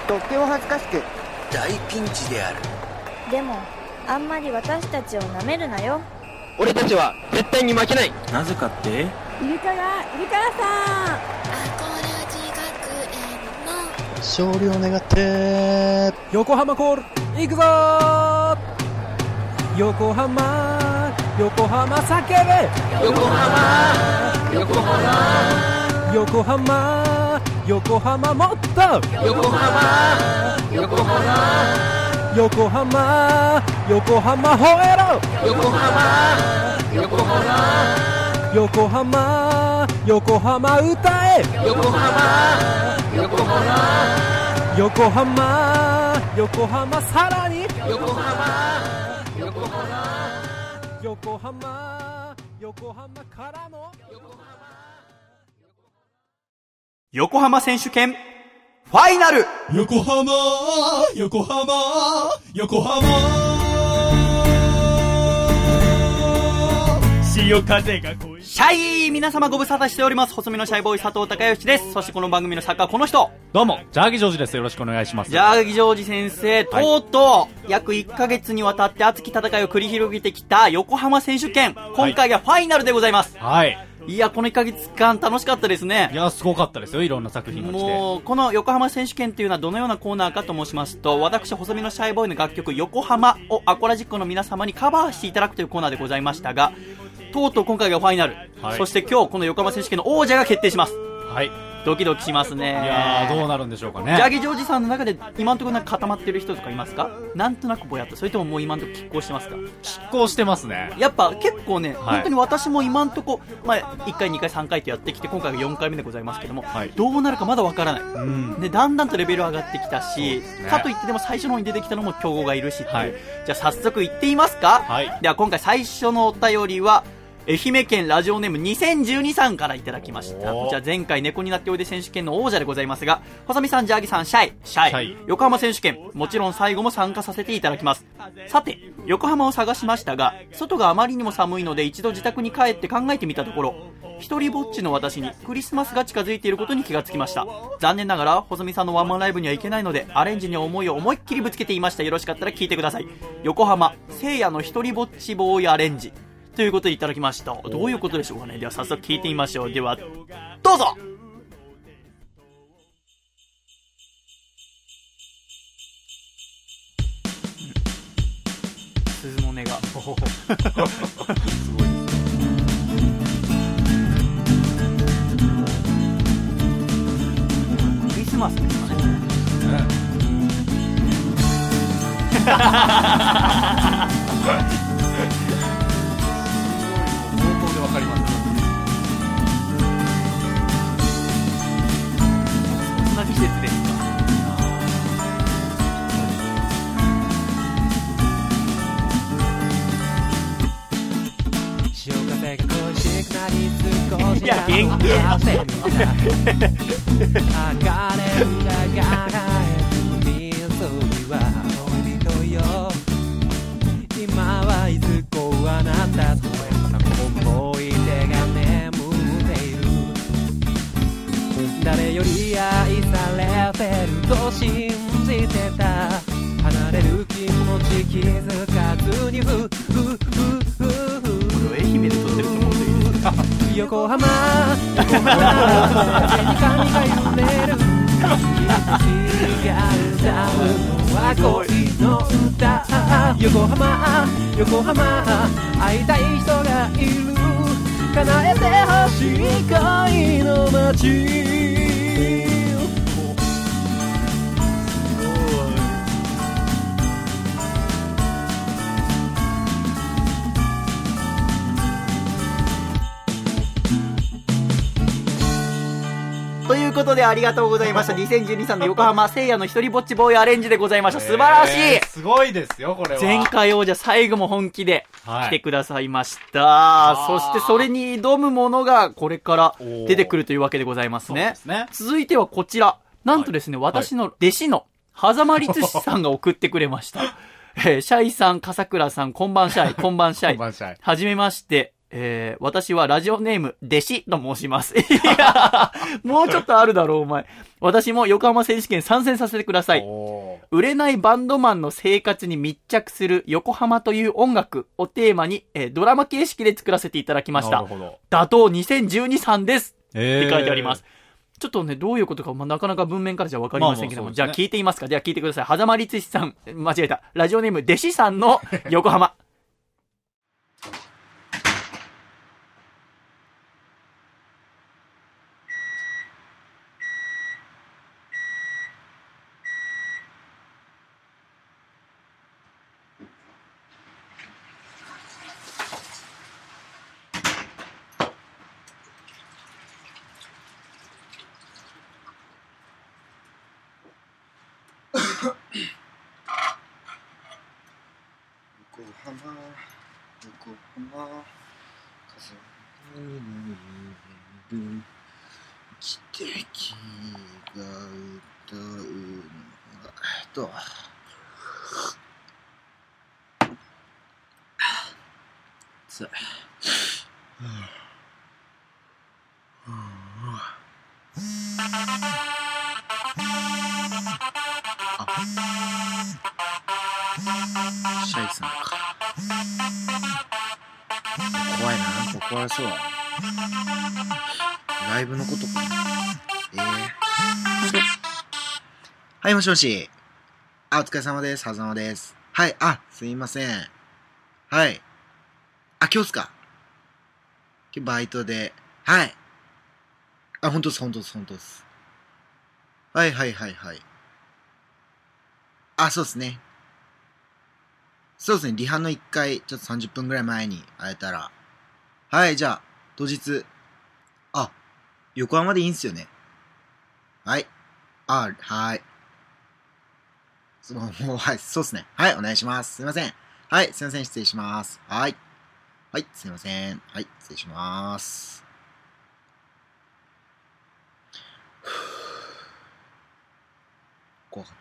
とっても恥ずかしく大ピンチである。 でもあんまり私たちを舐めるなよ。 俺たちは絶対に負けない。 なぜかって？ イルカさん勝利を願って横浜コール行くぞー。横浜横浜叫べ。 横浜横浜横浜横浜もっと横浜横浜横浜横浜吠えろ。 横浜横浜横浜横浜歌え。 横浜横浜横浜横浜さらに横浜横浜横浜横浜からの横浜選手権ファイナル。 横浜横浜横浜潮風が恋シャイ皆様ご無沙汰しております。細身のシャイボーイ佐藤孝義です。そしてこの番組の作家はこの人。 どうもジャーギジョージです。よろしくお願いします。 ジャーギジョージ先生、とうとう約1ヶ月にわたって熱き戦いを繰り広げてきた横浜選手権、今回がファイナルでございます。 はい。 いや、この1ヶ月間楽しかったですね。 いや、すごかったですよ。いろんな作品が来て。 もう、この横浜選手権っていうのはどのようなコーナーかと申しますと、私、細身のシャイボーイの楽曲、横浜をアコラジックの皆様にカバーしていただくというコーナーでございましたが、とうとう今回がファイナル。はい、そして今日、この横浜選手権の王者が決定します。はい。ドキドキしますね。 いやー、どうなるんでしょうかね。 ジャギジョージさんの中で今のところなんか固まってる人とかいますか？なんとなくぼやっと。それとももう今のところ拮抗してますか？ 拮抗してますね。 やっぱ結構ね、本当に私も今のところ、まあ、1回2回3回とやってきて、今回が4回目でございますけども、どうなるかまだわからない。で、だんだんとレベル上がってきたし、かといってでも最初の方に出てきたのも強豪がいるしっていう。じゃあ早速行ってみますか？では今回最初のお便りは、愛媛県ラジオネーム2012さんからいただきました。こちら前回猫になっておいで選手権の王者でございますが、細見さん、ジャーギさん、シャイ、横浜選手権、もちろん最後も参加させていただきます。さて、横浜を探しましたが、外があまりにも寒いので一度自宅に帰って考えてみたところ、一人ぼっちの私にクリスマスが近づいていることに気がつきました。残念ながら細見さんのワンマンライブには行けないので、アレンジに思いを思いっきりぶつけていました。よろしかったら聞いてください。横浜聖夜の一人ぼっちボーイアレンジということでいただきました。どういうことでしょうかね。では早速聞いてみましょう。ではどうぞ。鈴の音がすごいクリスマスですかね。わかります。そんな季節ですか。 潮風が恋しくなり少しいや元気流れる流れる水は恋人よ。今はいずこはなんだと思い出が眠っている。誰より愛されてると信じてた。離れる気持ち気づかずに愛媛で撮ってると思うんでいいですか。 横浜風に髪が揺れる。君が歌うのは恋の歌。横浜横浜会いたい人がいる。叶えてほしい恋の街。 ということでありがとうございました。2012さんの横浜聖夜の一人ぼっちボーイアレンジでございました。素晴らしい。 すごいですよ、これは。 前回王者最後も本気で来てくださいました。そしてそれに挑むものがこれから出てくるというわけでございますね。続いてはこちら。なんとですね、私の弟子の狭間律師さんが送ってくれました。シャイさん、笠倉さん、こんばんシャイ、こんばんシャイ。はじめまして。 私はラジオネーム、弟子と申します。いや、もうちょっとあるだろう、お前。私も横浜選手権参戦させてください。売れないバンドマンの生活に密着する横浜という音楽をテーマに、ドラマ形式で作らせていただきました。打倒2012さんです。って書いてあります。ちょっとね、どういうことか、なかなか文面からじゃわかりませんけども、じゃあ聞いてみますか。じゃあ聞いてください。狭間律史さん、間違えた。ラジオネーム、弟子さんの横浜。 横浜風に濡れる汽笛が歌うのがついシャイさんか怖いな、なんか怒られそうだな。ライブのことかはい、もしもし。お疲れ様です。はざまです。はい、すいません。はい。今日っすか？今日バイトで。はい。本当です。はい。そうですね。リハの1回、ちょっと30分ぐらい前に会えたら。はい、じゃあ、当日。横浜でいいんすよね。はい。はい。はい、そうっすね。はい、お願いします。すいません。はい、すいません、失礼します。はい。はい、すいません。はい、失礼します。怖かった。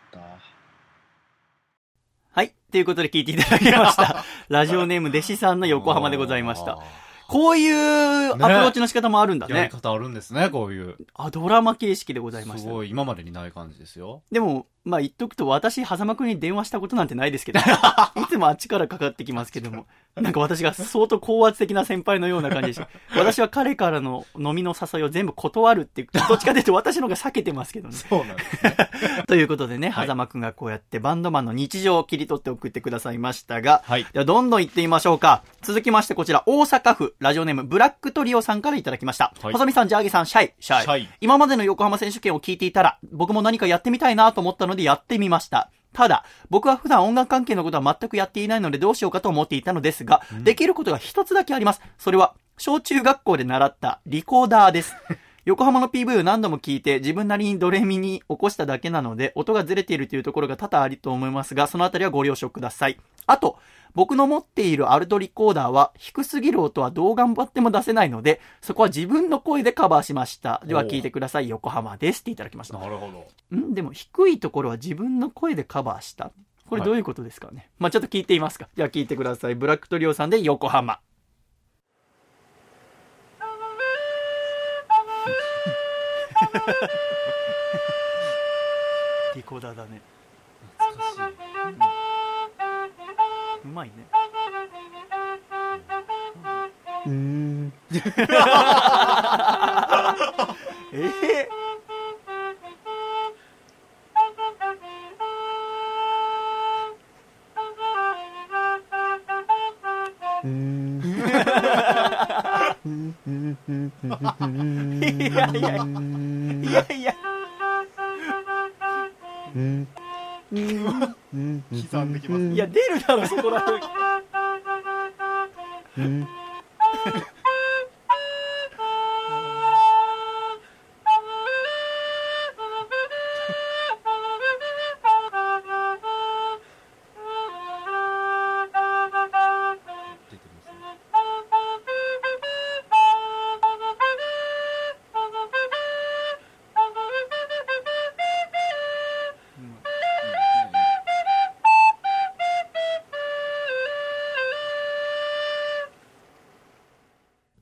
はい。ということで聞いていただきました。ラジオネーム弟子さんの横浜でございました。こういうアプローチの仕方もあるんだね。 やり方あるんですね、こういう。 ドラマ形式でございました。 すごい、今までにない感じですよ。 でも、言っとくと私、狭間くんに電話したことなんてないですけど、いつもあっちからかかってきますけども、なんか私が相当高圧的な先輩のような感じでした。私は彼からの飲みの誘いを全部断るっていう、どっちかというと私の方が避けてますけどね。 そうなんですね。 ということでね、狭間くんがこうやってバンドマンの日常を切り取って送ってくださいましたが、はい、ではどんどん行ってみましょうか。続きましてこちら、大阪府ラジオネームブラックトリオさんからいただきました。細見さん、ジャーギさん、シャイ。今までの横浜選手権を聞いていたら、僕も何かやってみたいなと思ったのでやってみました。ただ、僕は普段音楽関係のことは全くやっていないのでどうしようかと思っていたのですが、できることが一つだけあります。それは、小中学校で習ったリコーダーです。横浜の PV を何度も聞いて自分なりにドレミに起こしただけなので音がずれているというところが多々ありと思いますが、そのあたりはご了承ください。あと、僕の持っているアルトリコーダーは低すぎる音はどう頑張っても出せないので、そこは自分の声でカバーしました。では聞いてください。横浜ですっていただきました。 なるほど。 でも低いところは自分の声でカバーした。これどういうことですかね。ちょっと聞いてみますか。じゃあ聞いてください。ブラックトリオさんで横浜。リコーダーだね。懐かしい。うまいね。いや刻んできます。 いや、出るだろ、そこら辺。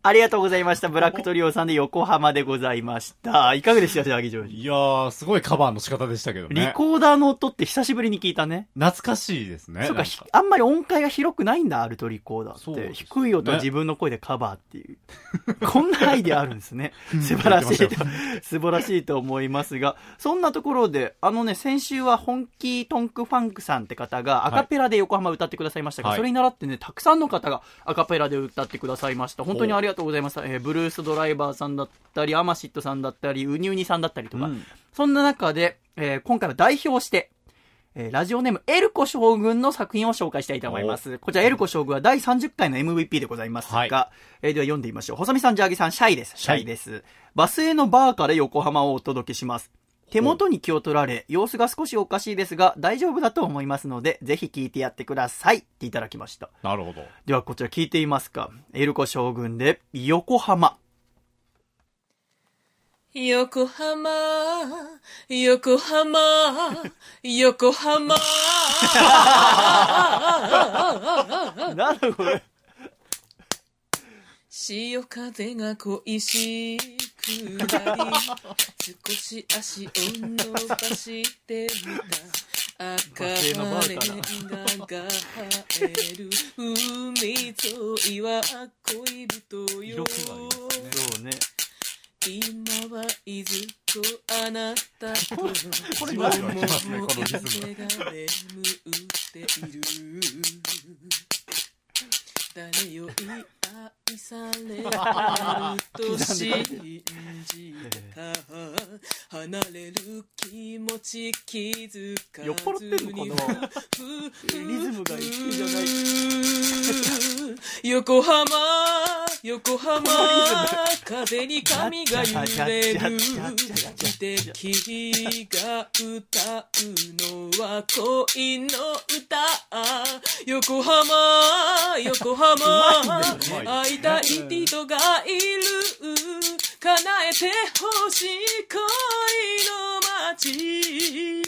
ありがとうございました。ブラックトリオさんで横浜でございました。いかがでしたジャーギジョージ。 いやー、すごいカバーの仕方でしたけどね。 リコーダーの音って久しぶりに聞いたね。 懐かしいですね。 そうか、あんまり音階が広くないんだ、アルトリコーダーって。 そうですね、 低い音を自分の声でカバーっていう。こんなアイデアあるんですね。素晴らしいと、素晴らしいと思いますが、そんなところで、先週は本気トンクファンクさんって方がアカペラで横浜歌ってくださいましたが、それに倣ってね、たくさんの方がアカペラで歌ってくださいました。本当にありがとうございました。ブルースドライバーさんだったり、アマシットさんだったり、ウニウニさんだったりとか、そんな中で、今回は代表して、ラジオネームエルコ将軍の作品を紹介したいと思います。こちらエルコ将軍は第30回の MVP でございますが、では読んでみましょう。細見さん、ジャーギさん、シャイです。シャイです。バスへのバーから横浜をお届けします。手元に気を取られ、様子が少しおかしいですが、大丈夫だと思いますので、ぜひ聞いてやってくださいっていただきました。 なるほど。 ではこちら聞いてみますか。エルコ将軍で、横浜。 横浜、横浜、横浜。 なんだこれ。 潮風が恋しくなり、少し足を伸ばしてみた。赤レンガが生える海沿いは恋人よ。 そうね。 今はいずこあなたとこれもう風が眠っている。誰より愛されると信じた。離れる気持ち気づかずに酔っ払ってるのかな。リズムが一緒じゃない。 横浜、横浜、風に髪が揺れる。敵が歌うのは恋の歌。横浜、横浜、会いたい人がいる。叶えてほしい恋の街。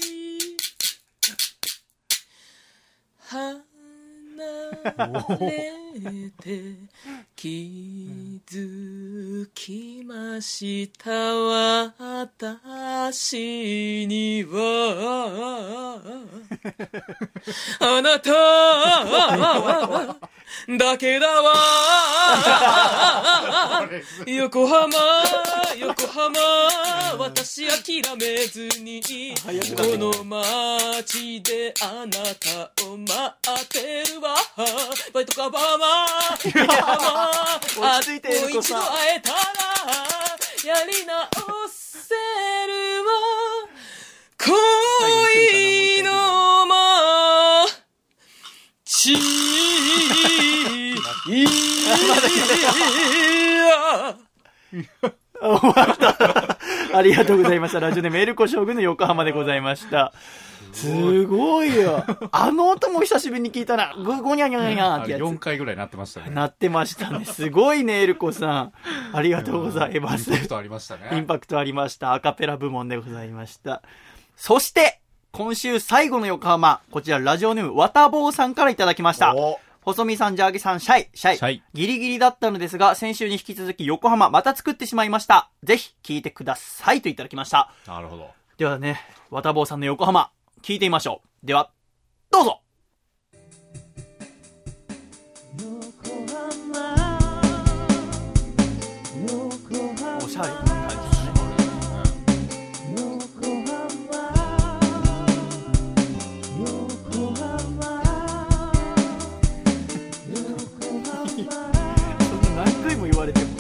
離れて気づきました。私にはあなただけだわ。横浜、横浜、私諦めずにこの街であなたを待ってるわ。バイトカバーマ横浜、あと一度会えたらやり直せるわ。恋の街。 終わった。ありがとうございました。ラジオネームエルコ将軍の横浜でございました。すごいよ。あの音も久しぶりに聞いたな。ゴニャニャニャってやつ。 4回ぐらい鳴ってましたね。 鳴ってましたね。すごいね、エルコさん。ありがとうございます。 インパクトありましたね。 インパクトありました。アカペラ部門でございました。そして、今週最後の横浜。こちらラジオネームわたぼうさんからいただきました。細見さん、ジャーギさん、シャイ。ギリギリだったのですが、先週に引き続き横浜また作ってしまいました。ぜひ聞いてくださいといただきました。 なるほど。 ではね、わたぼうさんの横浜、聞いてみましょう。では、どうぞ。おしゃれな感じですね。何回も言われても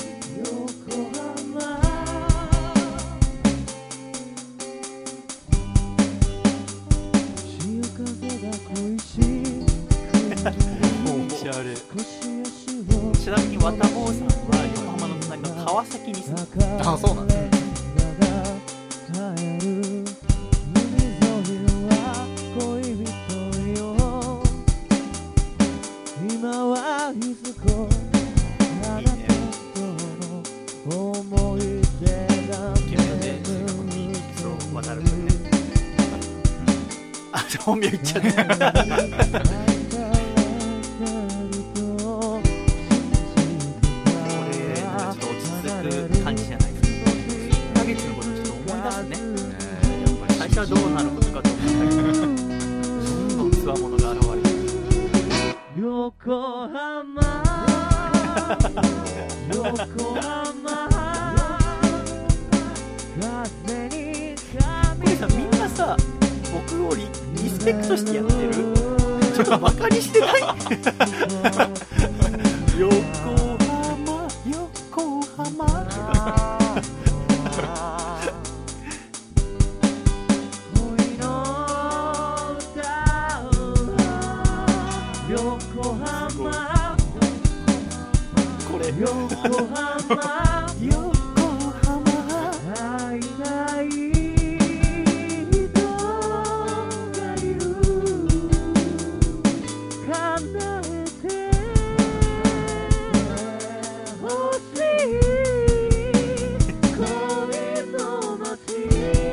ちなみにわたぼうさんは横浜の隣の川崎に住んでる。 あ、そうなんですね。 本名言っちゃったこれはどうなることかと思ったけどどんどんつわものが現れてる。 横浜横浜風にこれさ、みんなさ僕をリスペクトしてやってる？ちょっとバカにしてない？横浜横浜これ横浜横浜会いたい人がいる叶えてほしい恋の街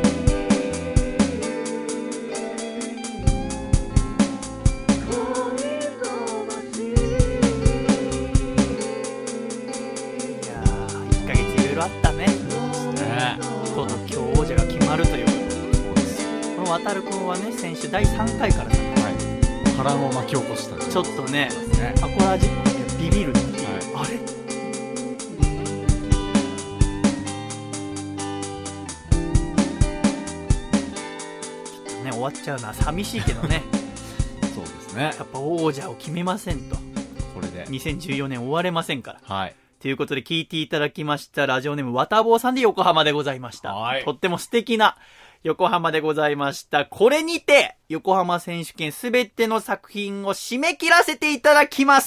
あったね。とうとう今日王者が決まるということで、この渡るくんはね先週第3回からさ、 波乱を巻き起こしたちょっとねアコラジックでビビるっていう、あれね終わっちゃうのは寂しいけどねそうですね、 やっぱ王者を決めませんと、 これで 2014年終われませんから。 はい。 ということで聞いていただきましたラジオネームわたぼうさんで横浜でございました。とっても素敵な横浜でございました。これにて横浜選手権すべての作品を締め切らせていただきます。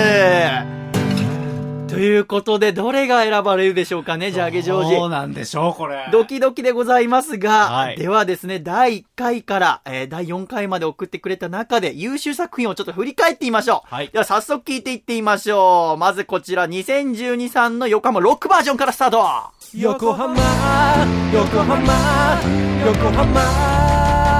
ということでどれが選ばれるでしょうかね、ジャーゲジョージ。 そうなんでしょうこれ。 ドキドキでございますが、ではですね第1回から、第4回まで送ってくれた中で優秀作品をちょっと振り返ってみましょう。では早速聞いていってみましょう。まずこちら2012さんの横浜ロックバージョンからスタート。 横浜横浜横浜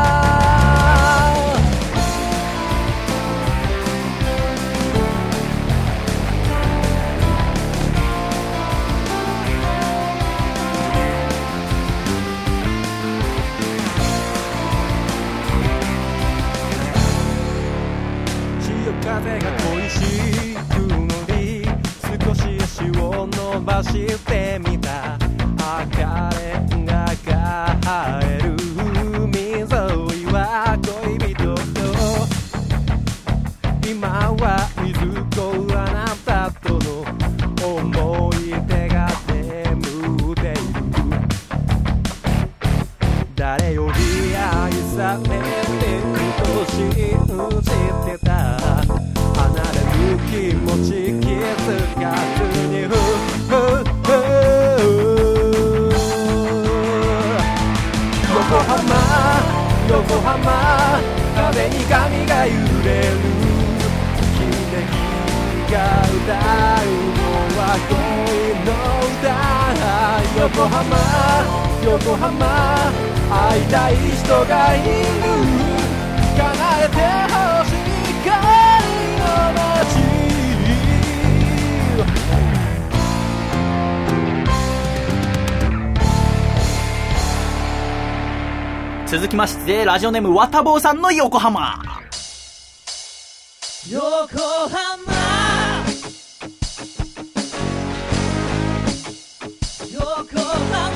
風が恋しく乗り少し足を伸ばしてみた。赤レンガが生える海沿いは恋人と今は水子あなたとの思い出が眠っている。誰より愛されてると信じてた。離れる気持ち気づかずに横浜横浜風に髪が揺れる。秀樹が歌うのは恋の歌。横浜横浜会いたい人がいる。叶えてほしい光の街。 続きましてラジオネームわたぼうさんの横浜。 横浜横浜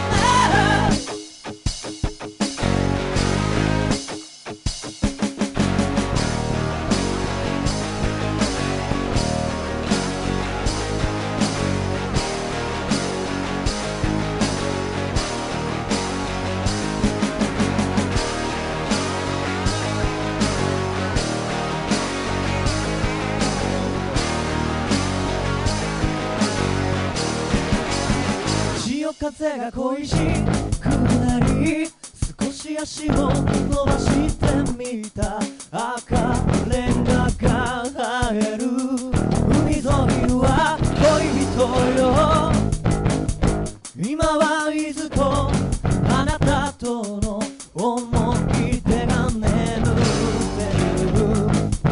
風が恋しくなり少し足を伸ばしてみた。赤レンガが生える海沿いは恋人よ。今はいずこあなたとの思い出が眠ってる。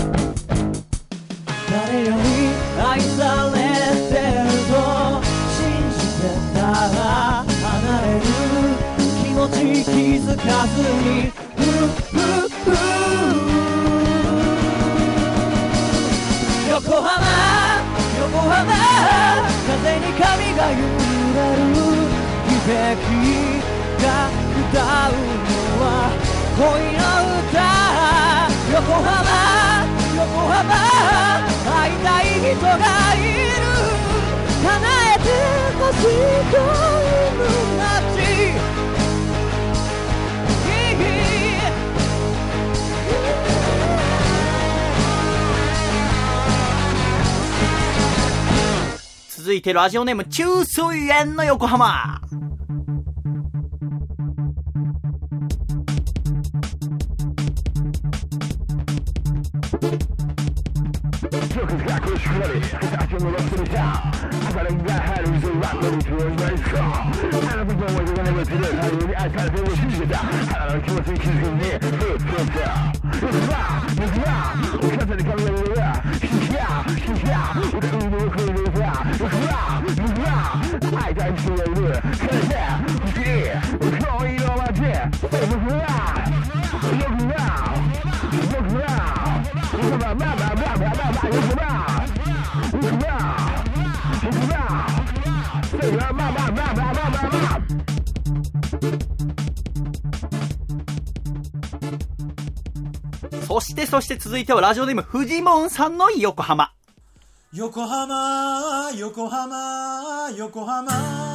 誰より愛されてると信じてた。離れる気持ち気づかずにが歌うのは恋の歌。横浜横浜会いたい人がいる。叶えてほしい恋の街。 続いてラジオネーム中水園の横浜。そして続いてはラジオネームフジモンさんの横浜。 横浜横浜横浜、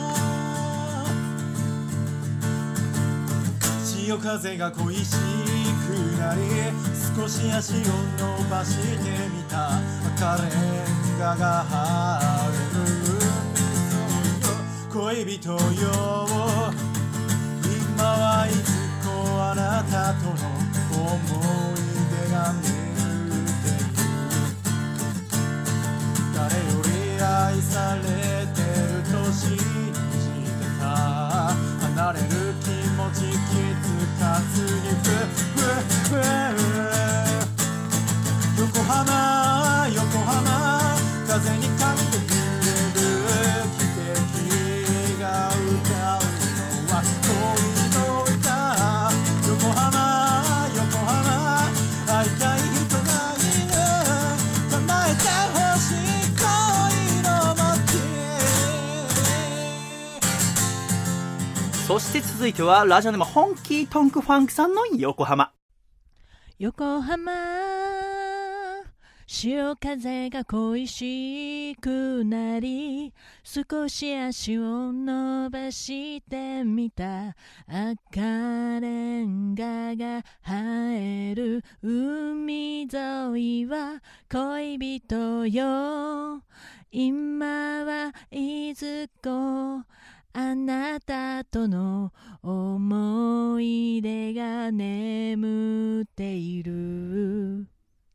潮風が恋しくなり少し足を伸ばしてみた。赤レンガが晴れる恋人よ、今はいつこあなたとの思い出が眠っている。誰より愛されてると信じてた。離れる気持ち気づかずに横浜横浜風に噛んでくれる汽笛が歌うのは恋の歌。横浜横浜会いたい人がいる。叶えてほしい恋の街。 そして続いてはラジオネームホンキートンクファンクさんの横浜。 横浜潮風が恋しくなり少し足を伸ばしてみた。赤レンガが映える海沿いは恋人よ、今はいずこあなたとの思い出が眠っている。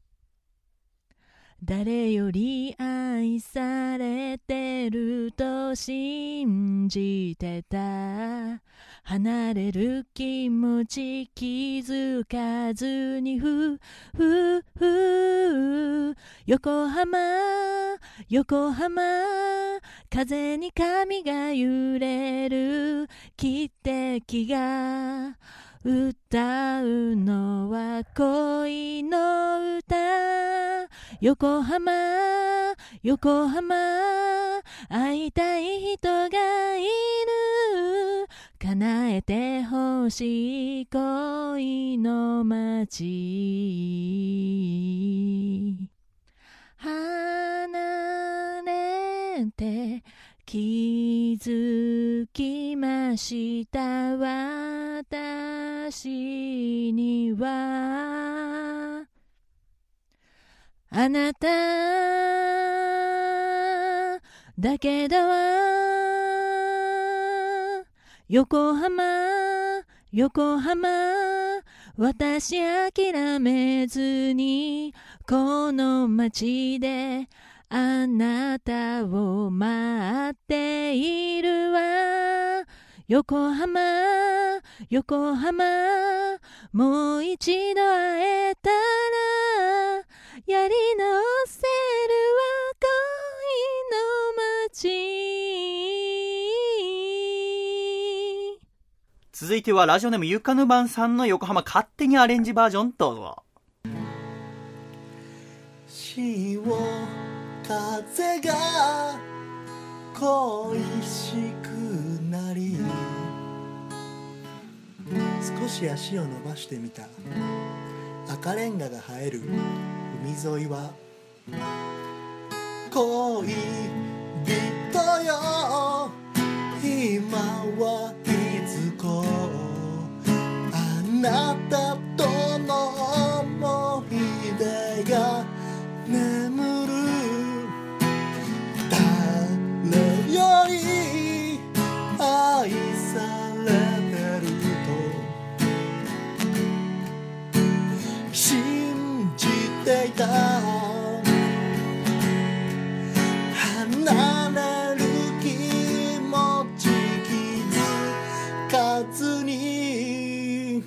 誰より愛されてると信じてた。離れる気持ち気づかずに横浜横浜風に髪が揺れる汽笛が歌うのは恋の歌。横浜横浜会いたい人がいる。叶えてほしい恋の街。離れて気づきました。私にはあなただけだわ。横浜横浜私諦めずにこの街であなたを待っているわ。横浜横浜もう一度会えたらやり直せるわ恋の街。 続いてはラジオネームゆかぬばんさんの横浜勝手にアレンジバージョンどうぞ。 潮風が恋しくなり少し足を伸ばしてみた。赤レンガが生える海沿いは恋人よ、今はいつこあなたとの思い出が眠る。誰より愛されてると信じていた。離れる気持ち気づかずに。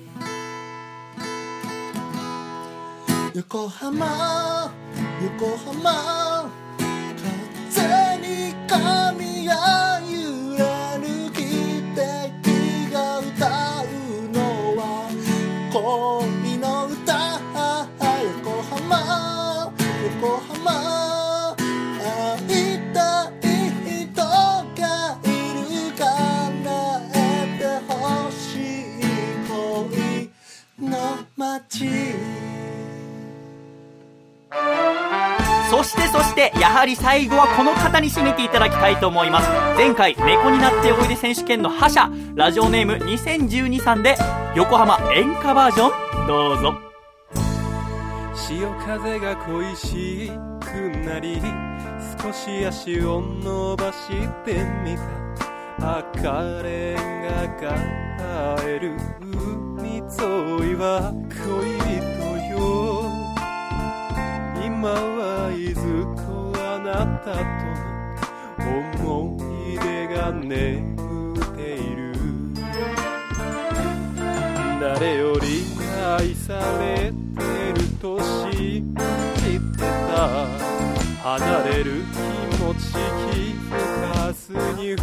横浜横浜、風に髪が揺れる汽笛が歌うのは恋の歌。横浜横浜、会いたい人がいる、叶えてほしい恋の街。 そしてやはり最後はこの方に締めていただきたいと思います。前回猫になっておいで選手権の覇者、ラジオネーム2012さんで横浜演歌バージョンどうぞ。 潮風が恋しくなり、少し足を伸ばしてみた。赤レンガが生える海沿いは恋人よ、今はいずとあなたとの思い出が眠っている。誰より愛されてると信じてた。離れる気持ち気づかずに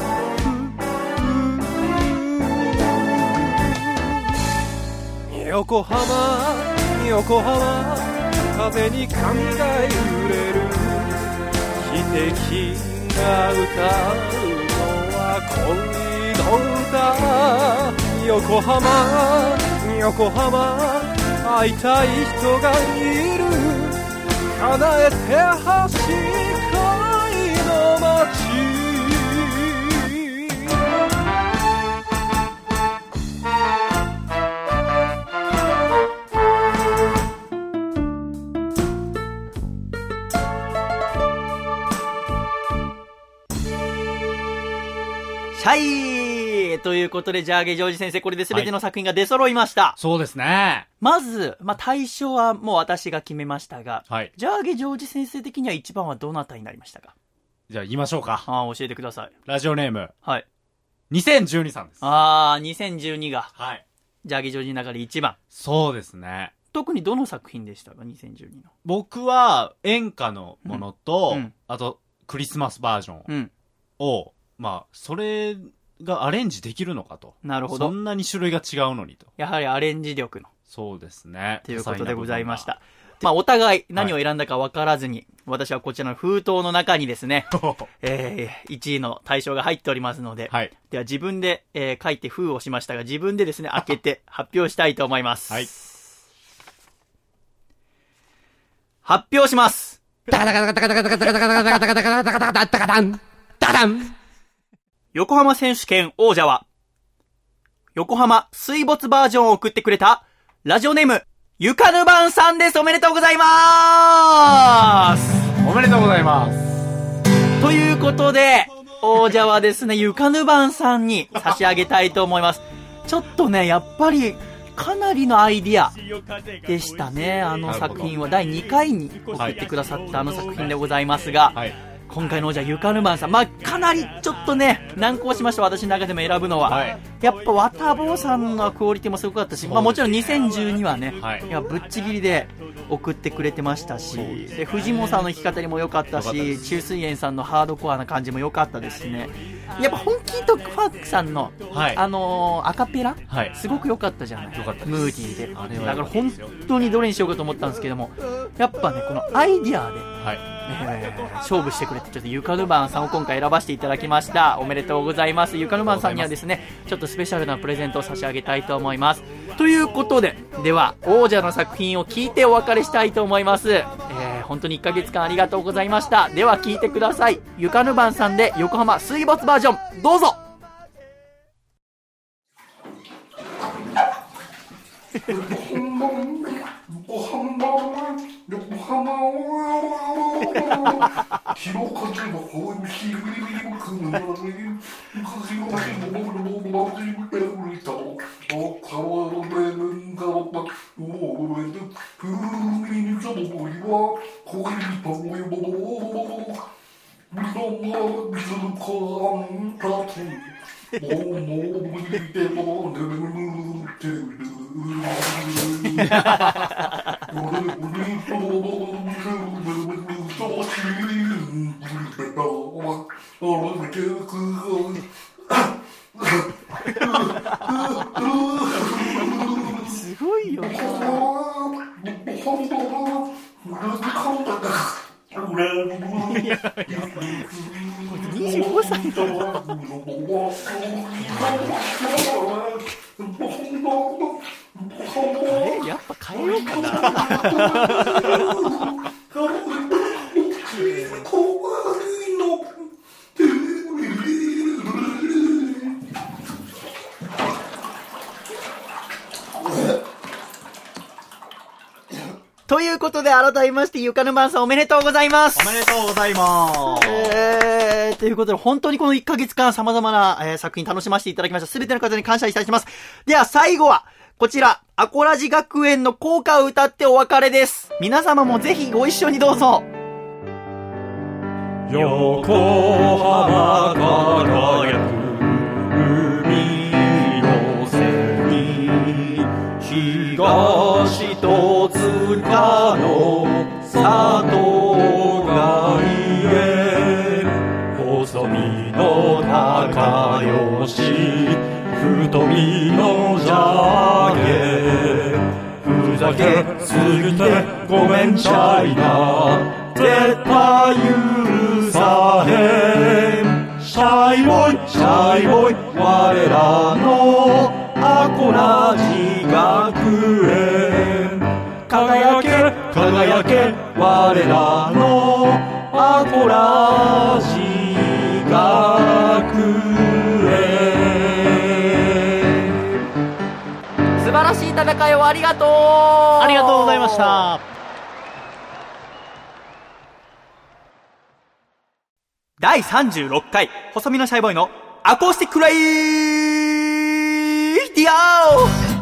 横浜横浜、風に髪が揺れる汽笛が歌うのは恋の歌。横浜横浜、会いたい人がいる、叶えてほしい恋の街。 シャイということで、ジャーゲジョージ先生、これで全ての作品が出揃いました。 そうですね。 まず、対象はもう私が決めましたが、ジャーゲジョージ先生的には一番はどなたになりましたか？ じゃあ言いましょうか。 教えてください。 ラジオネーム。2012さんです。 2012が。 はい。 ジャーゲジョージの中で一番。 そうですね。 特にどの作品でしたか、2012の。 僕は演歌のものと、あとクリスマスバージョンを、それがアレンジできるのかと。 なるほど。 そんなに種類が違うのにと。 やはりアレンジ力の。 そうですね。 ということでございました。お互い何を選んだか分からずに、私はこちらの封筒の中にですね、1位の対象が入っておりますので、では自分で、書いて封をしましたが、自分でですね、開けて発表したいと思います。発表します。横浜選手権王者は、横浜水没バージョンを送ってくれた、ラジオネーム、ゆかぬばんさんです。おめでとうございます。 おめでとうございます。 ということで、王者はですね、ゆかぬばんさんに差し上げたいと思います。ちょっとね、やっぱり、かなりのアイディアでしたね。あの作品は第2回に送ってくださったあの作品でございますが、今回の王者ゆかぬばんさん、かなりちょっとね難航しました。私の中でも選ぶのは、やっぱわたぼうさんのクオリティもすごかったし、もちろん2012はね、ぶっちぎりで送ってくれてましたし、で藤本さんの弾き語りも良かったし、中水園さんのハードコアな感じも良かったですしね。やっぱ本気とファークさんの、アカペラ、すごく良かったじゃない。ムーディーで。だから本当にどれにしようかと思ったんですけども、やっぱねこのアイディアで、 勝負してくれて、ちょっとゆかぬばんさんを今回選ばせていただきました。おめでとうございます。ゆかぬばんさんにはですね、ちょっとスペシャルなプレゼントを差し上げたいと思います。ということで、では王者の作品を聞いてお別れしたいと思います。本当に1ヶ月間ありがとうございました。では聞いてください。ゆかぬばんさんで横浜水没バージョン、どうぞ。すごいよ。25歳だ。やっぱ変えようかな。ということで、改めましてゆかぬばんさんおめでとうございます。 おめでとうございます。 ということで、本当にこの1ヶ月間様々な、作品楽しませていただきました。すべての方に感謝いたします。では最後はこちら、アコラジ学園の校歌を歌ってお別れです。皆様もぜひご一緒にどうぞ。 横浜輝く海の背に、東戸塚の里がいへ、細身の高吉、太身の邪気、ふざけすぎてごめんちゃいな、絶対許さへん。シャイボイシャイボイ、我らのアコラジ学園、輝け輝け我らのアコラジ学園。 素晴らしい戦いをありがとう。 ありがとうございました。 第36回細身のシャイボーイのアコースティックライディオ。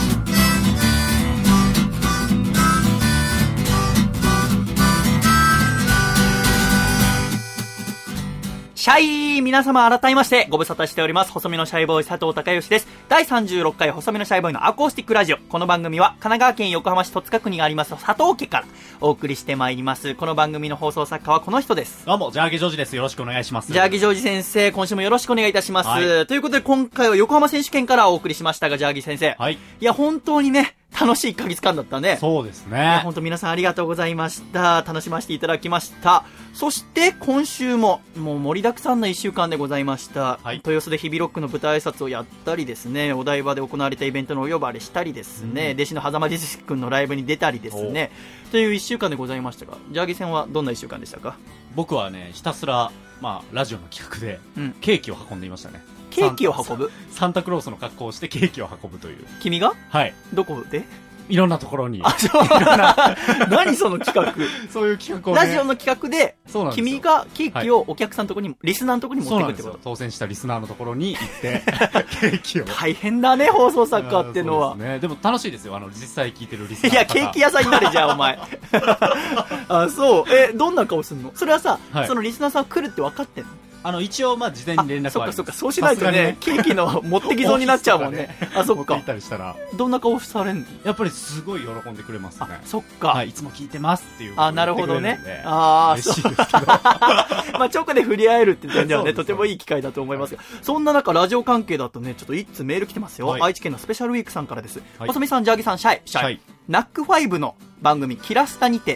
シャイ皆様改めましてご無沙汰しております。細身のシャイボーイ佐藤孝義です。第36回細身のシャイボーイのアコースティックラジオ。この番組は神奈川県横浜市戸塚区にあります佐藤家からお送りしてまいります。この番組の放送作家はこの人です。 どうも、ジャーギジョージです。よろしくお願いします。 ジャーギジョージ先生、今週もよろしくお願いいたします。はい、ということで今回は横浜選手権からお送りしましたが、ジャーギ先生。はい。いや、本当にね、楽しい1ヶ月間だったね。 そうですね。 本当皆さんありがとうございました。楽しませていただきました。そして今週ももう盛りだくさんな1週間でございました。はい、豊洲で日々ロックの舞台挨拶をやったりですね、お台場で行われたイベントのお呼ばれしたりですね、弟子の狭間ディス君のライブに出たりですね、という1週間でございましたが、ジャーギ戦はどんな1週間でしたか？ 僕はね、ひたすら、ラジオの企画で、ケーキを運んでいましたね。 ケーキを運ぶ？ サンタクロースの格好をしてケーキを運ぶという。 君が？ はい。 どこで？ いろんなところに。 あ、そう。何その企画？ そういう企画をね。 ラジオの企画で、君がケーキをお客さんのところに、リスナーのところに持ってくってこと？ 当選したリスナーのところに行って、ケーキを。 大変だね、放送作家ってのは。 そうですね。でも楽しいですよ、実際聞いてるリスナーの方。 いや、ケーキ屋さんになれじゃあ、お前。あ、そう。どんな顔すんの？それはさ、そのリスナーさん来るって分かってんの？ 一応事前に連絡はあります。 そっか、そうしないとね、ケーキの持ってきそうになっちゃうもんね。あ、そっか。 持っていったりしたら。 どんな顔されんの？ やっぱりすごい喜んでくれますね。 そっか。 はい、いつも聞いてますっていう。 あ、なるほどね。嬉しいですけど。直で触れ合えるって点ではね、とてもいい機会だと思いますが、そんな中、ラジオ関係だとね、ちょっと一通メール来てますよ。愛知県のスペシャルウィークさんからです。細見さん、ジャーギさん、シャイ。ナックファイブの番組、キラスタにて、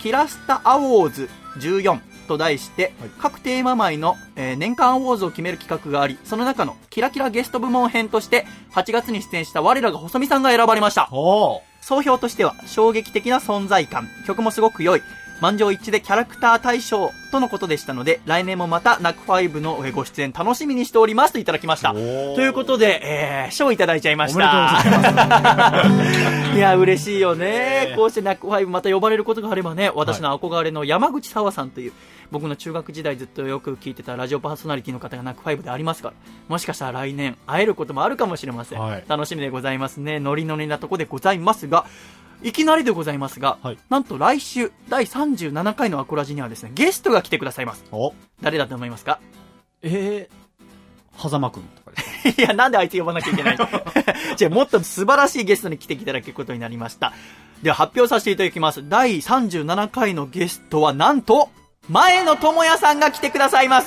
キラスタアウォーズ14と題して、各テーマ米の、年間アワーズを決める企画があり、その中のキラキラゲスト部門編として8月に出演した我らが細見さんが選ばれました。総評としては衝撃的な存在感、曲もすごく良い、満場一致でキャラクター大賞とのことでしたので、来年もまたナックファイブのご出演楽しみにしておりますといただきました。ということで、賞いただいちゃいました。おめでとうございます。いや嬉しいよね。こうしてナックファイブまた呼ばれることがあればね、私の憧れの山口沙和さんという、僕の中学時代ずっとよく聞いてたラジオパーソナリティの方がナックファイブでありますから、もしかしたら来年会えることもあるかもしれません。楽しみでございますね。ノリノリなとこでございますが、いきなりでございますが、なんと来週第37回のアコラジにはですね、ゲストが来てくださいます。誰だと思いますか？ 狭間くんとかですか？いや、なんであいつ呼ばなきゃいけないじゃあもっと素晴らしいゲストに来ていただけることになりました。では発表させていただきます。第37回のゲストはなんと前野智也さんが来てくださいます。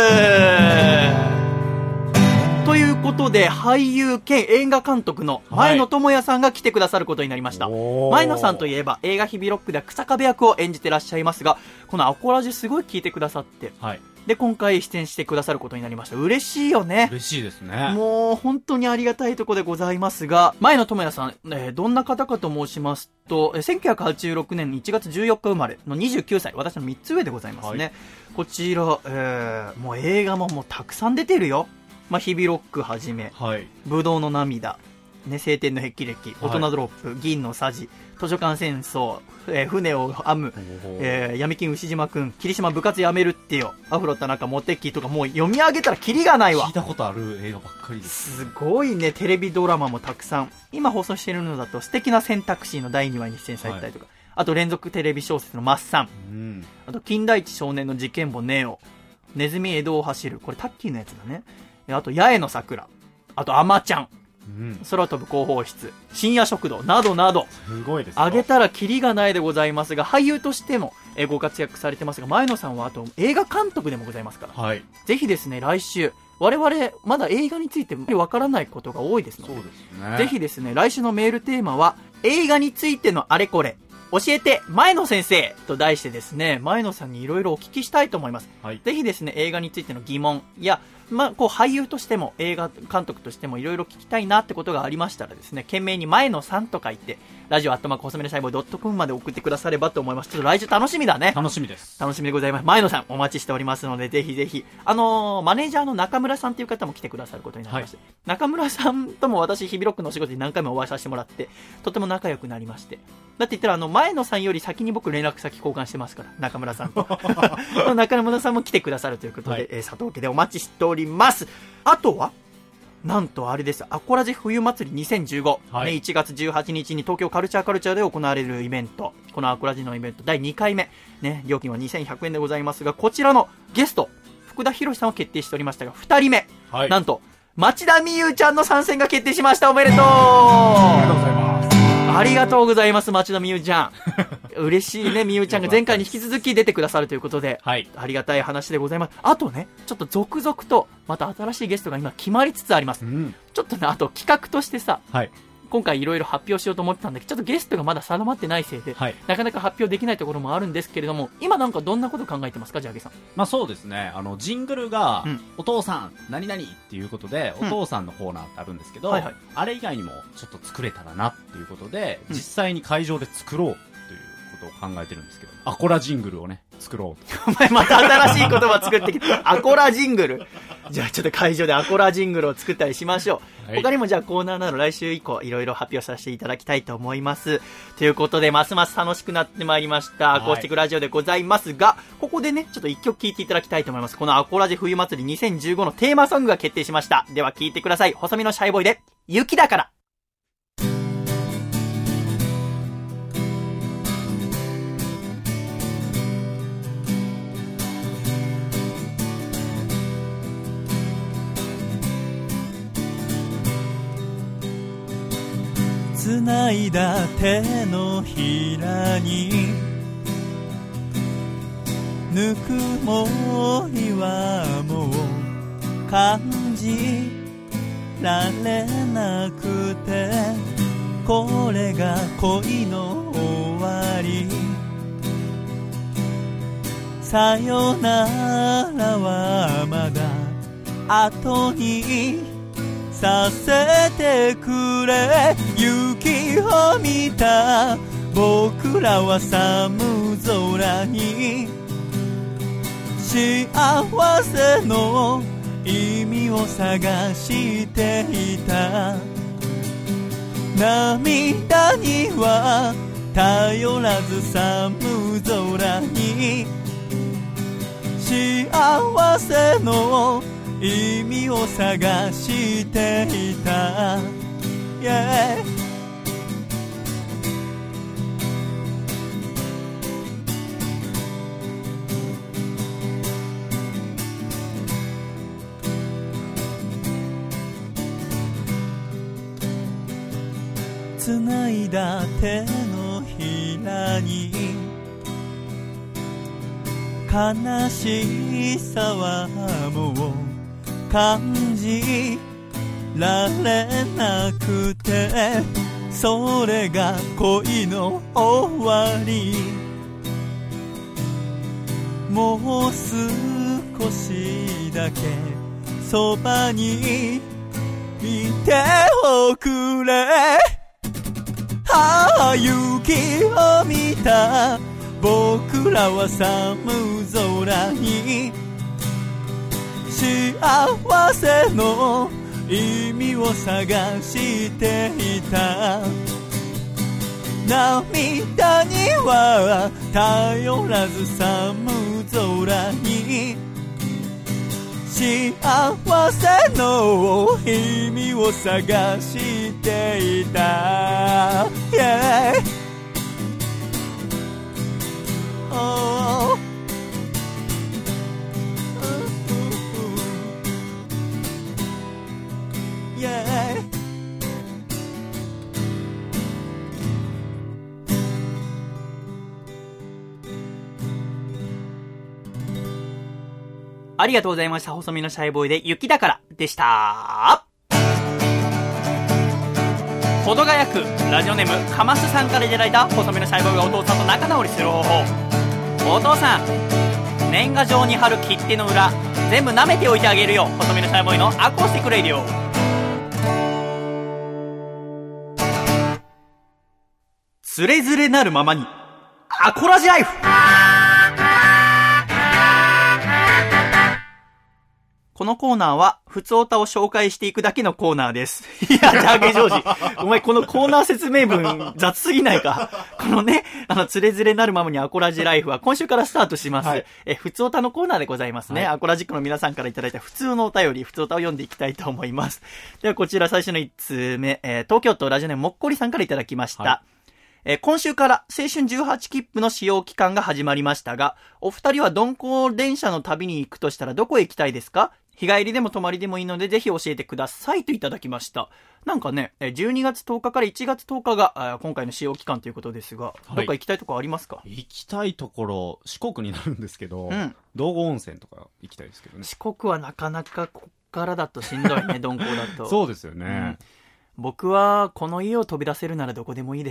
ということで、俳優兼映画監督の前野智也さんが来てくださることになりました。前野さんといえば映画日々ロックでは草壁役を演じてらっしゃいますが、このアコラジすごい聞いてくださって、で今回出演してくださることになりました。嬉しいよね。 嬉しいですね。 もう本当にありがたいところでございますが、前野智也さん、どんな方かと申しますと、1986年1月14日生まれの29歳、私の3つ上でございますね。こちら、もう映画ももうたくさん出てるよ。日々ロックはじめ、ぶどうの涙、ね、晴天の霹靂、大人ドロップ、銀のさじ、図書館戦争、船を編む、闇金牛島くん、霧島部活やめるってよ、アフロ田中モテキとか、もう読み上げたらキリがないわ。 聞いたことある映画ばっかりです。 すごいね。テレビドラマもたくさん、今放送しているのだと素敵な選択肢の第2話に出演されたりとか、あと連続テレビ小説のマッサン、あと金田一少年の事件簿ネオ、ネズミ江戸を走る、これタッキーのやつだね。あと八重の桜、あとアマちゃん、空飛ぶ広報室、深夜食堂などなど、 すごいです。 あげたらキリがないでございますが、俳優としてもご活躍されてますが、前野さんはあと映画監督でもございますから、ぜひですね、来週我々まだ映画についてわからないことが多いですので、ぜひですね、来週のメールテーマは映画についてのあれこれ教えて前野先生と題してですね、前野さんにいろいろお聞きしたいと思います。ぜひですね、映画についての疑問や、こう俳優としても映画監督としてもいろいろ聞きたいなってことがありましたらですね、懸命に前野さんと書いてラジオ@細めの細胞.comまで送ってくださればと思います。ちょっと来週楽しみだね。 楽しみです。 楽しみでございます。前野さんお待ちしておりますので、ぜひぜひマネージャーの中村さんという方も来てくださることになりまして、中村さんとも私日々ロックのお仕事で何回もお会いさせてもらって、とても仲良くなりまして、だって言ったら前野さんより先に僕連絡先交換してますから、中村さんと中村さんも来てくださるということで、佐藤家でお待ちしております。あとはなんとあれです、アコラジ冬祭り2015、1月18日に東京カルチャーで行われるイベント、このアコラジのイベント第2回目、ね、料金は2100円でございますが、こちらのゲスト福田博さんは決定しておりましたが、2人目、なんと町田美優ちゃんの参戦が決定しました。おめでとう。ありがとうございます。ありがとうございます、町田美優ちゃん嬉しいね。美優ちゃんが前回に引き続き出てくださるということで、ありがたい話でございます。あとね、ちょっと続々とまた新しいゲストが今決まりつつあります。ちょっとね、あと企画としてさ、今回いろいろ発表しようと思ってたんだけど、ちょっとゲストがまだ定まってないせいで、なかなか発表できないところもあるんですけれども、今なんかどんなこと考えてますか、ジャゲさん。 そうですね、ジングルが、お父さん何々っていうことで、お父さんのコーナーってあるんですけど、あれ以外にもちょっと作れたらなっていうことで、実際に会場で作ろうということを考えてるんですけど、アコラジングルをね、作ろうと。 お前また新しい言葉作ってきた。アコラジングル。じゃあちょっと会場でアコラジングルを作ったりしましょう。他にもじゃあコーナーなど来週以降いろいろ発表させていただきたいと思います。ということで、ますます楽しくなってまいりました。アコースティックラジオでございますが、ここでね、ちょっと一曲聴いていただきたいと思います。このアコラジ冬祭り2015のテーマソングが決定しました。では聴いてください。細身のシャイボーイで、雪だから。 繋いだ手のひらにぬくもりはもう感じられなくて、これが恋の終わりさよならはまだ後にさせてくれ。雪を見た僕らは寒空に幸せの意味を探していた。涙には頼らず寒空に幸せの意味を探していた、yeah。 繋いだ手のひらに悲しさはもう感じられなくて、それが恋の終わり。もう少しだけそばにいておくれ。ああ雪を見た僕らは寒空に幸せの意味を探していた。涙には頼らず寒空に幸せの意味を探していた、yeah。 oh。 yeah。 ありがとうございました。細身のシャイボーイで雪だからでした。保土ヶ谷区ラジオネームかますさんからいただいた細身のシャイボーイがお父さんと仲直りする方法。お父さん、年賀状に貼る切手の裏全部舐めておいてあげるよ。細身のシャイボーイのアコースティックレイディオ。つれづれなるままにアコラジライフ。このコーナーは、ふつおたを紹介していくだけのコーナーです。いや、ジャーゲジョージ。お前、このコーナー説明文、雑すぎないか。このね、つれづれなるままにアコラジライフは今週からスタートします。はい、ふつおたのコーナーでございますね。はい、アコラジックの皆さんからいただいた普通のお便り、ふつおたを読んでいきたいと思います。では、こちら最初の1通目、東京都ラジオネームもっこりさんからいただきました。はい、今週から青春18切符の使用期間が始まりましたが、お二人は鈍行電車の旅に行くとしたらどこへ行きたいですか？日帰りでも泊まりでもいいのでぜひ教えてくださいといただきました。なんかね、12月10日から1月10日が今回の使用期間ということですが、はい、どっか行きたいところありますか？ 行きたいところ、四国になるんですけど、道後温泉とか行きたいですけどね。 四国はなかなかこっからだとしんどいね、鈍行だと。 そうですよね。 僕はこの家を飛び出せるならどこでもいいです。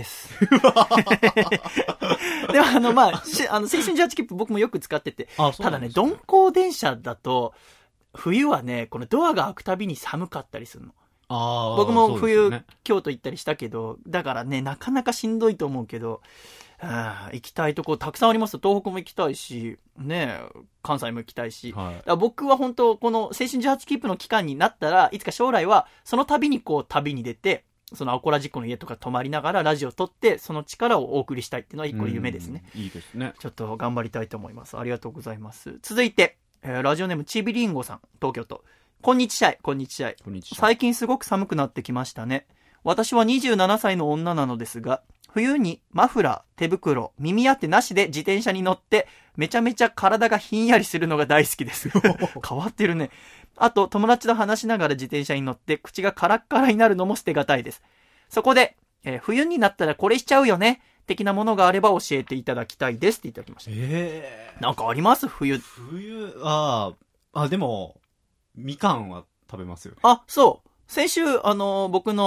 でも青春18切符僕もよく使ってて、ただね、鈍行電車だと冬はね、このドアが開くたびに寒かったりするの。僕も冬、京都行ったりしたけど、だからね、なかなかしんどいと思うけど、行きたいとこたくさんあります。東北も行きたいし、ね、関西も行きたいし、はい、だから僕は本当この青春18切符の期間になったらいつか将来はその度にこう旅に出て、そのアコラジックの家とか泊まりながらラジオを撮ってその力をお送りしたいっていうのは一個夢ですね。 いいですね。 ちょっと頑張りたいと思います。ありがとうございます。続いて、ラジオネームちびりんごさん、東京都。こんにちは。こんにちは。最近すごく寒くなってきましたね。私は27歳の女なのですが、冬にマフラー、手袋、耳当てなしで自転車に乗ってめちゃめちゃ体がひんやりするのが大好きです。変わってるね。あと友達と話しながら自転車に乗って口がカラッカラになるのも捨てがたいです。そこで、冬になったらこれしちゃうよね的なものがあれば教えていただきたいですっていただきました。なんかあります？冬でもみかんは食べますよね。 そう。先週僕の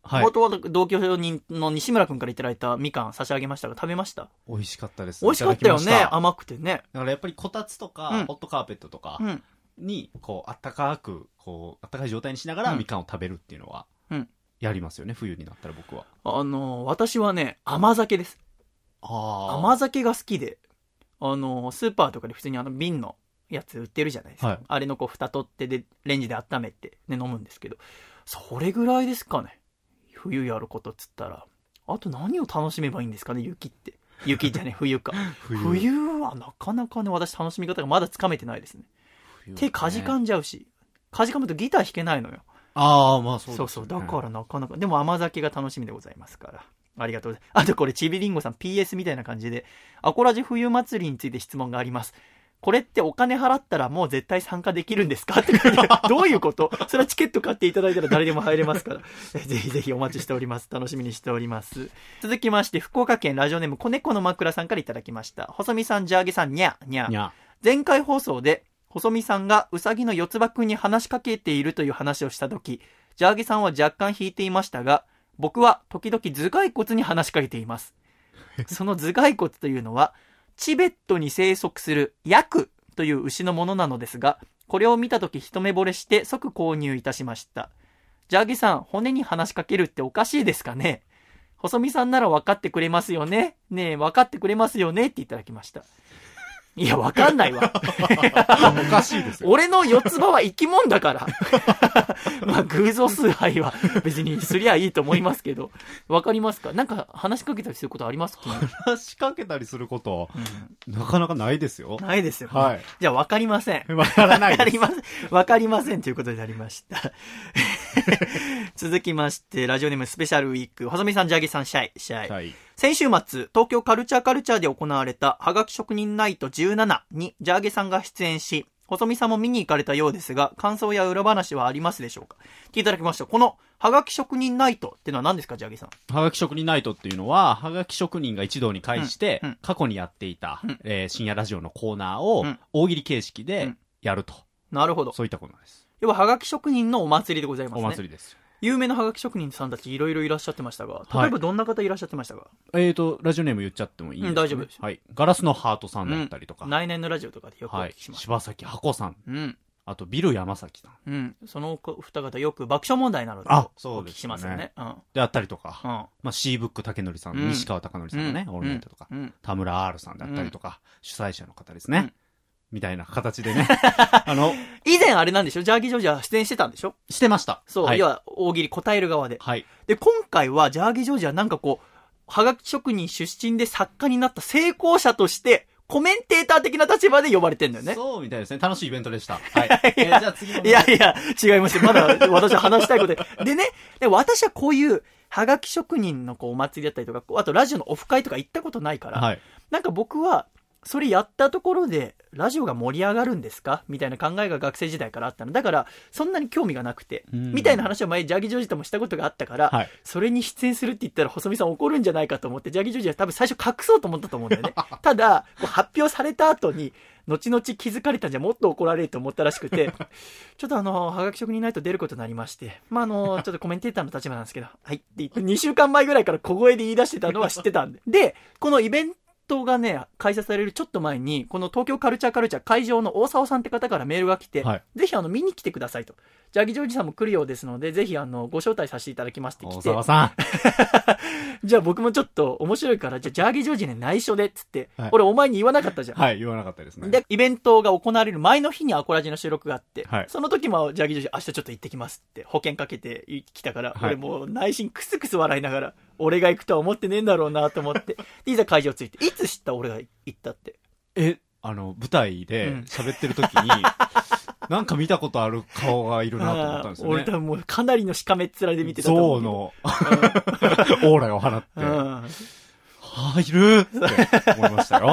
元は同居人の西村くんからいただいたみかん差し上げましたが、食べました？ 美味しかったです。 美味しかったよね。甘くてね。 だからやっぱりこたつとか、ホットカーペットとかに、こう、あったかい状態にしながらみかんを食べるっていうのは、やりますよね、冬になったら僕は。 私はね、甘酒です。甘酒が好きで、スーパーとかで普通に瓶のやつ売ってるじゃないですか。はい、あれのこう、蓋取ってで、レンジで温めて、ね、飲むんですけど、それぐらいですかね。冬やることっつったら。あと何を楽しめばいいんですかね、雪って。雪じゃね、冬か。冬はなかなかね、私楽しみ方がまだつかめてないですね。手かじかんじゃうし、かじかむとギター弾けないのよ。 まあそうですね。 そうそう、だからなかなか。でも甘酒が楽しみでございますから。ありがとうございます。あとこれ、ちびりんごさん PS みたいな感じで、アコラジ冬祭りについて質問があります。これってお金払ったらもう絶対参加できるんですかってどういうこと？それはチケット買っていただいたら誰でも入れますから。ぜひぜひお待ちしております。楽しみにしております。続きまして、福岡県ラジオネーム子猫の枕さんからいただきました。細見さん、ジャーゲさん、にゃにゃ。前回放送で、細見さんがうさぎの四つ葉くんに話しかけているという話をしたとき、ジャーゲさんは若干引いていましたが、僕は時々頭蓋骨に話しかけています。その頭蓋骨というのは、チベットに生息するヤクという牛のものなのですが、これを見たとき一目惚れして即購入いたしました。ジャーゲさん、骨に話しかけるっておかしいですかね？細見さんなら分かってくれますよね？ねえ、分かってくれますよね？っていただきました。いや、わかんないわ。 おかしいですよ。 俺の四つ葉は生き物だから。まあ、偶像崇拝は別にすりゃいいと思いますけど、わかりますか？なんか話しかけたりすることありますか？ 話しかけたりすること、なかなかないですよ。 ないですよ、ね。 はい。 じゃあわかりません。 わからないです。 わかりませんということになりました。続きまして、ラジオネームスペシャルウィーク、細見さん、ジャギさん、シャイ。はい、先週末、東京カルチャーで行われたはがき職人ナイト17にジャーゲさんが出演し、細見さんも見に行かれたようですが、感想や裏話はありますでしょうか？聞いていただきました。このはがき職人ナイトっていうのは何ですか、ジャーゲさん？ はがき職人ナイトっていうのは、はがき職人が一堂に会して、過去にやっていた、深夜ラジオのコーナーを大喜利形式でやると。 なるほど。 そういったコーナーです。 要ははがき職人のお祭りでございますね。 お祭りです。 有名なはがき職人さんたちいろいろいらっしゃってましたが、例えばどんな方いらっしゃってましたか？ ラジオネーム言っちゃってもいいですか？ 大丈夫です。 はい。ガラスのハートさんだったりとか。 来年のラジオとかでよくお聞きします。 柴崎箱さん。あと、ビル山崎さん。その二方よく爆笑問題などでお聞きしますよね。 であったりとか、まあ、シーブック竹則さん、西川貴教さんのね、オールナイトとか、田村 R さんだったりとか、主催者の方ですね。みたいな形でね。 以前あれなんでしょ？ジャーギージョージは出演してたんでしょ？ してました。 そう、要は大喜利答える側で。 はい。 で、今回はジャーギージョージはなんかこう、はがき職人出身で作家になった成功者として、コメンテーター的な立場で呼ばれてんだよね。 そうみたいですね。楽しいイベントでした。はい。じゃあ次の。 いや、違います。まだ私は話したいことでね、私はこういう、はがき職人のこうお祭りだったりとか、あとラジオのオフ会とか行ったことないから、なんか僕は、それやったところで、ラジオが盛り上がるんですかみたいな考えが学生時代からあったの。だから、そんなに興味がなくて、みたいな話を前、ジャーギージョージともしたことがあったから、それに出演するって言ったら、細見さん怒るんじゃないかと思って、ジャーギージョージは多分最初隠そうと思ったと思うんだよね。ただ、こう発表された後に、後々気づかれたんじゃもっと怒られると思ったらしくて、ちょっとはがき職人ナイト出ることになりまして、まあちょっとコメンテーターの立場なんですけど、はいって言って、2週間前ぐらいから小声で言い出してたのは知ってたんで。で、このイベントがね、開催されるちょっと前に、この東京カルチャー会場の大沢さんって方からメールが来て、ぜひ見に来てくださいと。ジャーギージョージさんも来るようですので、ぜひご招待させていただきますって来て。 大沢さん。 じゃあ僕もちょっと面白いから、じゃあジャーギージョージね内緒でっつって、俺お前に言わなかったじゃん。 はい、言わなかったですね。 で、イベントが行われる前の日にアコラジの収録があって、その時もジャーギージョージ明日ちょっと行ってきますって保険かけて来たから、俺もう内心クスクス笑いながら、俺が行くとは思ってねえんだろうなと思って、でいざ会場着いて、いつ知った俺が行ったって。 舞台で喋ってる時に、なんか見たことある顔がいるなと思ったんですよね。 俺多分もうかなりのしかめっ面で見てたと思う。 象のオーラを放って、いるって思いましたよ。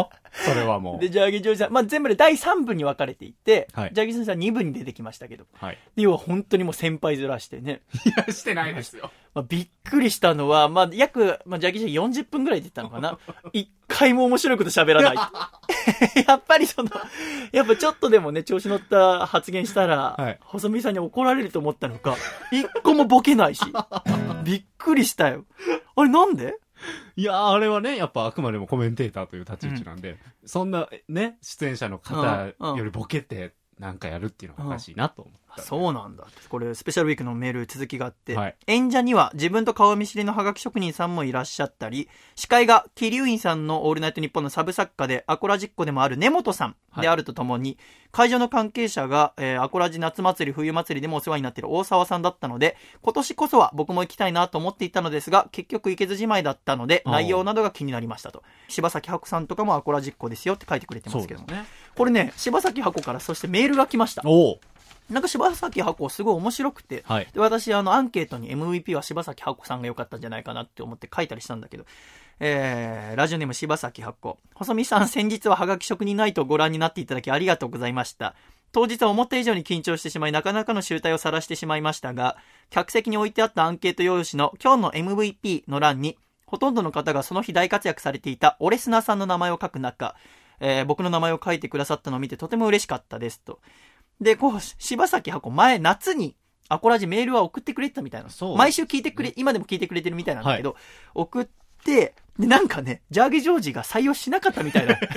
それはもう。 で、ジャーギージョージさん、まあ、全部で第3部に分かれていて、 はい、 ジャーギージョージさん2部に出てきましたけど、 はい、 要は本当にもう先輩面してね。 いや、してないですよ。 まあ、びっくりしたのは、まあ、約、まあ、ジャーギージョージさん40分ぐらい出てたのかな。一回も面白いこと喋らない。やっぱりやっぱちょっとでもね、調子乗った発言したら、はい、細見さんに怒られると思ったのか、一個もボケないし、びっくりしたよ。あれなんで？ いや、あれはね、やっぱあくまでもコメンテーターという立ち位置なんで、そんなね、出演者の方よりボケてなんかやるっていうのがおかしいなと思った、 そうなんだ。これスペシャルウィークのメール続きがあって、はい、演者には自分と顔見知りのハガキ職人さんもいらっしゃったり、司会が桐生院さんのオールナイトニッポンのサブ作家でアコラジっ子でもある根本さんであるとともに、はい、会場の関係者が、アコラジ夏祭り冬祭りでもお世話になっている大沢さんだったので、今年こそは僕も行きたいなと思っていたのですが、結局行けずじまいだったので内容などが気になりましたと。柴咲ハコさんとかもアコラジっ子ですよって書いてくれてますけども、ね、これね、柴咲ハコからそしてメールが来ました。なんか柴咲ハコすごい面白くて、はい、で私アンケートに MVP は柴咲ハコさんが良かったんじゃないかなって思って書いたりしたんだけど、ラジオネーム柴咲ハコ、細見さん、先日はハガキ職人ナイトをご覧になっていただきありがとうございました。当日は思った以上に緊張してしまい、なかなかの醜態を晒してしまいましたが、客席に置いてあったアンケート用紙の今日の MVP の欄にほとんどの方がその日大活躍されていたオレスナさんの名前を書く中、僕の名前を書いてくださったのを見てとても嬉しかったですと。で、柴咲ハコ前夏にアコラジメールは送ってくれてたみたいな。毎週聞いてくれ、今でも聞いてくれてるみたいなんだけど、はい、送って、で、なんかね、ジャーゲジョージが採用しなかったみたいな。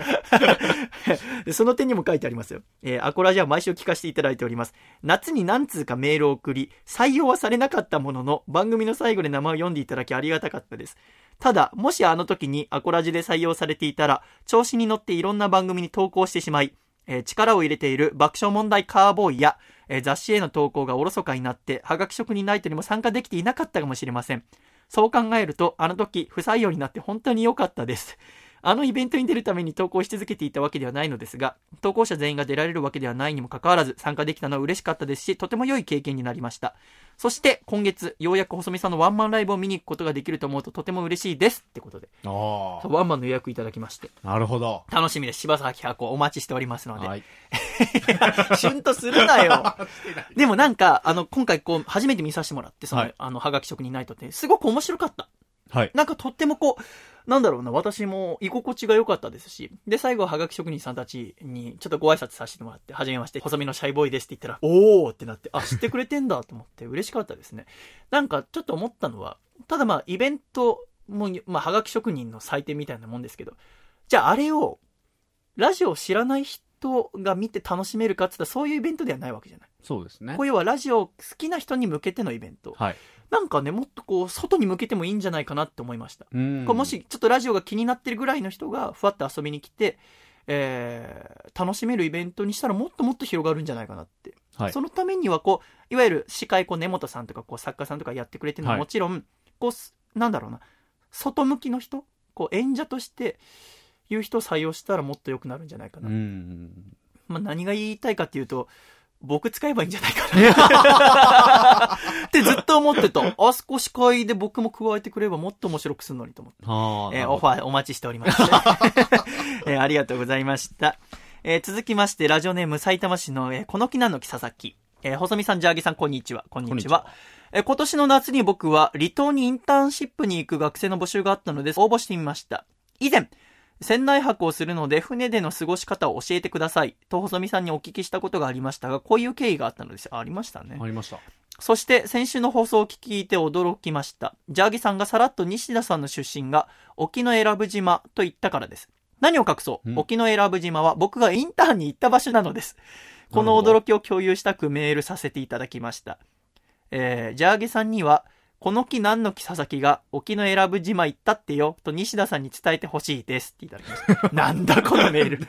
その点にも書いてありますよ。アコラジは毎週聞かせていただいております。夏に何通かメールを送り、採用はされなかったものの、番組の最後で名前を読んでいただきありがたかったです。ただ、もしあの時にアコラジで採用されていたら、調子に乗っていろんな番組に投稿してしまい、力を入れている爆笑問題カーボーイや、雑誌への投稿がおろそかになって、ハガキ職人ナイトにも参加できていなかったかもしれません。そう考えると、あの時不採用になって本当に良かったです。あのイベントに出るために投稿し続けていたわけではないのですが、投稿者全員が出られるわけではないにもかかわらず参加できたのは嬉しかったですし、とても良い経験になりました。そして今月ようやく細見さんのワンマンライブを見に行くことができると思うととても嬉しいですってことで、ワンマンの予約いただきまして、 なるほど、 楽しみです。柴咲ハコお待ちしておりますので、はい、シュンとするなよ。でもなんか今回初めて見させてもらって、はい、ハガキ職人ナイトってすごく面白かった。はい、なんかとってもなんだろうな、私も居心地が良かったですし、で、最後はハガキ職人さんたちにちょっとご挨拶させてもらって、はじめまして、細身のシャイボーイですって言ったら、おーってなって、あ、知ってくれてんだと思って嬉しかったですね。なんかちょっと思ったのは、ただイベントも、ハガキ職人の祭典みたいなもんですけど、じゃああれを、ラジオを知らない人が見て楽しめるかって言ったら、そういうイベントではないわけじゃない。 そうですね。 こういうはラジオ好きな人に向けてのイベント。はい。なんかね、もっと外に向けてもいいんじゃないかなって思いました。もしちょっとラジオが気になってるぐらいの人がふわっと遊びに来て、楽しめるイベントにしたらもっともっと広がるんじゃないかなって。はい、そのためにはいわゆる司会根本さんとか作家さんとかやってくれてるのはもちろん、はい、なんだろうな、外向きの人、演者としていう人を採用したらもっと良くなるんじゃないかな。何が言いたいかっていうと、僕使えばいいんじゃないかなってずっと思ってた。あそこ司会で僕も加えてくればもっと面白くするのにと思って。オファーお待ちしております、ありがとうございました。続きまして、ラジオネーム埼玉市の、この木なんの木佐々木。細見さん、ジャーギさん、こんにちは。こんにちは。今年の夏に僕は離島にインターンシップに行く学生の募集があったので応募してみました。以前、船内泊をするので船での過ごし方を教えてくださいと細見さんにお聞きしたことがありましたが、こういう経緯があったのです。ありましたね。 ありました。 そして先週の放送を聞いて驚きました。ジャーギさんがさらっと西田さんの出身が沖永良部島と言ったからです。何を隠そう、沖永良部島は僕がインターンに行った場所なのです。この驚きを共有したくメールさせていただきました。ジャーギさんにはこの木なんの木佐々木が沖永良部島行ったってよと西田さんに伝えてほしいですっていただきました。なんだこのメール。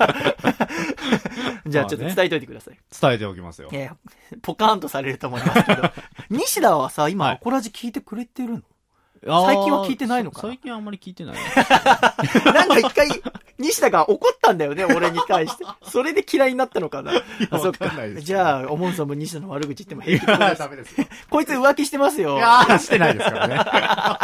じゃあちょっと伝えといてください。 伝えておきますよ。 ポカーンとされると思いますけど。西田はさ、今、アコラジ聞いてくれてるの？最近は聞いてないのかな？ 最近はあんまり聞いてない。 なんか一回、西田が怒ったんだよね、俺に対して。それで嫌いになったのかな。そっか。じゃあ、おもんさんも西田の悪口言っても平気です。 ダメですよ。 こいつ浮気してますよ。 いやー、してないですからね。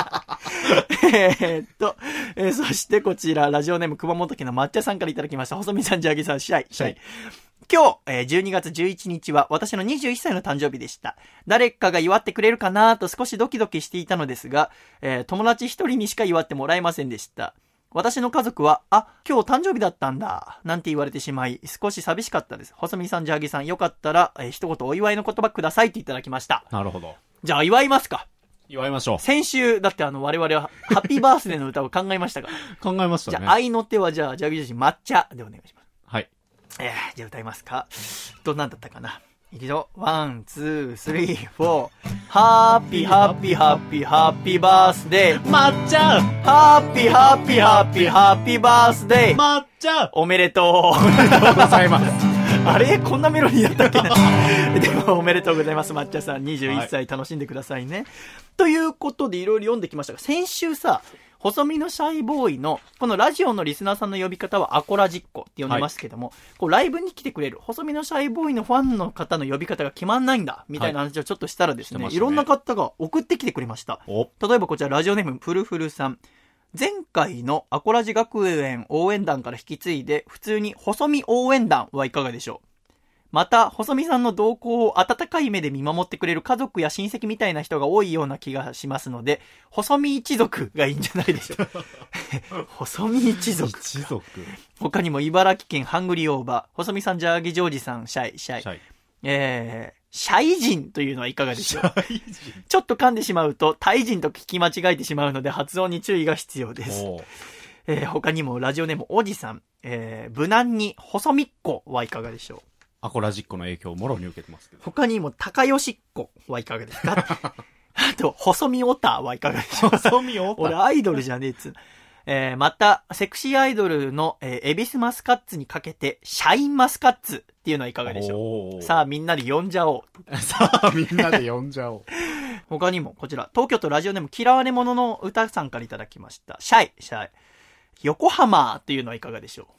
そしてこちら、ラジオネーム熊本県の抹茶さんからいただきました。細見さん、ジャギさん、シャイ。今日、12月11日は私の21歳の誕生日でした。誰かが祝ってくれるかなと少しドキドキしていたのですが、友達一人にしか祝ってもらえませんでした。私の家族は、今日誕生日だったんだ、なんて言われてしまい、少し寂しかったです。細見さん、ジャギさん、よかったら、一言お祝いの言葉くださいっていただきました。 なるほど。 じゃあ、祝いますか。 祝いましょう。 先週、だって我々は、ハッピーバースデーの歌を考えましたから。 考えましたね。 じゃあ、愛の手は、じゃあ、ジャギ女子、抹茶でお願いします。 はい。 じゃあ歌いますか。どんなんだったかな。一度、ワン、ツー、スリー、フォー。ハッピー、ハッピー、ハッピー、ハッピーバースデー。 抹茶。 ハッピー、ハッピー、ハッピー、ハッピーバースデー。 抹茶。 おめでとう。 おめでとうございます。 あれこんなメロディーだったっけな。でも、おめでとうございます。抹茶さん、21歳楽しんでくださいね。ということで、いろいろ読んできましたが、先週さ、細身のシャイボーイの、このラジオのリスナーさんの呼び方はアコラジッコって呼んでますけども、こうライブに来てくれる細身のシャイボーイのファンの方の呼び方が決まんないんだ、みたいな話をちょっとしたらですね、いろんな方が送ってきてくれました。例えばこちらラジオネームフルフルさん。前回のアコラジ学園応援団から引き継いで、普通に細身応援団はいかがでしょう。また、細見さんの動向を温かい目で見守ってくれる家族や親戚みたいな人が多いような気がしますので、細見一族がいいんじゃないでしょう。細見一族。他にも茨城県ハングリーオーバー、細見さん、ジャーギジョージさん、シャイ。シャイ人というのはいかがでしょう。ちょっと噛んでしまうと、タイ人と聞き間違えてしまうので、発音に注意が必要です。他にもラジオネームおじさん、無難に細見っ子はいかがでしょう。 アコラジッコの影響をもろに受けてますけど。 他にも、高吉っ子はいかがですか。あと、細身オタはいかがでしょうか。 細身オタ俺アイドルじゃねえっつ。また、セクシーアイドルの、エビスマスカッツにかけて、シャインマスカッツっていうのはいかがでしょう。さあ、みんなで呼んじゃおう。 さあ、みんなで呼んじゃおう。 他にも、こちら、東京都ラジオネーム嫌われ者の歌さんからいただきました。シャイ。横浜っていうのはいかがでしょ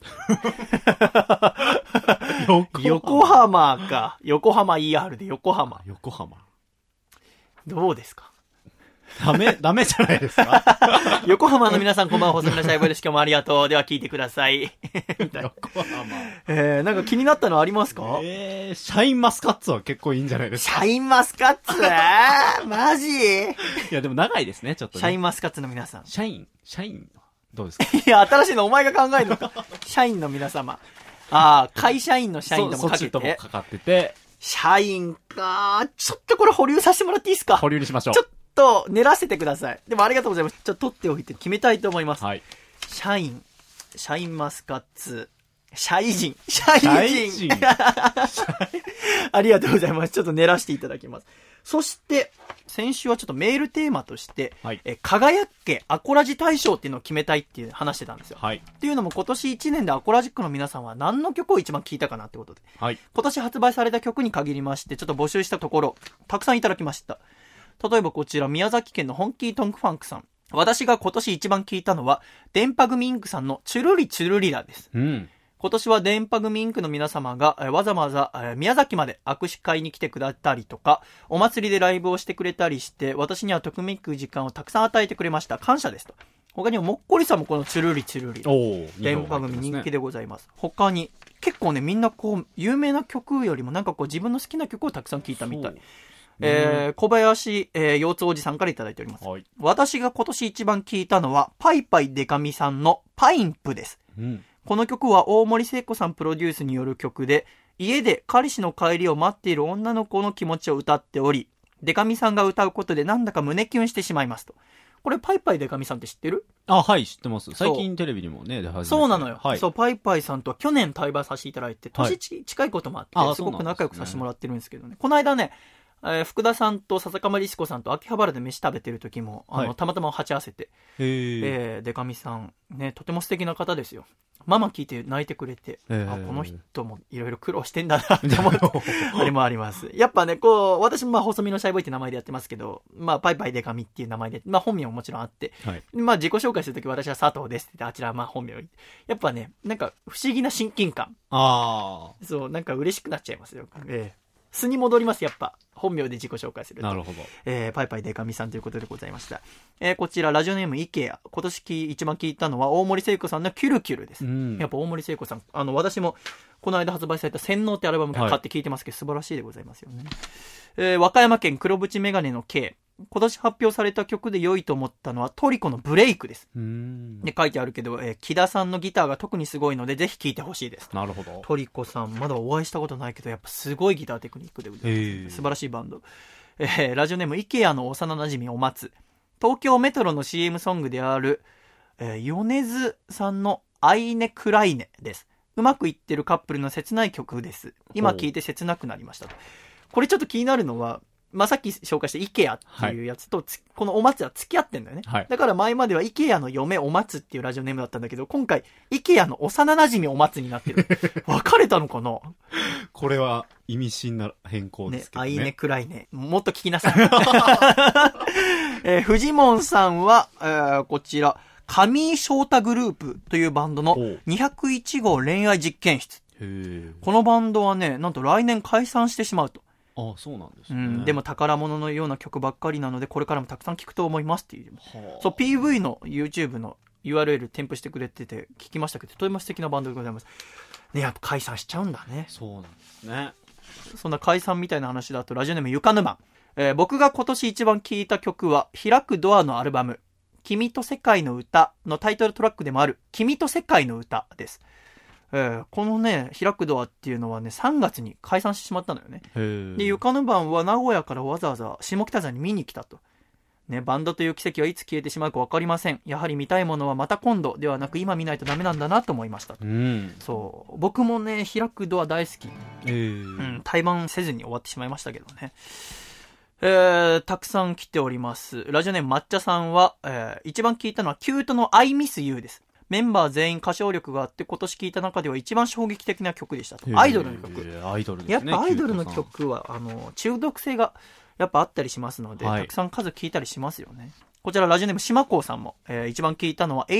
う。横浜か。横浜 ER で横浜。どうですか。 ダメじゃないですか。 横浜の皆さんこんばんは、細身のシャイボーイです。今日もありがとう。では聞いてください。 横浜。 なんか気になったのありますか？ シャインマスカッツは結構いいんじゃないですか。 シャインマスカッツマジ？ いやでも長いですね、ちょっとね。 シャインマスカッツの皆さん。 シャイン。どうですか？ いや、新しいのお前が考えるのか。社員の皆様。会社員の社員ともかけて。 そっちともかかってて。 社員か。ちょっとこれ保留させてもらっていいですか？ 保留にしましょう。 ちょっと練らせてください。でもありがとうございます。ちょっと取っておいて決めたいと思います。 はい。 シャインマスカッツ。シャイ人。ありがとうございます。ちょっと練らしていただきます。そして、先週はちょっとメールテーマとして、輝っけアコラジ大賞っていうのを決めたいっていう話してたんですよ。っていうのも今年1年でアコラジックの皆さんは何の曲を一番聴いたかなってことで、今年発売された曲に限りましてちょっと募集したところ、たくさんいただきました。例えばこちら、宮崎県のホンキートンクファンクさん。私が今年一番聴いたのは、電波組インクさんのチュルリチュルリラです。今年は電波組インクの皆様がわざわざ宮崎まで握手会に来てくれたりとか、お祭りでライブをしてくれたりして、私にはときめく時間をたくさん与えてくれました。感謝ですと。他にももっこりさんもこのチュルリチュルリ。電波組人気でございます。他に、結構ね、みんなこう、有名な曲よりもなんかこう自分の好きな曲をたくさん聴いたみたい。小林、腰痛おじさんからいただいております。私が今年一番聴いたのは、パイパイデカミさんのパインプです。この曲は大森聖子さんプロデュースによる曲で、家で彼氏の帰りを待っている女の子の気持ちを歌っており、デカミさんが歌うことでなんだか胸キュンしてしまいますと。これパイパイデカミさんって知ってる？ はい、知ってます。最近テレビにもね、出始めて。 そうなのよ。そう、パイパイさんとは去年対話させていただいて、年近いこともあって、すごく仲良くさせてもらってるんですけどね。この間ね、福田さんと笹かまりしこさんと秋葉原で飯食べてる時も、たまたま鉢合わせて、デカミさん、ね、とても素敵な方ですよ。ママ聞いて泣いてくれて、この人もいろいろ苦労してんだなって思って、あれもあります。やっぱね、こう、私も細身のシャイボーイって名前でやってますけど、パイパイデカミっていう名前で、本名ももちろんあって、自己紹介するとき私は佐藤ですって言って、あちらは本名を言って、やっぱね、なんか不思議な親近感。そう、なんか嬉しくなっちゃいますよ。 素に戻ります、やっぱ。本名で自己紹介すると。 なるほど。 パイパイデカミさんということでございました。こちら、ラジオネームイケア。今年一番聞いたのは、大森聖子さんのキュルキュルです。やっぱ大森聖子さん、私も、この間発売された洗脳ってアルバム買って聞いてますけど、素晴らしいでございますよね。和歌山県黒縁メガネの K。今年発表された曲で良いと思ったのはトリコのブレイクです。で書いてあるけど、木田さんのギターが特にすごいのでぜひ聴いてほしいです。 なるほど。 トリコさんまだお会いしたことないけどやっぱすごいギターテクニックで素晴らしいバンド。ラジオネーム IKEA の幼馴染お松。東京メトロの CM ソングである、米津さんのアイネクライネです。うまくいってるカップルの切ない曲です。今聴いて切なくなりました。これちょっと気になるのはさっき紹介した IKEA っていうやつと、このお松は付き合ってんだよね。だから前までは IKEA の嫁お松っていうラジオネームだったんだけど、今回 IKEA の幼馴染お松になってる。別れたのかな。 これは意味深な変更ですけどね。 アイネクライネ。もっと聞きなさい。フジモンさんは、こちら、上井翔太グループというバンドの201号恋愛実験室。このバンドはね、なんと来年解散してしまうと。 あ、そうなんですね。 でも宝物のような曲ばっかりなのでこれからもたくさん聴くと思いますっていう。そう PV の YouTube の URL 添付してくれてて聞きましたけど、とても素敵なバンドでございますね。やっぱ解散しちゃうんだね。 そうなんですね。 そんな解散みたいな話だとラジオネームゆかぬまん、僕が今年一番聴いた曲は開くドアのアルバム君と世界の歌のタイトルトラックでもある君と世界の歌です。このね開くドアっていうのはね3月に解散してしまったのよね。でゆかぬばんは名古屋からわざわざ下北沢に見に来たと、ね、バンドという奇跡はいつ消えてしまうか分かりません。やはり見たいものはまた今度ではなく今見ないとダメなんだなと思いましたと。そう僕もね開くドア大好き、対バンせずに終わってしまいましたけどね。たくさん来ております。ラジオネーム抹茶さんは、一番聞いたのはキュートの I Miss You です。メンバー全員歌唱力があって今年聴いた中では一番衝撃的な曲でしたと。アイドルの曲。 アイドルですね。 やっぱアイドルの曲は中毒性がやっぱあったりしますので、たくさん数聴いたりしますよね。こちらラジオネーム島光さんも、一番聴いたのは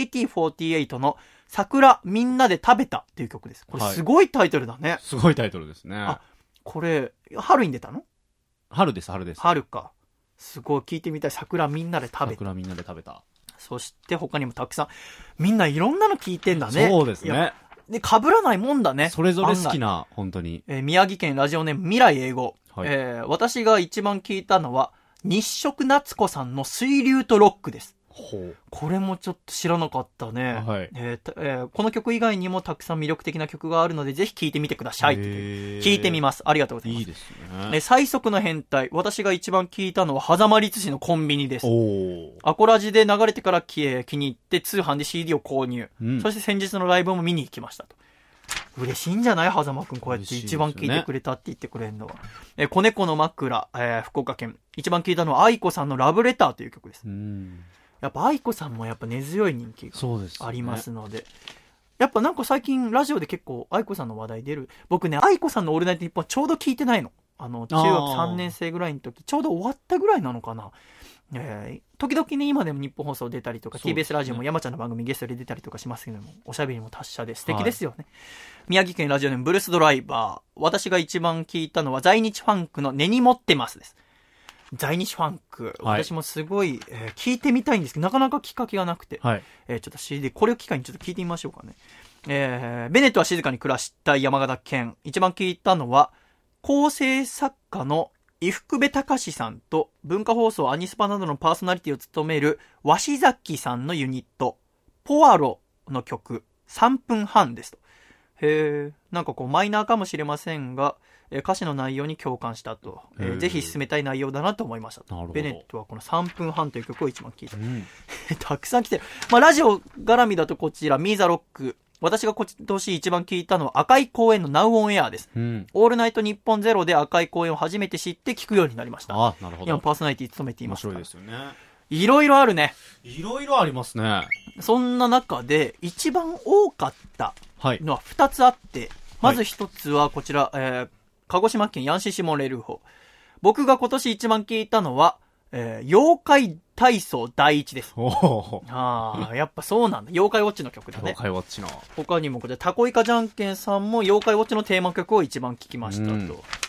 HKT48 の桜みんなで食べたっていう曲です。これすごいタイトルだね。 すごいタイトルですね。 あ、これ春に出たの？ 春です。 春か。すごい聴いてみたい。桜みんなで食べた。 桜みんなで食べた。 そして他にもたくさんみんないろんなの聞いてんだね。 そうですね。 で被らないもんだね。 それぞれ好きな本当に。 宮城県ラジオネーム未来英語、私が一番聞いたのは日食夏子さんの水流とロックです。これもちょっと知らなかったね。この曲以外にもたくさん魅力的な曲があるのでぜひ聴いてみてください。聞いてみます。ありがとうございます。 いいですね。 最速の変態。私が一番聞いたのは狭間律師のコンビニです。アコラジで流れてから気に入って通販で CD を購入、そして先日のライブも見に行きましたと。嬉しいんじゃない？狭間くんこうやって一番聞いてくれたって言ってくれるのは。子猫の枕、福岡県。一番聞いたのは愛子さんのラブレターという曲です。やっぱ愛子さんもやっぱ根強い人気がありますので、やっぱなんか最近ラジオで結構愛子さんの話題出る。僕ね愛子さんのオールナイトニッポンちょうど聞いてないの。中学3年生ぐらいの時ちょうど終わったぐらいなのかな。時々ね今でも日本放送出たりとか、TBS ラジオも山ちゃんの番組ゲストで出たりとかしますけども、おしゃべりも達者で素敵ですよね。宮城県ラジオネームブルースドライバー。私が一番聞いたのは在日ファンクの根に持ってますです。在日ファンク、私もすごい、聞いてみたいんですけどなかなかきっかけがなくて、ちょっと CD これを機会にちょっと聞いてみましょうかね。ベネットは静かに暮らした山形県。一番聞いたのは構成作家の伊福部隆さんと文化放送アニスパなどのパーソナリティを務める鷲崎さんのユニットポアロの曲3分半ですと。なんかこうマイナーかもしれませんが、歌詞の内容に共感したと、ぜひ進めたい内容だなと思いましたと。ベネットはこの3分半という曲を一番聴いた、たくさん来てる。ラジオ絡みだとこちらミーザロック。私が今年一番聞いたのは赤い公園の Now on Air です、オールナイトニッポンゼロで赤い公園を初めて知って聞くようになりました。 なるほど。 今パーソナリティ務めていますから。 面白いですよね。 いろいろあるね。 いろいろありますね。 そんな中で一番多かったのは2つあって、まず1つはこちら、鹿児島県ヤンシシモレルホ。僕が今年一番聞いたのは、妖怪体操第一です。やっぱそうなんだ。妖怪ウォッチの曲だね。 妖怪ウォッチの。 他にもこれタコイカじゃんけんさんも妖怪ウォッチのテーマ曲を一番聴きましたと。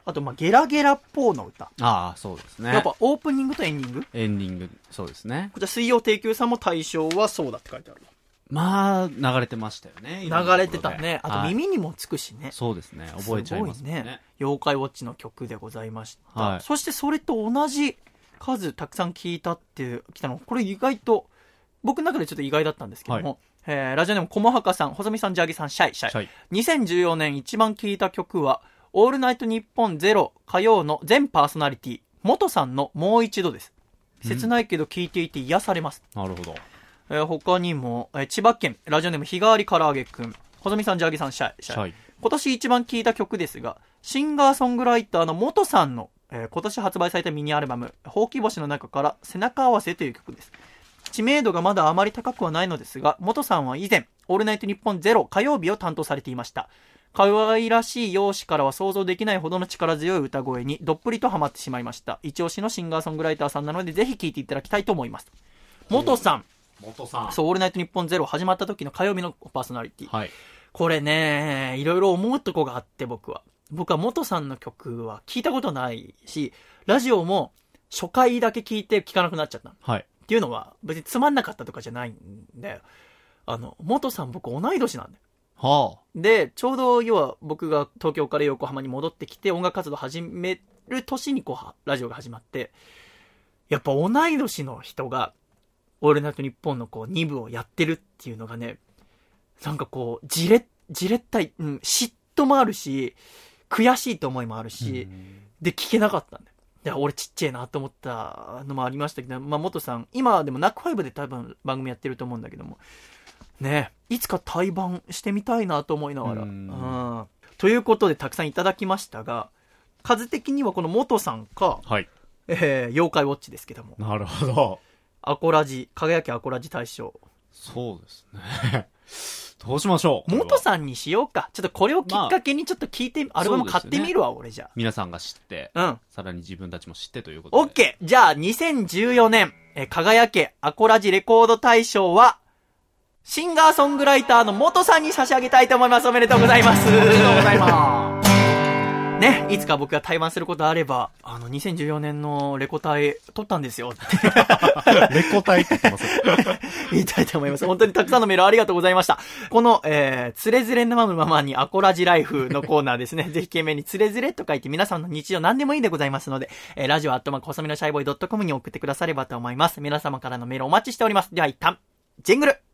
あとゲラゲラッポーの歌。 ああ、そうですね。 やっぱオープニングとエンディング？ エンディング、そうですね。 こちら水曜定休さんも対象はそうだって書いてある。 まあ、流れてましたよね。 流れてたね。あと耳にもつくしね。 そうですね。覚えちゃいますね。 すごいね。妖怪ウォッチの曲でございました。そしてそれと同じ数たくさん聞いたってきたの、これ意外と、僕の中でちょっと意外だったんですけども、ラジオネームこもはかさん、細見さん、ジャギさん、シャイ。2014年一番聞いた曲は、オールナイトニッポンゼロ火曜の全パーソナリティ、元さんのもう一度です。切ないけど聞いていて癒されます。 なるほど。 他にも、千葉県ラジオネーム日替わりからあげくん、細見さん、ジャギさん、シャイ。今年一番聴いた曲ですが、シンガーソングライターの元さんの、今年発売されたミニアルバムほうき星の中から背中合わせという曲です。知名度がまだあまり高くはないのですが、元さんは以前オールナイトニッポンゼロ火曜日を担当されていました。可愛らしい容姿からは想像できないほどの力強い歌声にどっぷりとハマってしまいました。一押しのシンガーソングライターさんなのでぜひ聴いていただきたいと思います。元さん、そう、オールナイトニッポンゼロ始まった時の火曜日のパーソナリティ、これね、いろいろ思うとこがあって、僕は元さんの曲は聞いたことないし、ラジオも初回だけ聞いて聞かなくなっちゃった、っていうのは別につまんなかったとかじゃないんだよ。元さん僕同い年なんだよ。で、ちょうど要は僕が東京から横浜に戻ってきて音楽活動始める年にラジオが始まって、やっぱ同い年の人がオールナイトニッポンの2部をやってるっていうのがね、なんかじれったい、嫉妬もあるし、悔しいと思いもあるし、で、聞けなかったんだよ。いや、俺ちっちゃいなと思ったのもありましたけど、元さん、今でもナックファイブで多分番組やってると思うんだけども、ね、いつか対バンしてみたいなと思いながら。ということでたくさんいただきましたが、数的にはこの元さんか、妖怪ウォッチですけども。 なるほど。 アコラジ、輝きアコラジ大賞。 そうですね。どうしましょう。 元さんにしようか。ちょっとこれをきっかけにちょっと聞いて、アルバム買ってみるわ、俺じゃあ。 皆さんが知って、さらに自分たちも知ってということで。 オッケー。じゃあ、2014年、輝けアコラジレコード大賞は、シンガーソングライターの元さんに差し上げたいと思います。おめでとうございます。 おめでとうございます。 ね、いつか僕が対バンすることあれば、2014年のレコ大撮ったんですよ。 レコ大って言ってます言いたいと思います。本当にたくさんのメールありがとうございました。この、つれづれなままにアコラジライフのコーナーですね。ぜひ懸命につれづれと書いて皆さんの日常何でもいいでございますので、ラジオ細身のシャイボーイ .com に送ってくださればと思います。皆様からのメールお待ちしております。では一旦、ジングル。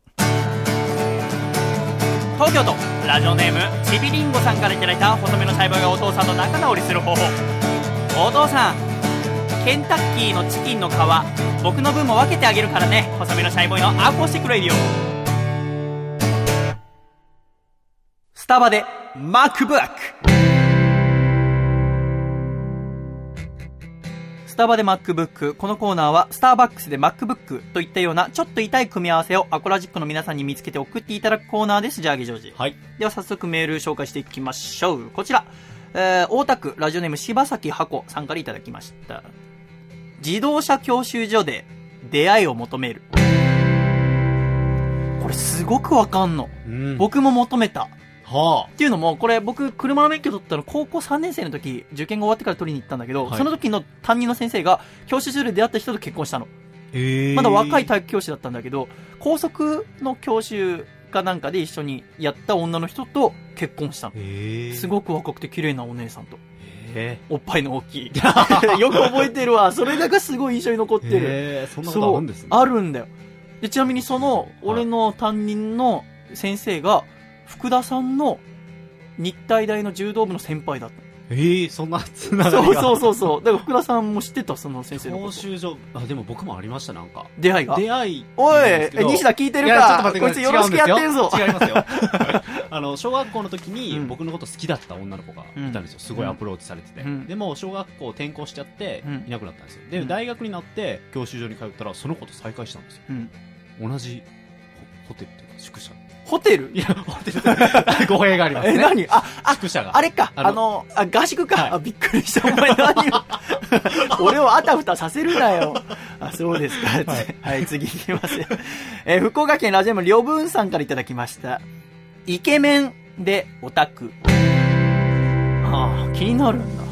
東京都ラジオネームちびりんごさんからいただいた細めのシャイボーイがお父さんと仲直りする方法。お父さん、ケンタッキーのチキンの皮僕の分も分けてあげるからね。細めのシャイボーイのアコースティックレディオ。スタバでマックブック。スタバで MacBook。 このコーナーはスターバックスで MacBook といったようなちょっと痛い組み合わせをアコラジックの皆さんに見つけて送っていただくコーナーです。ジャーギージョージ。では早速メール紹介していきましょう。こちら、大田区ラジオネーム柴崎箱さんからいただきました。自動車教習所で出会いを求める。これすごくわかんの、僕も求めた。っていうのも、これ僕車の免許取ったの高校3年生の時、受験が終わってから取りに行ったんだけど、その時の担任の先生が教習所で出会った人と結婚したの。まだ若い体育教師だったんだけど、高速の教習かなんかで一緒にやった女の人と結婚したの。すごく若くて綺麗なお姉さんと。おっぱいの大きい。よく覚えてるわ。それだけすごい印象に残ってる。 そんなことあるんですね。 あるんだよ。で、ちなみにその、俺の担任の先生が、福田さんの日体大の柔道部の先輩だった。 そんなつながりが。 そう。だから福田さんも知ってた、その先生のこと。 教習所、でも僕もありました、なんか。 出会いが。 おい、西田聞いてるか。 いや、ちょっと待ってください。 こいつよろしくやってんぞ。 違いますよ。小学校の時に僕のこと好きだった女の子がいたんですよ。すごいアプローチされてて。でも、小学校転校しちゃって、いなくなったんですよ。で、大学になって、教習所に通ったら、その子と再会したんですよ。同じホテルっていうか、宿舎。 ホテル？ いや、ホテル。語弊がありますね。 何？ 宿舎が。 あれか。合宿か。びっくりした。お前何を。俺をあたふたさせるなよ。そうですか。はい、次いきますよ。福岡県ラジオネームりょぶんさんからいただきました。イケメンでオタク。気になるんだ。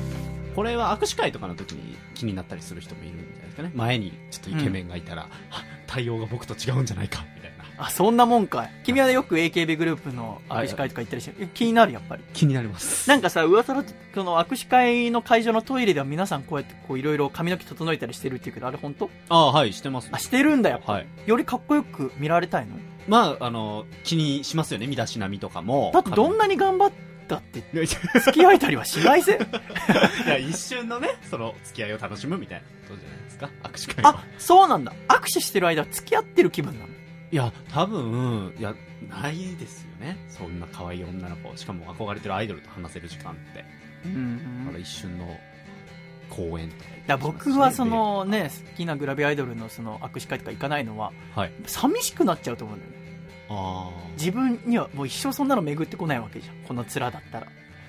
これは握手会とかの時に気になったりする人もいるんじゃないですかね。前にちょっとイケメンがいたら、対応が僕と違うんじゃないかみたいな。 あ、そんなもんかい。君はよく AKB グループの握手会とか行ったりして、気になるやっぱり。 気になります。 なんかさ、噂だとこの握手会の会場のトイレでは皆さんこうやってこういろいろ髪の毛整えたりしてるっていうけど、あれ本当？ はいしてます、ね。 してるんだよ。 はい。 よりかっこよく見られたいの？ まあ気にしますよね、身だしなみとかも。 だってどんなに頑張ったって付き合えたりはしないぜ。 いや一瞬のね、その付き合いを楽しむみたいなことじゃないですか、握手会は。 あ、そうなんだ。握手してる間は付き合ってる気分なの？ いや多分ないですよね、そんな可愛い女の子、しかも憧れてるアイドルと話せる時間って。だから一瞬の公演とか。 だ僕はそのね、好きなグラビアアイドルのその握手会とか行かないのは、はい、寂しくなっちゃうと思うんだよね。自分にはもう一生そんなの巡ってこないわけじゃん、この面だった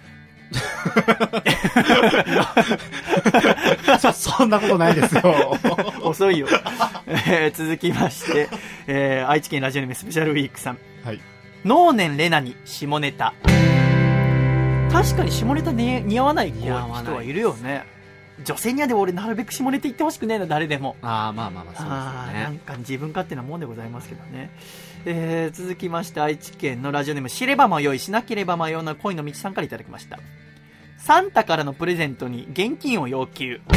ら。そんなことないですよ。 遅いよ。続きまして、愛知県ラジオネームスペシャルウィークさん。はい。能年レナに下ネタ。確かに下ネタ似合わない人はいるよね。女性にはでも俺なるべく下ネタ言ってほしくねえな、誰でも。 まあそうですよね。 なんか自分勝手なもんでございますけどね。続きまして愛知県のラジオネーム知れば迷いしなければ迷うな恋の道さんからいただきました。サンタからのプレゼントに現金を要求。これ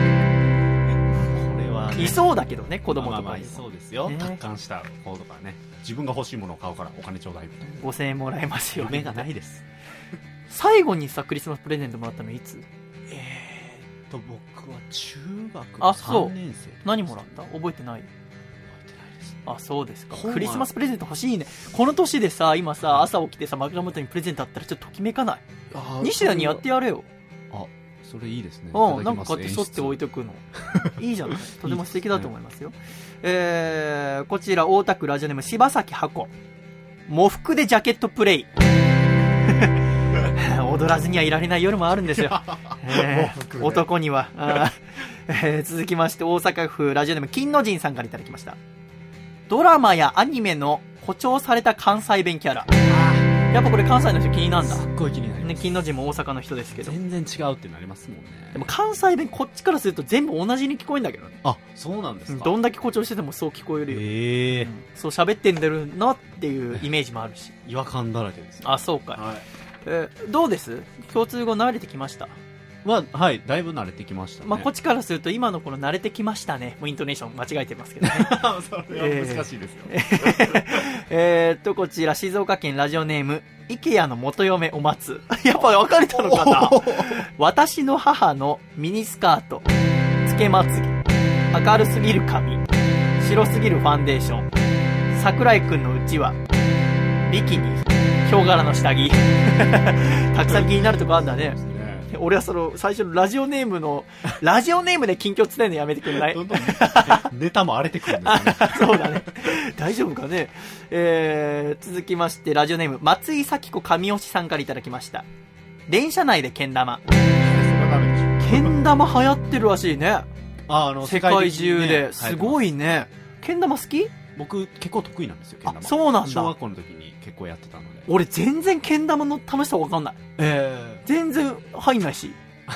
は、ね、いそうだけどね、子供とかに。 そうですよ、達観した子とかね、自分が欲しいものを買うからお金ちょうだい 5000円もらえますよ。 夢がないです。 最後にさ、クリスマスプレゼントもらったのいつ？ 僕は中学の3年生。 何もらった？覚えてない？あ、そうですか。クリスマスプレゼント欲しいね。この年でさ、今さ、朝起きてさ、枕元にプレゼントあったらちょっとときめかない？西田にやってやれよ。 あ、それいいですね。 なんか買ってそって置いとくの。いいじゃない。とても素敵だと思いますよ。こちら、大田区ラジオネーム柴崎箱。喪服でジャケットプレイ。踊らずにはいられない夜もあるんですよ。男には。続きまして、大阪府ラジオネーム金の神さんからいただきました。ドラマやアニメの誇張された関西弁キャラ。やっぱこれ関西の人気になるんだ。 すっごい気になります。 ね、金の神も大阪の人ですけど。 全然違うってなりますもんね。 でも関西弁こっちからすると全部同じに聞こえるんだけどね。 あ、そうなんですか。 どんだけ誇張しててもそう聞こえるよ。そう喋ってんだるなっていうイメージもあるし。 違和感だらけですよ。 あ、そうか。はい。どうです？共通語慣れてきました？ はい、だいぶ慣れてきましたね。 こっちからすると今のこの慣れてきましたね、もうイントネーション間違えてますけどね。 それは難しいですよ。こちら静岡県ラジオネーム IKEA の元嫁お松。やっぱ別れたのかな。私の母のミニスカート、つけまつげ、明るすぎる髪、白すぎるファンデーション、桜井くんのうちわ、ビキニ、ヒョウ柄の下着。たくさん気になるとこあるんだね。俺はその最初のラジオネームで近況伝えるのやめてくれない？ どんどんネタも荒れてくるんですね。 そうだね。大丈夫かね。続きましてラジオネーム松井咲子神推しさんからいただきました。電車内でけん玉。けん玉流行ってるらしいね。世界中ですごいね。けん玉好き？ 僕結構得意なんですよ、けん玉。 そうなんだ。 小学校の時に結構やってたので。 俺全然けん玉の楽しさ分かんない。全然入んないし。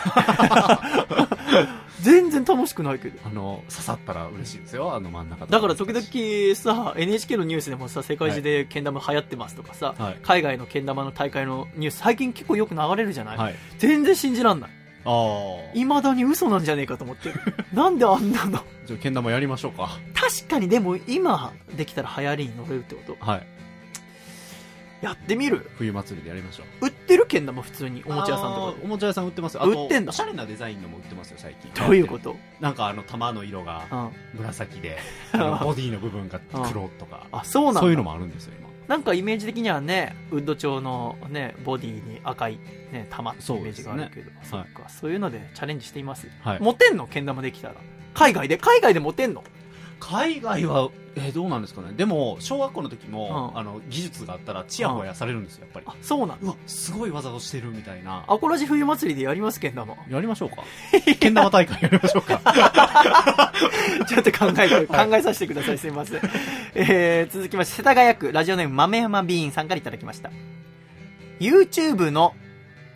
全然楽しくないけど。 刺さったら嬉しいですよ、真ん中。 だから時々さ、NHK のニュースでもさ、世界中でけん玉流行ってますとかさ、海外のけん玉の大会のニュース最近結構よく流れるじゃない？全然信じらんない。未だに嘘なんじゃねえかと思って。なんであんなの。 じゃあけん玉やりましょうか。 確かにでも今できたら流行りに乗れるってこと？ はい。 やってみる？ 冬祭りでやりましょう。 売ってるけん玉普通におもちゃ屋さんとか。 おもちゃ屋さん売ってますよ。 売ってんだ。 おしゃれなデザインのも売ってますよ最近。 どういうこと？ なんか玉の色が紫で、ボディの部分が黒とか。 あ、そうなんだ。 そういうのもあるんですよ今。 なんかイメージ的にはね、ウッド調のねボディに赤いね玉ってイメージがあるけど、そうか、そういうのでチャレンジしています。持てんの？けん玉できたら。海外で持てんの？ 海外はどうなんですかね。でも小学校の時も、技術があったらチヤホヤされるんですよやっぱり。 あ、そうなんだ。 うわ、すごい技をしてるみたいな。 アコラジ冬祭りでやります。けん玉やりましょうか。けん玉大会やりましょうか。 ちょっと考えさせてください。すいません。続きまして世田谷区ラジオネーム豆山ビーンさんからいただきました。 YouTube の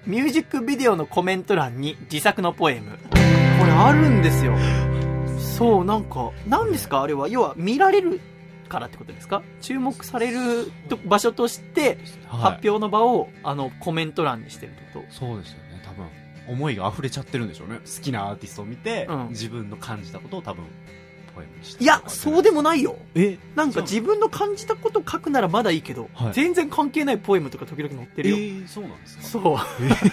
ミュージックビデオのコメント欄に自作のポエム。これあるんですよ。そう、なんか、何ですかあれは。要は見られるからってことですか？注目される場所として、発表の場を、コメント欄にしてるってこと？ そうですよね、多分。思いが溢れちゃってるんでしょうね。好きなアーティストを見て、自分の感じたことを多分、ポエムにして。 いや、そうでもないよ。なんか自分の感じたこと書くならまだいいけど、全然関係ないポエムとか時々載ってるよ。 そうなんですか？ そう。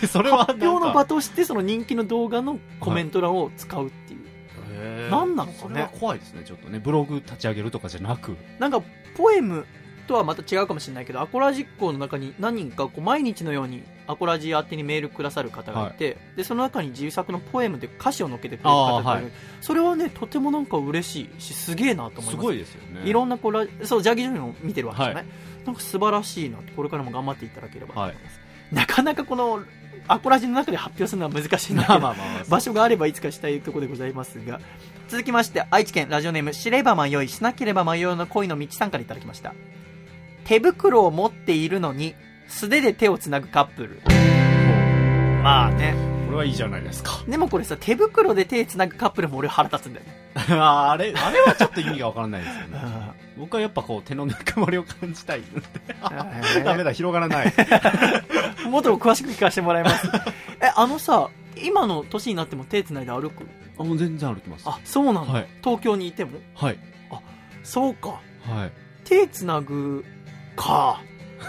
それは発表の場としてその人気の動画のコメント欄を使うっていう。何なのかね。 それは怖いですね、ちょっとね。ブログ立ち上げるとかじゃなく。 なんか、ポエムとはまた違うかもしれないけど、アコラジックの中に何人かこう毎日のようにアコラジ宛てにメールくださる方がいて、で、その中に自作のポエムで歌詞を載っけてくれる方がいる。それはね、とてもなんか嬉しいし、すげえなと思います。 すごいですよね。 いろんなそう、ジャギジョニーを見てるわけじゃない、なんか素晴らしいなって、これからも頑張っていただければと思います。なかなかこの、アコラジの中で発表するのは難しいな場所があればいつかしたいところでございますが、続きまして愛知県ラジオネーム知れば迷いしなければ迷うの恋の道さんからいただきました。手袋を持っているのに素手で手をつなぐカップル。まあね、 これはいいじゃないですか。 でもこれさ、手袋で手つなぐカップルも俺腹立つんだよね。 あれはちょっと意味がわからないですよね。僕はやっぱこう手のぬくもりを感じたい。ダメだ、広がらない。 もっと詳しく聞かせてもらいます。さ、今の年になっても手つないで歩く？ もう全然歩きます。 あ、そうなの、東京にいても？ はい。 あ、そうか。 はい。 手つなぐか。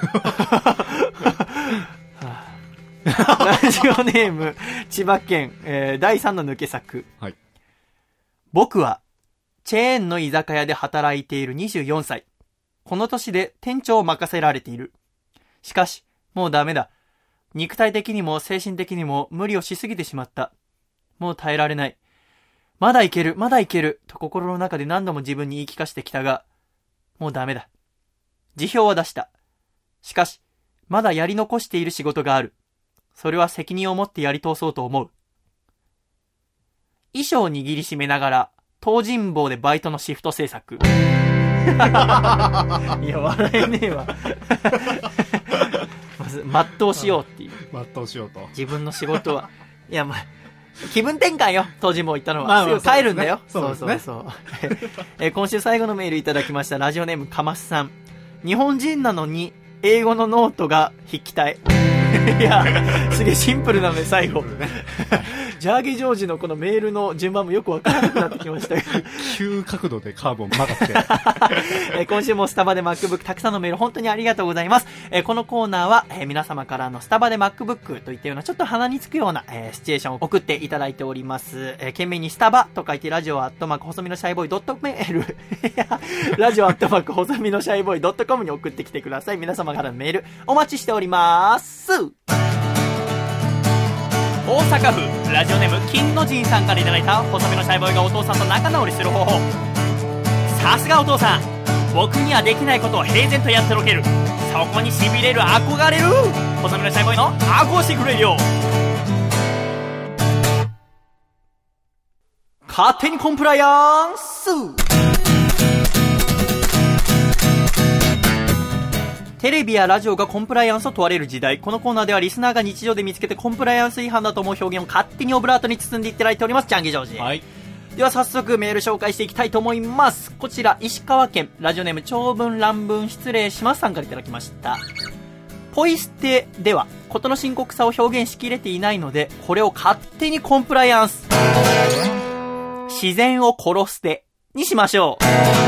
ラジオネーム千葉県、第3の抜け作。はい。僕はチェーンの居酒屋で働いている24歳。この年で店長を任せられている。しかしもうダメだ。肉体的にも精神的にも無理をしすぎてしまった。もう耐えられない。まだいける、まだいけると心の中で何度も自分に言い聞かせてきたが、もうダメだ。辞表は出した。しかしまだやり残している仕事がある。それは責任を持ってやり通そうと思う。衣装を握りしめながら東尋坊でバイトのシフト制作。いや笑えねえわ。まず全うしようっていう。 全うしようと。 自分の仕事は。いや、気分転換よ、東尋坊行ったのは。すぐ帰るんだよ。そうそうそう。今週最後のメールいただきました。ラジオネームかますさん。日本人なのに英語のノートが筆記体。いや、すげえシンプルなので最後。ジャーゲジョージのこのメールの順番もよくわからなくなってきましたが急角度でカーブを曲がって今週もスタバで MacBook たくさんのメール本当にありがとうございます。このコーナーは、皆様からのスタバで MacBook といったようなちょっと鼻につくような、シチュエーションを送っていただいております。懸命にスタバと書いてラジオアットマーク細身のシャイボーイドットメールラジオアットマーク細身のシャイボーイドットコムに送ってきてください。皆様からのメールお待ちしております。大阪府ラジオネーム金の神さんからいただいた細身のシャイボーイがお父さんと仲直りする方法。さすがお父さん、僕にはできないことを平然とやってのける。そこに痺れる、憧れる細身のシャイボーイのアコースティックレディオ。勝手にコンプライアンス。テレビやラジオがコンプライアンスを問われる時代、このコーナーではリスナーが日常で見つけてコンプライアンス違反だと思う表現を勝手にオブラートに包んでいただいております。ジャンギジョージ、はい、では早速メール紹介していきたいと思います。こちら石川県ラジオネーム長文乱文失礼しますさんからいただきました。ポイ捨てでは事の深刻さを表現しきれていないので、これを勝手にコンプライアンス、自然を殺すてにしましょう。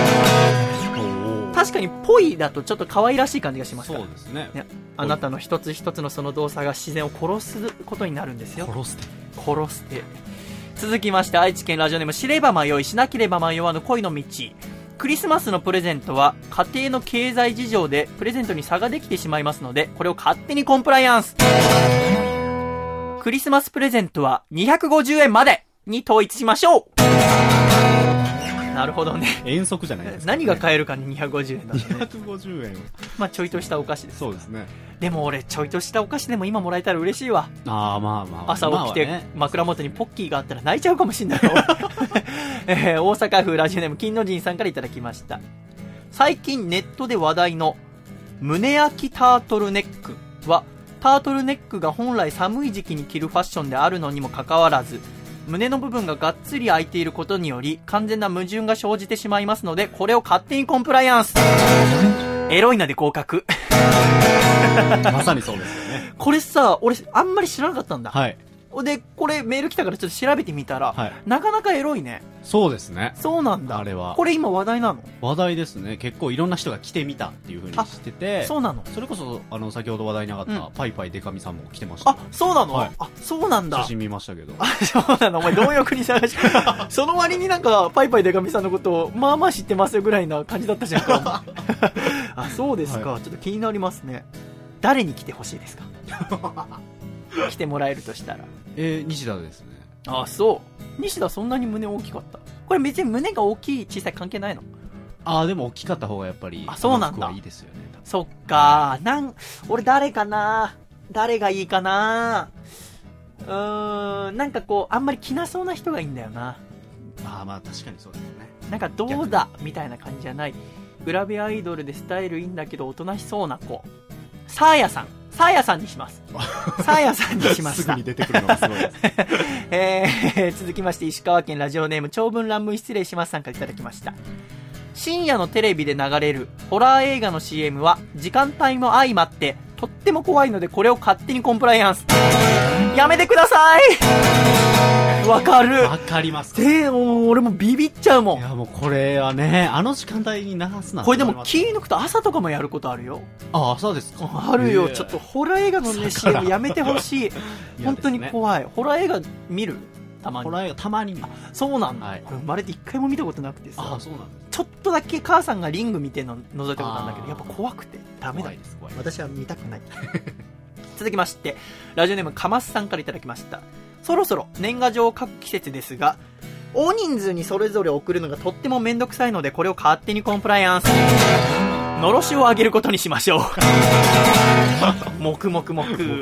確かにポイだとちょっと可愛らしい感じがしますから。 そうですね。 あなたの一つ一つのその動作が自然を殺すことになるんですよ。 殺すて。 続きまして愛知県ラジオネーム知れば迷いしなければ迷わぬ恋の道。クリスマスのプレゼントは家庭の経済事情でプレゼントに差ができてしまいますので、これを勝手にコンプライアンス。クリスマスプレゼントは250円までに統一しましょう。なるほどね。 遠足じゃないですか、 ね、何が買えるかに250円だね。 250円。 まあちょいとしたお菓子です。 そうですね。 でも俺ちょいとしたお菓子でも今もらえたら嬉しいわ。 ああ、まあまあ。 朝起きて枕元にポッキーがあったら泣いちゃうかもしれないよ。大阪府ラジオネーム金の神さんからいただきました。最近ネットで話題の胸焼きタートルネックはタートルネックが本来寒い時期に着るファッションであるのにもかかわらず、胸の部分ががっつり開いていることにより完全な矛盾が生じてしまいますので、これを勝手にコンプライアンス。エロいなで合格。 まさにそうですよね。 これさ、俺あんまり知らなかったんだ。 はい。 で、これメール来たからちょっと調べてみたら、はい、なかなかエロいね。 そうですね。 そうなんだ。 あれは。 これ今話題なの？ 話題ですね。結構いろんな人が着てみたっていう風にしてて。 そうなの？ それこそ、先ほど話題に上がった、パイパイデカミさんも着てました。 あ、そうなの？ はい、 あ、そうなんだ。 写真見ましたけど。 あ、そうなの。お前、貪欲に探して。その割になんか、パイパイデカミさんのことを、まあまあ知ってますよぐらいな感じだったじゃんか。あ、そうですか、はい。ちょっと気になりますね。誰に来てほしいですか？来てもらえるとしたら。 西田ですね。 あ、そう。西田そんなに胸大きかった？これ別に胸が大きい小さい関係ないの？ あ、でも大きかった方がやっぱり、 あ、そうなんだ。 いいですよね。 そっか。俺誰かな？誰がいいかな？なんかこう、あんまり着なそうな人がいいんだよな。 まあ確かにそうですね。 なんかどうだみたいな感じじゃない。グラビアアイドルでスタイルいいんだけどおとなしそうな子。サーヤさんにします。サーヤさんにしました。 すぐに出てくるのがすごいです。続きまして石川県ラジオネーム長文乱文失礼しますさんからいただきました。深夜のテレビで流れるホラー映画の CM は時間帯も相まってとっても怖いので、これを勝手にコンプライアンス。やめてください。わかる。 わかります。 俺もビビっちゃうもん。 いやもうこれはね、あの時間帯に流すな。 これでも気抜くと朝とかもやることあるよ。 あ、朝ですか？ あるよ。ちょっとホラー映画のね CM やめてほしい。本当に怖い。ホラー映画見る？たまに。 ホラー映画たまに見る。 そうなんだ。 はい、 これ生まれて一回も見たことなくてさ。 あ、そうなんだ。 ちょっとだけ母さんがリング見ての覗いたことあるんだけど、やっぱ怖くてダメだ。私は見たくない。続きまして、ラジオネームかますさんからいただきました。そろそろ年賀状を書く季節ですが、大人数にそれぞれ送るのがとってもめんどくさいので、これを勝手にコンプライアンス。のろしをあげることにしましょう。黙々。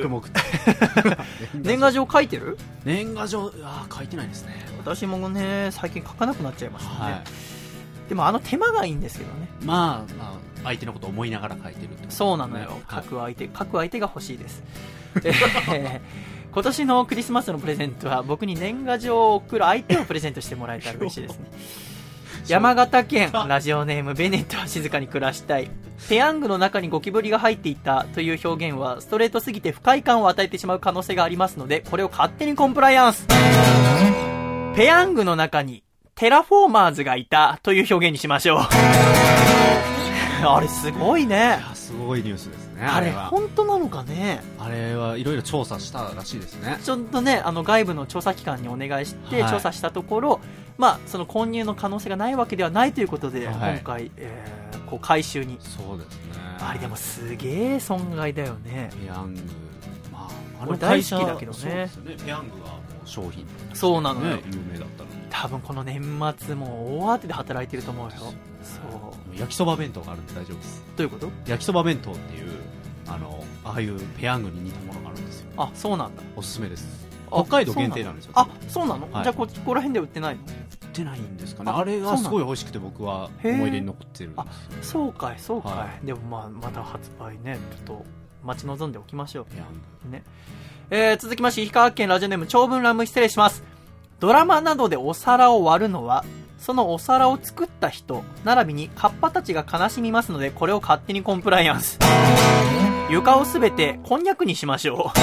年賀状書いてる？ 年賀状、書いてないですね。 私もね、最近書かなくなっちゃいましたね。はい、でも手間がいいんですけどね。 まあ相手のことを思いながら書いてるってことですね。 そうなのよ。書く相手が欲しいです。今年のクリスマスのプレゼントは僕に年賀状を送る相手をプレゼントしてもらえたら嬉しいですね。山形県ラジオネームベネットは静かに暮らしたい。ペヤングの中にゴキブリが入っていたという表現はストレートすぎて不快感を与えてしまう可能性がありますので、これを勝手にコンプライアンス。ペヤングの中にテラフォーマーズがいたという表現にしましょう。あれすごいね。 すごいニュースですね。 あれ本当なのかね。 あれはいろいろ調査したらしいですね。 ちょっとね、外部の調査機関にお願いして調査したところ、その混入の可能性がないわけではないということで、今回、こう回収に。 そうですね。 あれでもすげえ損害だよね。 ペヤング、 俺大好きだけどね。 そうですよね。ペヤングはもう商品、 そうなのよ。 有名だったのに。 多分この年末も大当てで働いてると思うよ。そう。 焼きそば弁当があるんで大丈夫です。 どういうこと？ 焼きそば弁当っていうああいうペヤングに似たものがあるんですよ。 あ、そうなんだ。 おすすめです。北海道限定なんですよ。 あ、そうなの？じゃあここら辺で売ってないの？ 売ってないんですかね。あれがすごい美味しくて僕は思い出に残ってるんです。 あ、そうかい。でもまた発売ね、ちょっと待ち望んでおきましょう。 ペヤングね。続きまして石川県ラジオネーム長文乱文失礼します。ドラマなどでお皿を割るのはそのお皿を作った人並びにカッパたちが悲しみますので、これを勝手にコンプライアンス。床をすべてこんにゃくにしましょ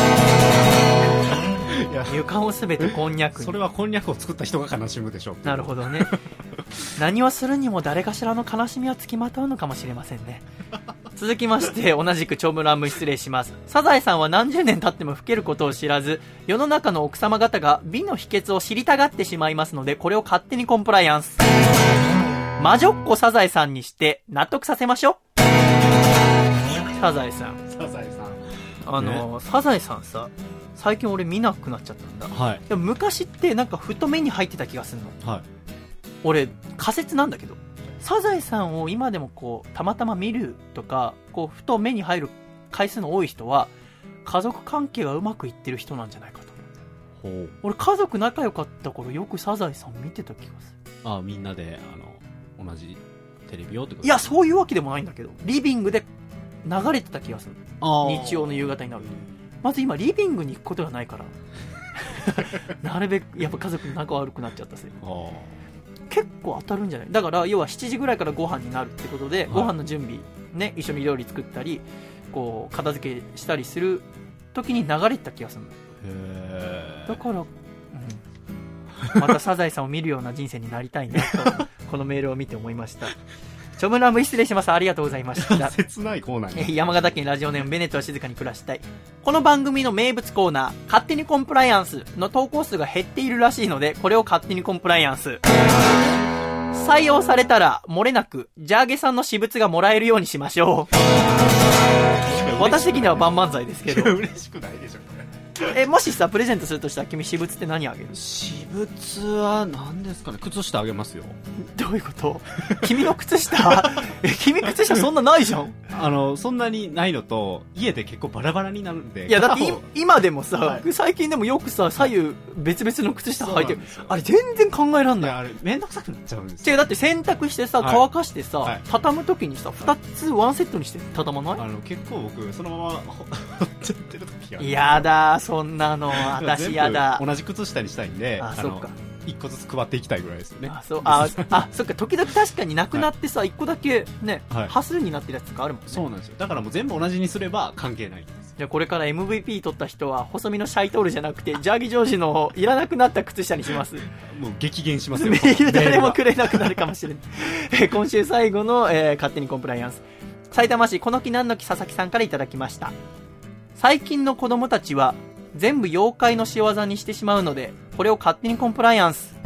う。床をすべてこんにゃくに。 それはこんにゃくを作った人が悲しむでしょう。 なるほどね。何をするにも誰かしらの悲しみはつきまとうのかもしれませんね。続きまして同じく長文乱文失礼します。サザエさんは何十年経っても老けることを知らず、世の中の奥様方が美の秘訣を知りたがってしまいますので、これを勝手にコンプライアンス。魔女っ子サザエさんにして納得させましょう。サザエさんサザエさんさ、最近俺見なくなっちゃったんだ。 はい。 でも昔ってなんかふと目に入ってた気がするの。 はい。 俺仮説なんだけど、サザエさんを今でもこうたまたま見るとか、こうふと目に入る回数の多い人は家族関係がうまくいってる人なんじゃないかと。 ほう。 俺家族仲良かった頃よくサザエさん見てた気がする。 あ、みんなで同じテレビをってこと？ いや、そういうわけでもないんだけど、リビングで流れてた気がする。日曜の夕方になるとまず今リビングに行くことがないからなるべくやっぱ家族の仲悪くなっちゃったせい結構当たるんじゃない。だから要は7時ぐらいからご飯になるってことで、ご飯の準備ね、一緒に料理作ったりこう片付けしたりする時に流れてた気がするの。だから、またサザエさんを見るような人生になりたいなとこのメールを見て思いました。チョムラム失礼します。ありがとうございました切ないコーナーに山形県ラジオネームベネットは静かに暮らしたい。この番組の名物コーナー勝手にコンプライアンスの投稿数が減っているらしいので、これを勝手にコンプライアンス採用されたら漏れなくジャーゲさんの私物がもらえるようにしましょう私的には万々歳ですけど嬉しくないでしょこれ。 もしさプレゼントするとしたら君私物って何あげる？ 私物は何ですかね。靴下あげますよ。 どういうこと？君の靴下君靴下そんなないじゃん。 そんなにないのと家で結構バラバラになるんで。 いやだって今でもさ、はい、最近でもよくさ左右別々の靴下履いてる。あれ全然考えらんない。 あれめんどくさくなっちゃうんですよ。 だって洗濯してさ、乾かしてさ、はい、畳む時にさ2つワンセットにして畳まない？ 結構僕そのまま放っちゃってる時が。 やだそんなの私やだ。 同じ靴下にしたいんで、 そっか 1個ずつ配っていきたいぐらいですよね。 そっか時々確かになくなってさ、1個だけね、端数になってるやつとかあるもんね。 そうなんですよ。だからもう全部同じにすれば関係ないんです。 じゃあこれから MVP 取った人は細身のシャイトールじゃなくてジャーギジョージのいらなくなった靴下にしますもう激減しますよ。 メール誰もくれなくなるかもしれない今週最後の、勝手にコンプライアンス、埼玉市この木なんの木佐々木さんからいただきました。最近の子供たちは全部妖怪の仕業にしてしまうので、これを勝手にコンプライアンス。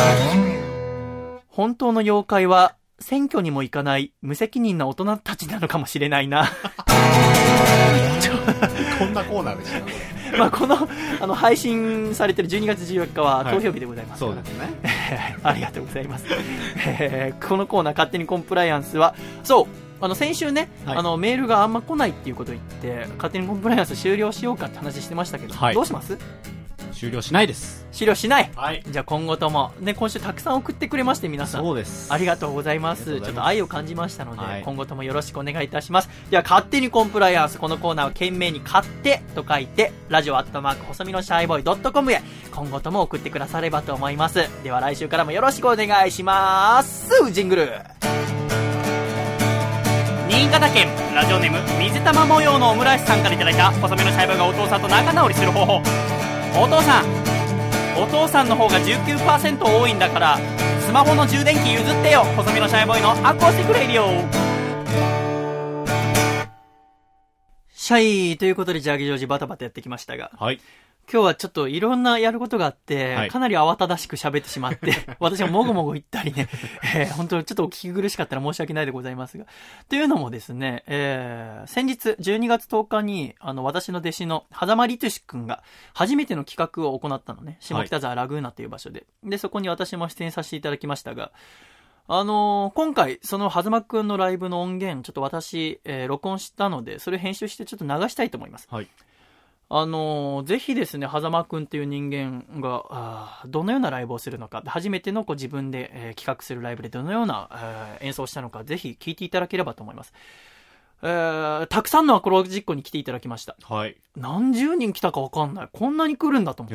本当の妖怪は選挙にも行かない無責任な大人たちなのかもしれないなこんなコーナーでしたねまあこの配信されてる12月14日は投票日でございます、 そうですねありがとうございます、このコーナー勝手にコンプライアンスはそう先週ね、メールがあんま来ないっていうことを言って勝手にコンプライアンス終了しようかって話してましたけど、どうします？ 終了しないです。 終了しない、じゃあ今後とも、ね、今週たくさん送ってくれまして皆さんそうです、 ありがとうございます。ちょっと愛を感じましたので、今後ともよろしくお願いいたします。では勝手にコンプライアンス、このコーナーは懸命に勝手と書いてラジオ@細身のシャイボーイ.com へ今後とも送ってくださればと思います。では来週からもよろしくお願いします。ジングル新潟県ラジオネーム水玉模様のオムライスさんからいただいた細身のシャイボーイがお父さんと仲直りする方法。お父さんの方が 19% 多いんだからスマホの充電器譲ってよ。細身のシャイボーイのアコースティックレイディオ。シャイということでジャーギジョージバタバタやってきましたが、今日はちょっといろんなやることがあって、かなり慌ただしく喋ってしまって私ももごもご言ったりね、本当ちょっとお聞き苦しかったら申し訳ないでございますが、というのもですね、先日12月10日に私の弟子の狭間リトゥシ君が初めての企画を行ったのね、下北沢ラグーナという場所で、そこに私も出演させていただきましたが、今回その狭間くんのライブの音源ちょっと私、録音したのでそれ編集してちょっと流したいと思います。ぜひですね、狭間くんっていう人間がどのようなライブをするのか、初めての自分で、企画するライブでどのような、演奏をしたのか、ぜひ聞いていただければと思います。たくさんのアコロジックに来ていただきました。何十人来たか分かんない。こんなに来るんだと思って。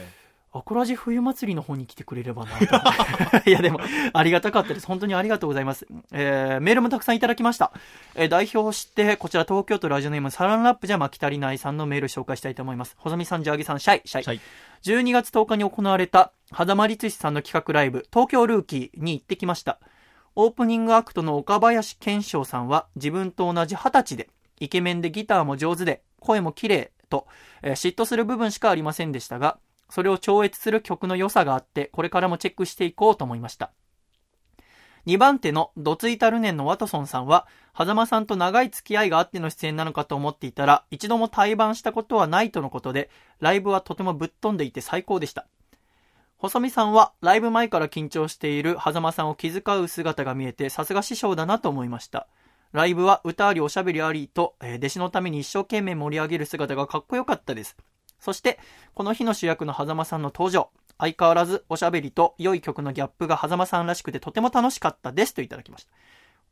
アコラジ冬祭りの方に来てくれればなといやでもありがたかったです。本当にありがとうございます。メールもたくさんいただきました。代表してこちら東京都ラジオネームサランラップじゃ巻き足りないさんのメール紹介したいと思います。細見さん、ジャーギさん、シャイ。12月10日に行われた狭間律史さんの企画ライブ東京ルーキーに行ってきました。オープニングアクトの岡林健翔さんは自分と同じ20歳でイケメンでギターも上手で声も綺麗と、嫉妬する部分しかありませんでしたが、それを超越する曲の良さがあって、これからもチェックしていこうと思いました。2番手のドツイタルネンのワトソンさんは、狭間さんと長い付き合いがあっての出演なのかと思っていたら、一度も対バンしたことはないとのことで、ライブはとてもぶっ飛んでいて最高でした。細見さんは、ライブ前から緊張している狭間さんを気遣う姿が見えて、さすが師匠だなと思いました。ライブは歌ありおしゃべりありと、弟子のために一生懸命盛り上げる姿がかっこよかったです。そして、この日の主役の狭間さんの登場。相変わらずおしゃべりと良い曲のギャップが狭間さんらしくてとても楽しかったですといただきました。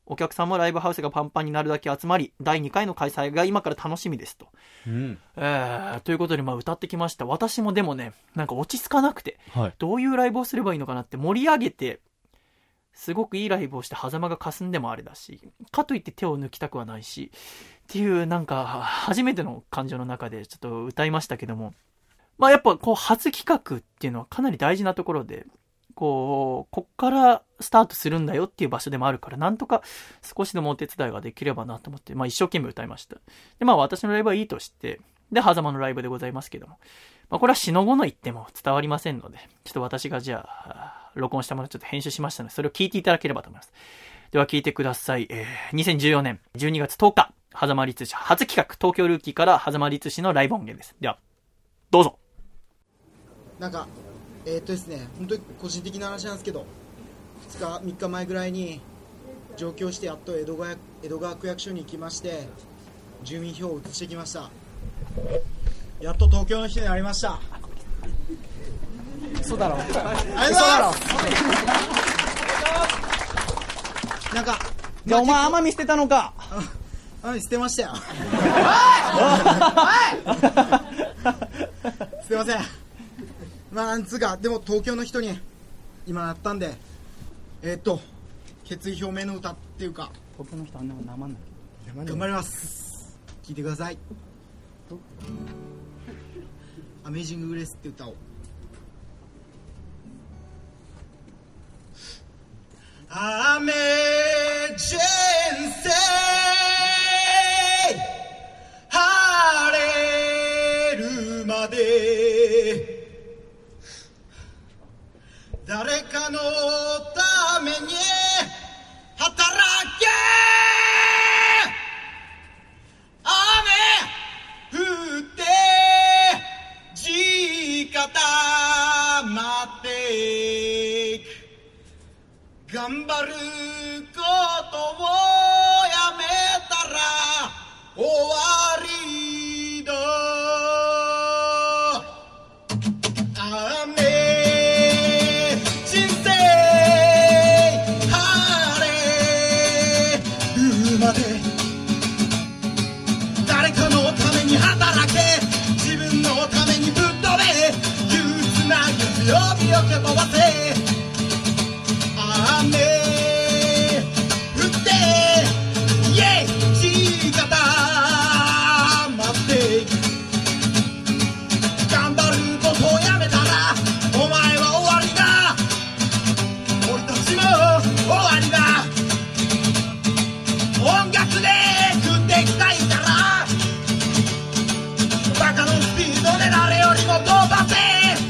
お客さんもライブハウスがパンパンになるだけ集まり、第2回の開催が今から楽しみですと。ということで、歌ってきました。私もでもね、なんか落ち着かなくて、どういうライブをすればいいのかなって盛り上げて、すごくいいライブをして狭間が霞んでもあれだし、かといって手を抜きたくはないし、っていうなんか、初めての感情の中でちょっと歌いましたけども、やっぱ初企画っていうのはかなり大事なところで、こっからスタートするんだよっていう場所でもあるから、なんとか少しでもお手伝いができればなと思って、一生懸命歌いました。で、私のライブはいいとして、で、狭間のライブでございますけども、これはしのごの言っても伝わりませんので、ちょっと私がじゃあ、録音したものをちょっと編集しましたので、それを聞いていただければと思います。では聞いてください。2014年12月10日、狭間律師初企画、東京ルーキーから狭間律師のライブ音源です。では、どうぞ。 なんか、ですね、本当に個人的な話なんですけど、3日前ぐらいに上京してやっと江戸川区役所に行きまして、住民票を移してきました。やっと東京の人になりました。 嘘だろ。 ありがとうございます。なんか、 じゃあお前奄美捨てたのか。 奄美捨てましたよ。すいません。なんつうか、でも東京の人に今なったんで、決意表明の歌っていうか、 東京の人あんなの生んない頑張ります。聴いてください。アメージンググレースって歌を。アメージェンセイ晴れるまで誰かのために働け。雨降って地固まっていく。頑張ることをやめたら終わりだ。誰かのために働け。自分のためにぶっ飛べ。憂鬱な月曜日を蹴飛ばせ。雨降ってイエイ地固まっていく。頑張ることをやめたらお前は終わりだ。俺たちも終わりだ。音楽で食っていきたいからバカのスピードで誰よりも飛ばせ。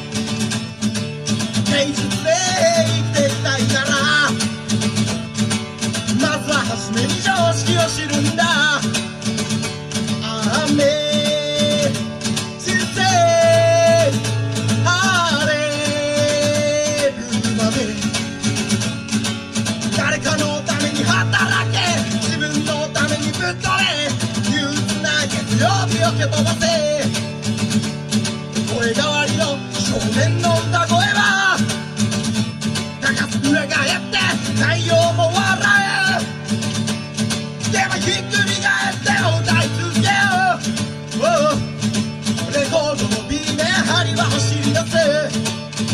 芸術で生きていきたいからまずは初めに常識を知るんだ。雨人生晴れるまで誰かのために働け。自分のためにぶっ飛べ。憂鬱な月曜日を蹴飛ばせ。声変わりの少年の歌声は高く裏返って太陽も笑う。でもひっくり返って歌い続けよう。レコードの B 面針は走り出せ。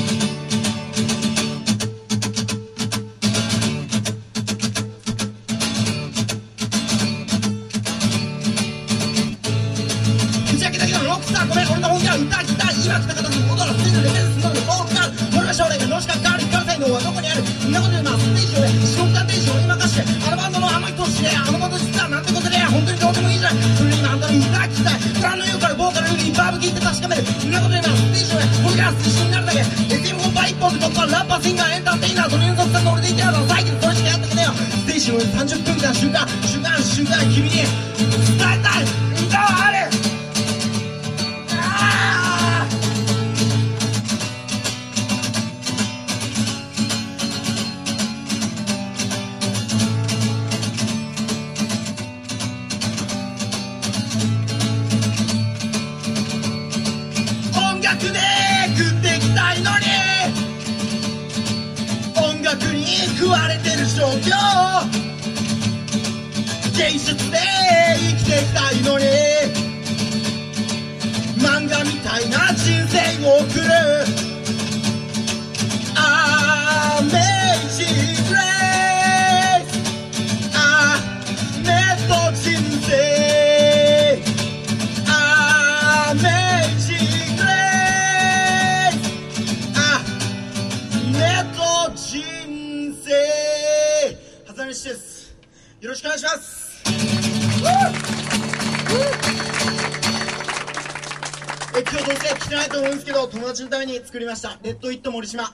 ごめん、俺の本気は歌きたい。今来た方に踊らせるレベルすごいのフォークがある。俺が将来がのしか変わり関西のはどこにある。そんなことでまあステージ上で四国間テンションに任して、あのバンドのあの人を知れ。あのバンド実はなんてことで本当にどうでもいいじゃん。それに今あんたの歌きたい。ご覧の言うからボーカルよりバーブキーって確かめる。そんなことでまあステージ上で俺が推進になるだけ。SM 本番一本で僕はラッパーシンガーエンターテイナー。それに属さんの俺でいけなの最近それしかやってけねえよ。ステージ上で30分間瞬間君に伝えたい歌はある。で食っていきたいのに音楽に食われてる状況。 芸術で生きていきたいのに漫画みたいな人生を送るアメージングレイスアメート人生アメージングレイスアメート人生はざみしです。よろしくお願いします。今日どうせ来てないと思うんですけど、友達のために作りましたレッドイット森島。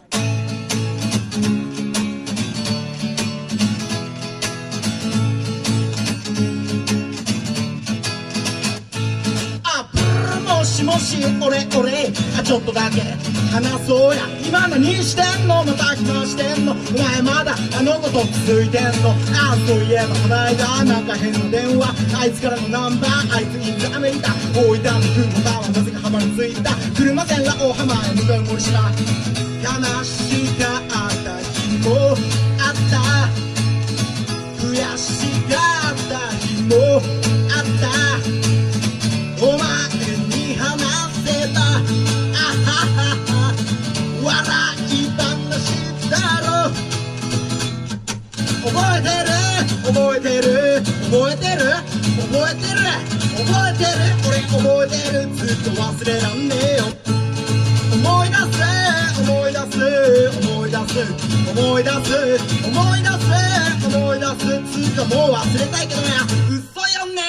もしもし俺ちょっとだけ話そうや。今何してんの、また暇してんの、お前まだあの子と続いてんの。そういえばこないだなんか変な電話、あいつからのナンバー、あいつインザアメリカ大分の車はなぜか浜に着いた。車線が大浜へ向かう森島。悲しかった日もあった、悔しかった日もあった、お前に話せば笑い話だろ。覚えてる覚えてる覚えてる覚えてる覚えてる俺覚えてる、ずっと忘れらんねえよ。思い出す思い出す思い出す思い出す思い出す思い出す、つうかもう忘れたいけどな、嘘よね。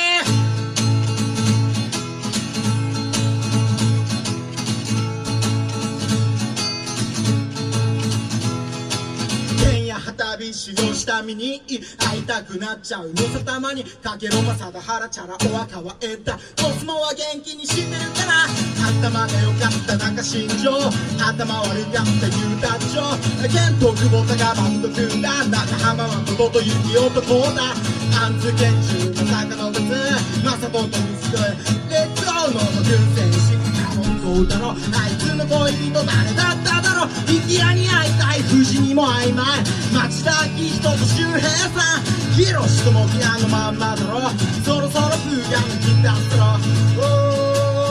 旅修行した身に会いたくなっちゃうのさ、たまにかけろまさだはらチャラお若はえたコスモは元気にしてるかな。頭が良かったなんか心情、頭悪かったユータッチョ、ケンと久保田がバンド組んだ、中浜はトドと雪男だ、アンズ拳銃の坂の別マサトとミスクレッツゴーの軍戦士文庫歌のあいつの恋人誰だっただろう。池谷に会いたい藤にも曖昧、町田明人と周平さん、ヒロシとも沖縄のまんまだろ。そろそろプーガンに出すろ。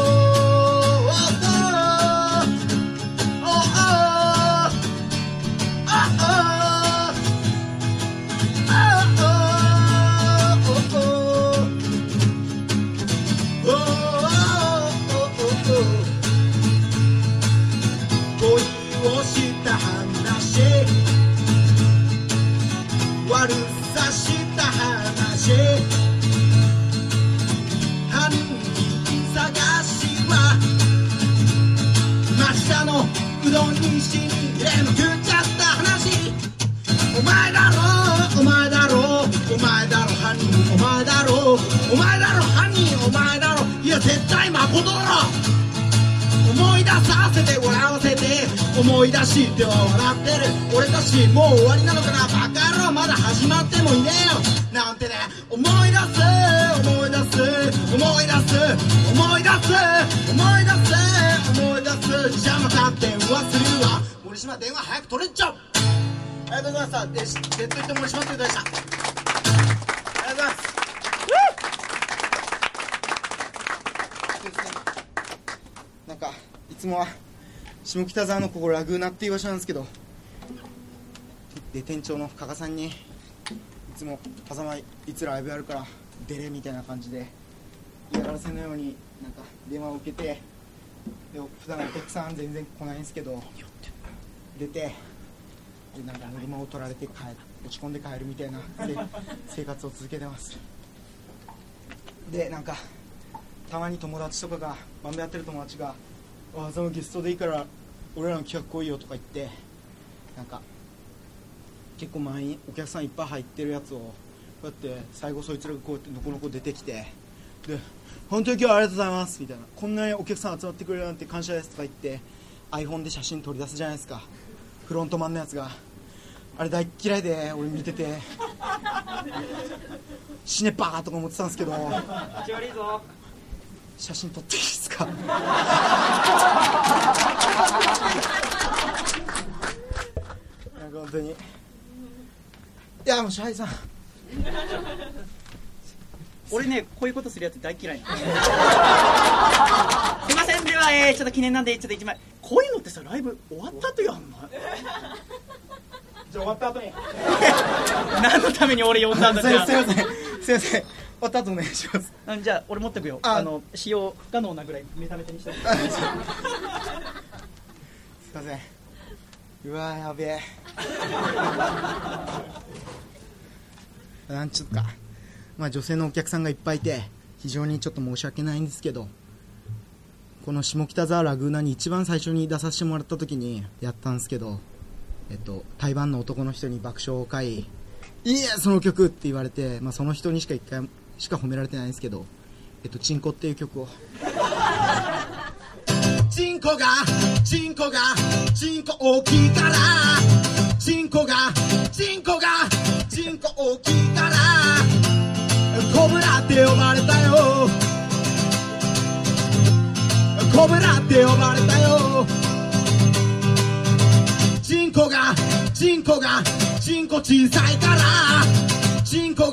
悪さした話、犯人探しは町田のうどんにしに入れまくっちゃった話。お前だろお前だろお前だろ犯人、お前だろお前だろ犯人、お前だろ、いや絶対誠だろ。思い出させて笑わせて思い出しては笑ってる俺たちもう終わりなのかな、バカ野郎まだ始まってもいねえよなんてね。思い出す思い出す思い出す思い出す思い出す思い出す、じゃあまた電話するわ。森島電話早く取れっちゃう。ありがとうございました。デッドイット森島って言うでした。ありがとうございます。なんかいつもは下北沢のここラグーナっていう場所なんですけど、で店長の加賀さんにいつも狭間いつライブやるから出れみたいな感じで嫌がらせのようになんか電話を受けて、で普段お客さん全然来ないんですけど出て、でなんか乗り物を取られて落ち込んで帰るみたいな生活を続けてます。でなんかたまに友達とかがバンドやってる友達がそのゲストでいいから俺らの企画来いよとか言って、なんか結構前にお客さんいっぱい入ってるやつをこうやって最後そいつらがこうやってのこのこ出てきて、で本当に今日はありがとうございますみたいな、こんなにお客さん集まってくれるなんて感謝ですとか言って iPhone で写真取り出すじゃないですか。フロントマンのやつがあれ大っ嫌いで俺見てて死ねばーとか思ってたんですけど、 気悪いぞ写真撮っていいですかなんか本当にいやもうシャイさん俺ねこういうことするやつ大嫌いすいません。では、ちょっと記念なんでちょっと1枚。こういうのってさライブ終わった後やんのじゃあ終わった後に何のために俺呼んだんだじゃあすいません終わった後お願いします。 じゃあ俺持ってくよ。使用不可能なぐらいメタメタにしてすいません。うわーやべえなんちゅうか、女性のお客さんがいっぱいいて非常にちょっと申し訳ないんですけど、この下北沢ラグーナに一番最初に出させてもらった時にやったんですけど、台湾の男の人に爆笑を買い、いいやその曲って言われて、その人にしか1回しか褒められてないんですけど、チンコっていう曲をチンコ大きいからチンコ大きいからコブラって呼ばれたよ、コブラって呼ばれたよ。チンコ小さいからチンコ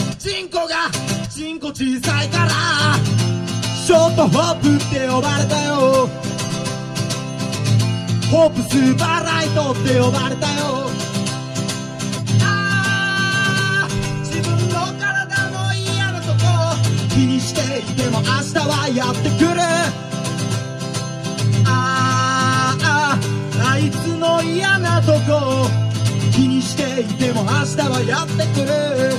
小さいからショートホープって呼ばれたよ、ホープスーパーライトって呼ばれたよ。自分の体の嫌なとこ気にしていても明日はやってくる。あいつの嫌なとこ気にしていても明日はやってくる。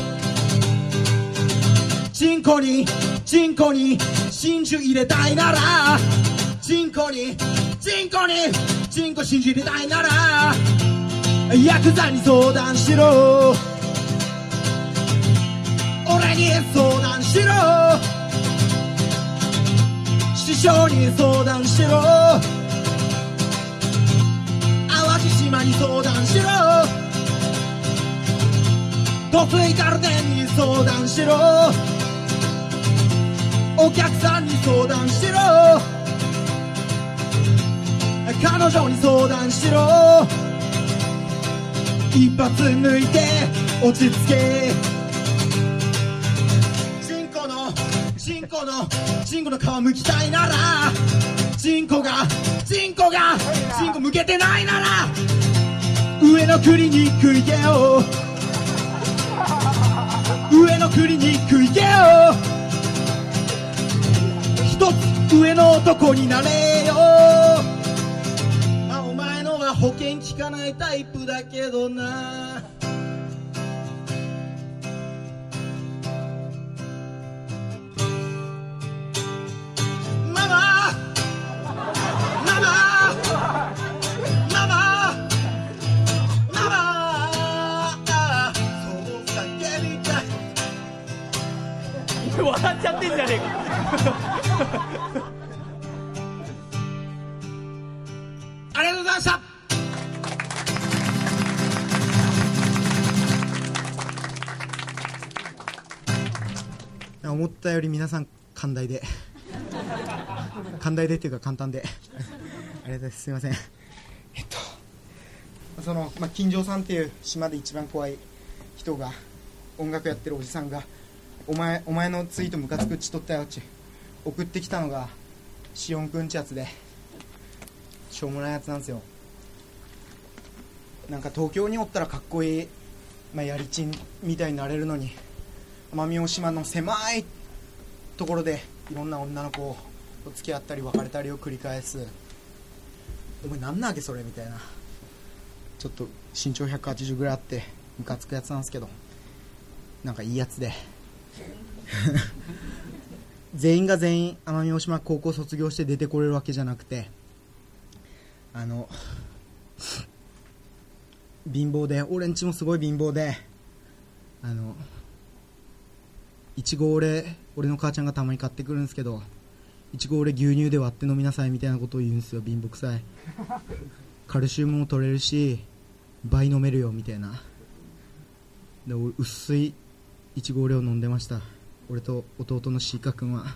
チンコに真珠入れたいならチンコ真珠入れたいならヤクザに相談しろ、俺に相談しろ、師匠に相談しろ、淡路島に相談しろ、ドスイカルデンに相談しろ、お客さんに相談しろ、彼女に相談しろ、一発抜いて落ち着け。チンコの皮むきたいならチンコむけてないなら上のクリニック行けよ、上のクリニック行けよ、一つ上の男になれよ。お前のは保険効かないタイプだけどな。 笑っちゃってんじゃねえかありがとうございました。思ったより皆さん寛大でっていうか簡単でありがとうございます。すいません。金城さんっていう島で一番怖い人が音楽やってるおじさんがお前のツイートムカつくっちとったよっち送ってきたのがしおんくんちやつで、しょうもないやつなんですよ。なんか東京におったらかっこいい、やりちんみたいになれるのに奄美大島の狭いところでいろんな女の子と付き合ったり別れたりを繰り返す、お前なんなわけそれみたいな、ちょっと身長180ぐらいあってムカつくやつなんですけど、なんかいいやつで全員が全員奄美大島高校卒業して出てこれるわけじゃなくて、貧乏で、俺んちもすごい貧乏で、いちご俺の母ちゃんがたまに買ってくるんですけど、いちご俺牛乳で割って飲みなさいみたいなことを言うんですよ。貧乏くさい。カルシウムも取れるし倍飲めるよみたいな。で俺薄いいちご俺を飲んでました。俺と弟のシーカ君は。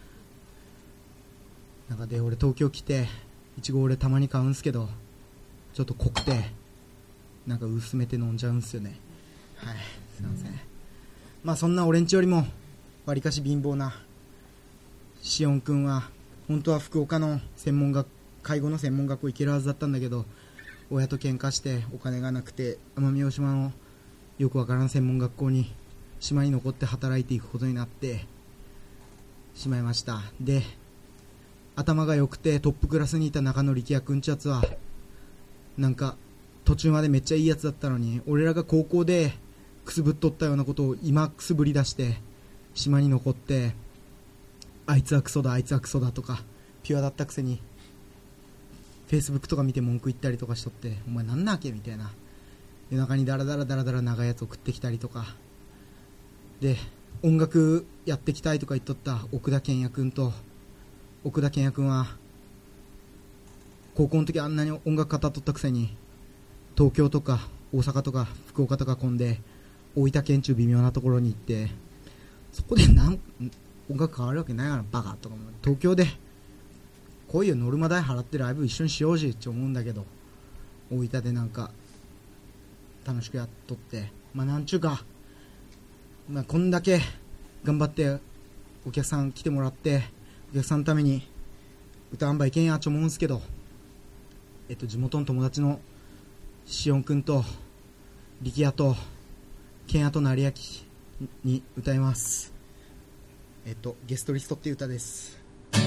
なんかで俺東京来ていちご俺たまに買うんすけど、ちょっと濃くてなんか薄めて飲んじゃうんすよね。はい、すいません。そんな俺んちよりもわりかし貧乏なしおんくんは本当は福岡の介護の専門学校行けるはずだったんだけど、親と喧嘩してお金がなくて奄美大島のよくわからん専門学校に島に残って働いていくことになってしまいました。で、頭が良くてトップクラスにいた中野力也くんちやつはなんか途中までめっちゃいいやつだったのに、俺らが高校でくすぶっとったようなことを今くすぶり出して島に残って、あいつはクソだあいつはクソだとかピュアだったくせにフェイスブックとか見て文句言ったりとかしとって、お前なんなわけみたいな、夜中にダラダラ長いやつ送ってきたりとかで、音楽やってきたいとか言っとった奥田健也くんと、奥田健也くんは高校の時あんなに音楽語っとったくせに東京とか大阪とか福岡とか混んで大分県中微妙なところに行って、そこで音楽変わるわけないからバカとか、東京でこういうノルマ代払ってライブ一緒にしようしって思うんだけど、大分でなんか楽しくやっとって、なんちゅうか、こんだけ頑張ってお客さん来てもらってお客さんのために歌わんばいけんやっち思うんすけど、地元の友達のしおんくんと力也とケンヤと成明に歌います。ゲストリストっていう歌です。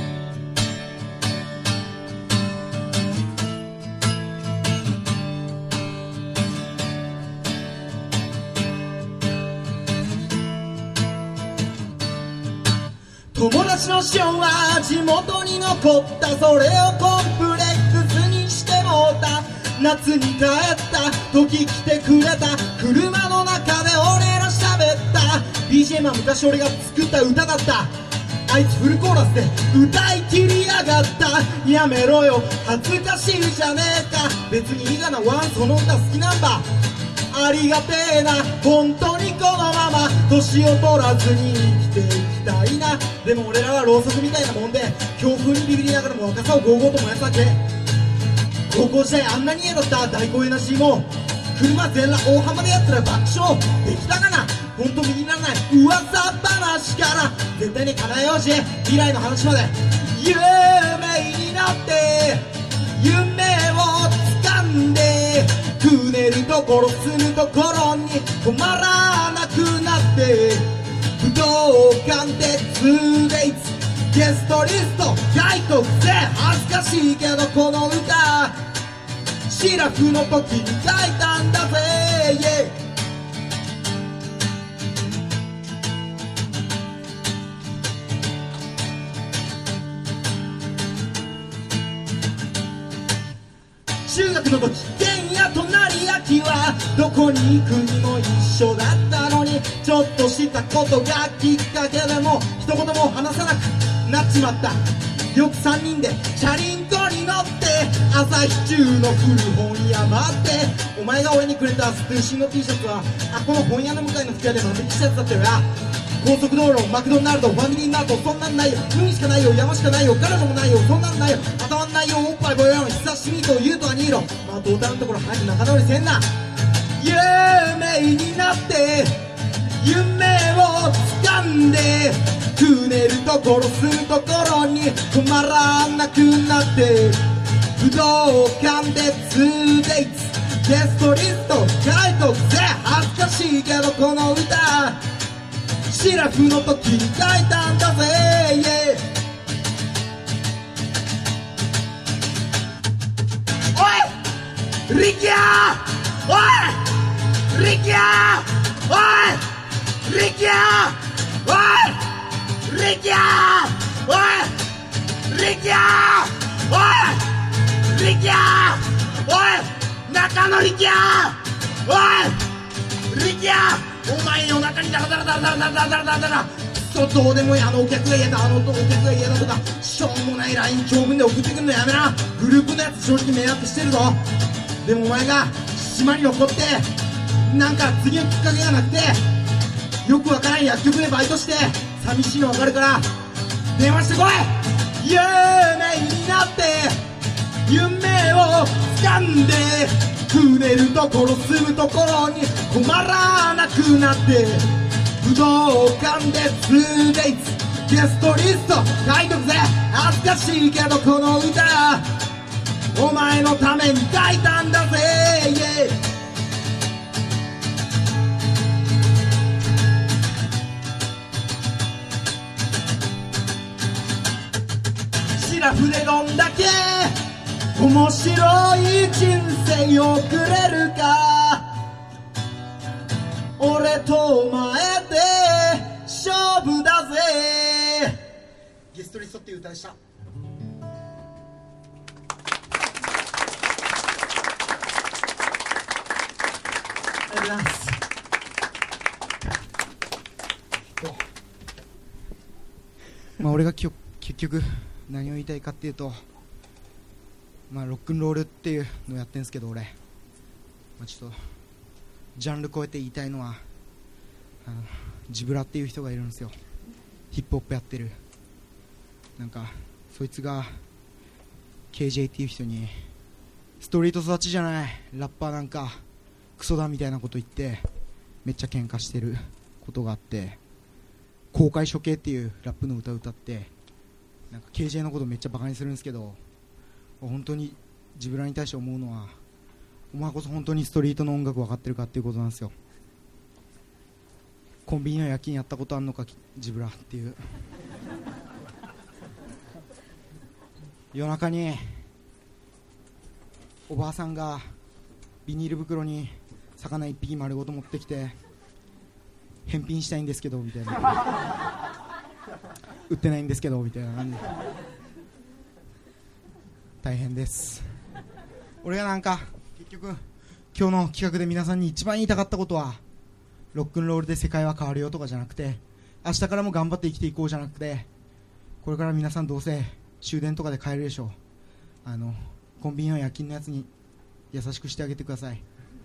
友達のシオンは地元に残った、それをコンプレックスにしてもうた。夏に帰った時来てくれた、車の中で俺ら喋った。 BGM は昔俺が作った歌だった。あいつフルコーラスで歌い切りやがった。やめろよ恥ずかしいじゃねえか、別にいいがなワンその歌好きなんだ。ありがてえな本当にこのまま年を取らずに生きていきたいな。でも俺らはろうそくみたいなもんで、強風にビビりながらも若さをゴーゴーと燃やすわけ。高校時代あんなに嫌だった大根エナジーも車全裸大浜でやったら爆笑できたかな。本当右にならない噂話から絶対に叶えようし、未来の話まで有名になって夢を掴んで、くねるところ住むところに止まらなくなって、武道館で 2days ゲストリスト外国で恥ずかしいけどこの歌シラフの時に書いたんだぜ、yeah。中学の時ケンヤと成明はどこに行くにも一緒だったのに、ちょっとしたことがきっかけでも一言も話さなくなっちまった。よく3人でチャリンコに乗って朝日中の古本屋回って、お前が俺にくれたストゥーシーの T シャツはあこの本屋の向かいの服屋で万引きしたやつだったよな。高速道路マクドナルドファミリーマートそんなんないよ、海しかないよ山しかないよ彼女もないよ、そんなんないよ頭んないよおっぱいぼよん久しぶりと言うとはニーロ、まあどうたのところ早く仲直りせんな。有名になって夢を掴んで、くねるところ住むところに止まらなくなって、武道館で 2days ゲストリスト書いとくぜ、恥ずかしいけどこの歌シラフの時に書いたんだぜ、yeah。 おいリキヤー、おいリキヤー、おいリキヤー、おいリキヤー、おいリキヤー、おいリキヤー、おい中野リキヤー、おいリキヤー、お前夜中にダラダラダラダラダラダラダラダラそうどうでもいい、あのお客が嫌だあのお客が嫌だとかしょうもない LINE 長文で送ってくるのやめな。グループのやつ正直迷惑してるぞ。でもお前が島に残ってなんか次のきっかけがなくてよくわからん薬局でバイトして寂しいのわかるから電話してこい。有名になって夢を掴んで、くねるところ住むところに困らなくなって、武武道館で 2days ゲストリスト書いとくぜ。恥ずかしいけどこの歌お前のために書いたんだぜ、yeah。シラフでどんだけ面白い人生を送れるか、俺とお前で勝負だぜ。ゲストリストっていう歌でした。ありがとうございます。まあ俺が結局何を言いたいかっていうと、まあロックンロールっていうのをやってるんですけど、俺、まあ、ちょっとジャンル超えて言いたいのは、ジブラっていう人がいるんですよ。ヒップホップやってる。なんかそいつが KJ っていう人にストリート育ちじゃないラッパーなんかクソだみたいなこと言ってめっちゃ喧嘩してることがあって、公開処刑っていうラップの歌を歌ってなんか KJ のことめっちゃバカにするんですけど、本当にジブラに対して思うのは、お前こそ本当にストリートの音楽分かってるかっていうことなんですよ。コンビニの夜勤やったことあんのかジブラっていう。夜中におばあさんがビニール袋に魚一匹丸ごと持ってきて、返品したいんですけどみたいな、売ってないんですけどみたいな感じで大変です。俺がなんか結局今日の企画で皆さんに一番言いたかったことは、ロックンロールで世界は変わるよとかじゃなくて、明日からも頑張って生きていこうじゃなくて、これから皆さんどうせ終電とかで帰るでしょう。コンビニの夜勤のやつに優しくしてあげてください。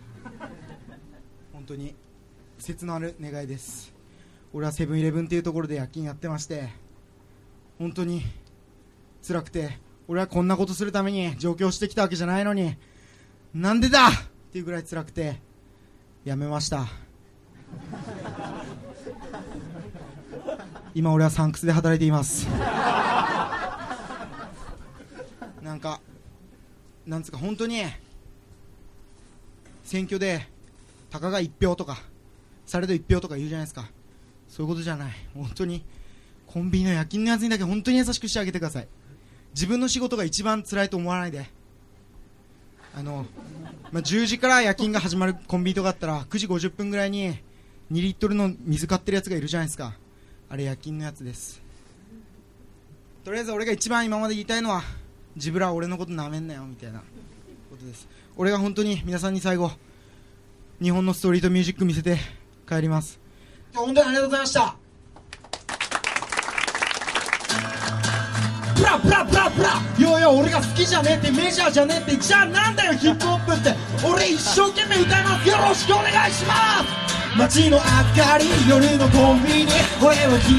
本当に切のある願いです。俺はセブンイレブンっていうところで夜勤やってまして、本当に辛くて、俺はこんなことするために上京してきたわけじゃないのに、なんでだっていうぐらい辛くてやめました。今俺はサンクスで働いています。なんつうか本当に選挙でたかが1票とかされど1票とか言うじゃないですか。そういうことじゃない。本当にコンビニの夜勤のやつにだけ本当に優しくしてあげてください。自分の仕事が一番辛いと思わないで。10時から夜勤が始まるコンビニとかあったら9時50分ぐらいに2リットルの水買ってるやつがいるじゃないですか。あれ夜勤のやつです。とりあえず俺が一番今まで言いたいのは、ジブラは俺のことなめんなよみたいなことです。俺が本当に皆さんに最後日本のストリートミュージック見せて帰ります。本当にありがとうございました。プラプラプラプラ、よよ俺が好きじゃねえってメジャーじゃねえって、じゃあなんだよヒップホップって。俺一生懸命歌います。よろしくお願いします。街の明かり、夜のコンビニ、俺は一人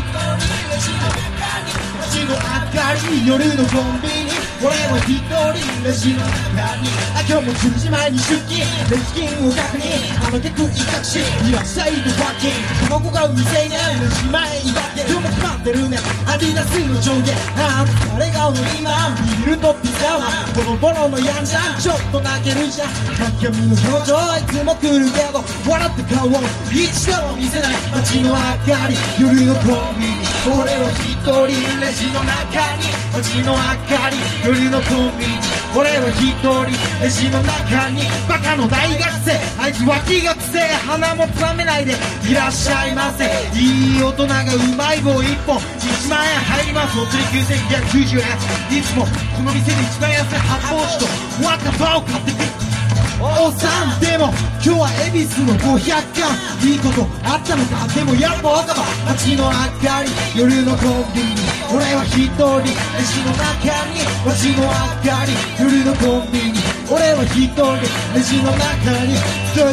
街の明かり、夜のコンビニ、俺は一人レジの中に。今日も10時前に出勤、レジ金を確認、客威嚇しいらっしゃいとパッキン、この子が未成年、レジ前にだけでも決まってるね。アディダスの上下、疲れ顔の今、ビールとピザはボロボロのやんじゃん、ちょっと泣けるじゃん。鏡の表情いつも来るけど、笑って顔を一度も見せない。街の明かり、夜のコンビニ、俺は一人レジの中に。街の明かり、夜のコンビニ、俺は一人レジの中に。バカの大学生、あいつ脇がくせえ、鼻もつまめないでいらっしゃいませ。いい大人がうまい棒一本1万円入ります。お釣り9990円。いつもこの店で一番安い発泡酒と若葉を買ってくるおっさん。でも今日は恵比寿の500巻、いいことあったのか。でもやっぱ若葉。街の明かり、夜のコンビニ、俺は一人レジの中に。街の明かり、夜のコンビニ、俺は一人レジの中に。本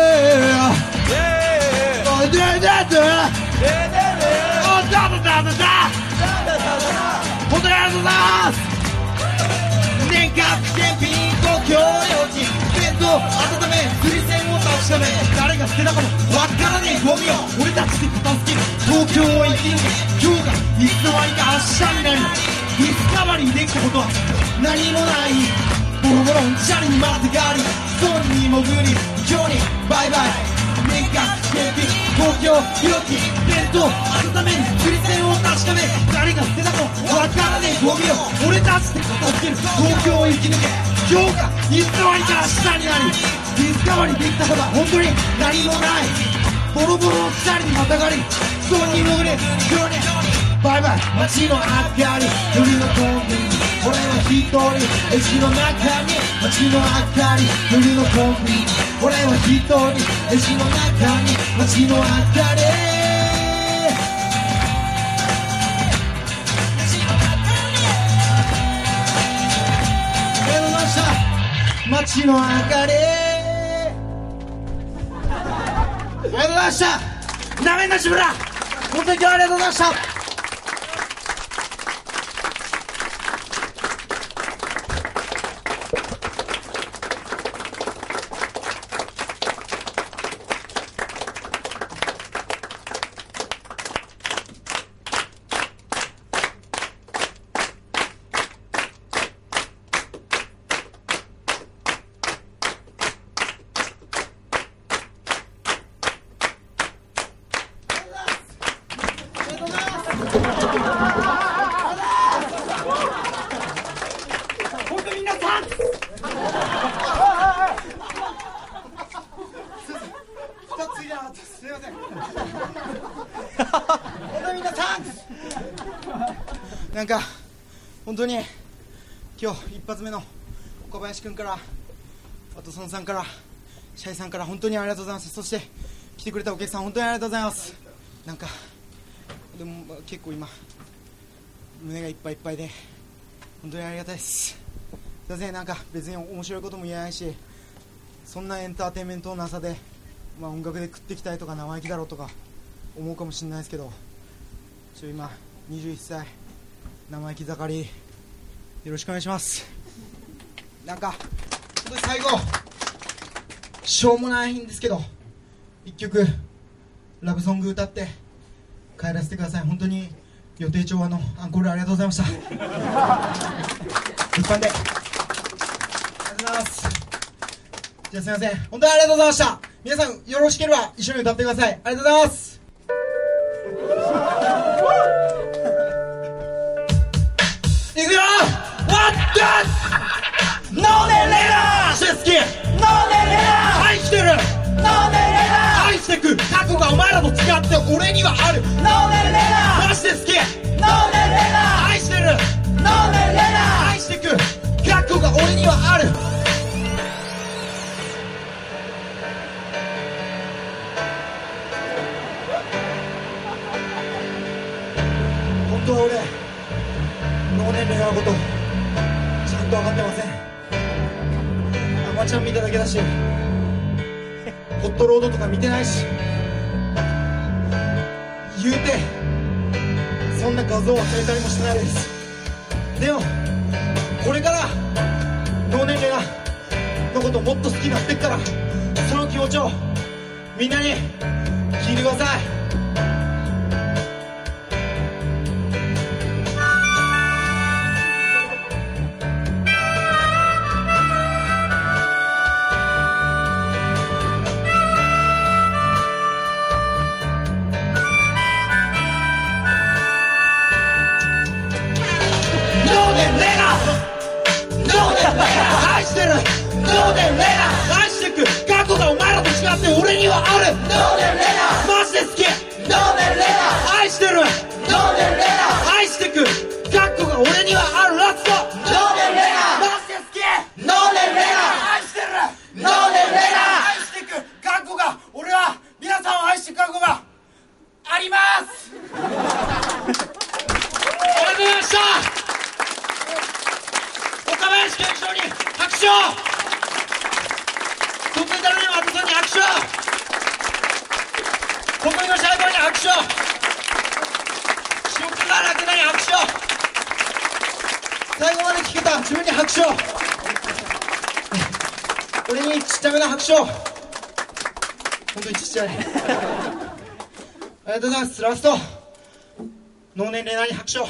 当にありがとうございます。年間検品5協領地、弁当温め釣り銭を出し確かめ誰が捨てたかもわからねえゴミを俺たちで片付ける東京を生き抜け今日がいつの間にか明日になるディスカバリーできたことは何もないボロボロンチャリにまたがりゾンに潜り今日にバイバイ年間現金東京広き弁当温める釣り線を確かめ誰が捨てたかわからねえゴミを俺たちで片付ける東京を生き抜け今日がいつの間にか明日になりディスカバリーできたことは本当に何もないボロボロのチャリにまたがりゾンに潜り今日にバイバイ街の明かり夜のコンビニ俺は一人駅の中に街の明かり夜のコンビニ俺は一人駅の中に街の明かりありがとうございました街の明かりありがとうございましたなめんなしぶら本当に今日はありがとうございましたなんか本当に今日一発目の岡林くんからあと孫さんからシャイさんから本当にありがとうございます。そして来てくれたお客さん本当にありがとうございます。なんかでも結構今胸がいっぱいいっぱいで本当にありがたいです。すいません、なんか別に面白いことも言えないしそんなエンターテインメントのなさで、音楽で食っていきたいとか生意気だろうとか思うかもしれないですけど今21歳生意気盛りよろしくお願いします。なんか本当に最後しょうもないんですけど一曲ラブソング歌って帰らせてください。本当に予定調和のアンコールありがとうございました。一般でありがとうございます。じゃあすいません本当にありがとうございました。皆さんよろしければ一緒に歌ってください。ありがとうございます。いくよノーネレラシェスキーノーネレラ愛してるノーネレラ愛してく過去がお前らと違って俺にはあるノーネレラマジで好きノーネレラ愛してるノーネレラ愛してく過去が俺にはある本当は俺脳年齢のことちゃんと分かってません。アマちゃん見ただけだしホットロードとか見てないし言うてそんな画像は変えたりもしてないです。でもこれから脳年齢のことをもっと好きになっていったらその気持ちをみんなに聞いてください。愛してるノーデンレナ愛してく過去がお前らと違って俺にはあるノーデンレナマジで好きノーデンレナ愛してるノーデンレナ愛してく過去が俺にはあるラストノーデンレナマジで好きノーデンレナ愛してるノーデンレナ愛してく過去が俺は皆さんを愛してく過去がありますありがとうございました。岡林健一郎に拍手を得意たるね松さんに拍手を国民のシャイボーイに拍手を白木が楽なに拍手を最後まで聞けた自分に拍手を俺にちっちゃめな拍手を本当にちっちゃいありがとうございます。ラスト脳年齢なり拍手を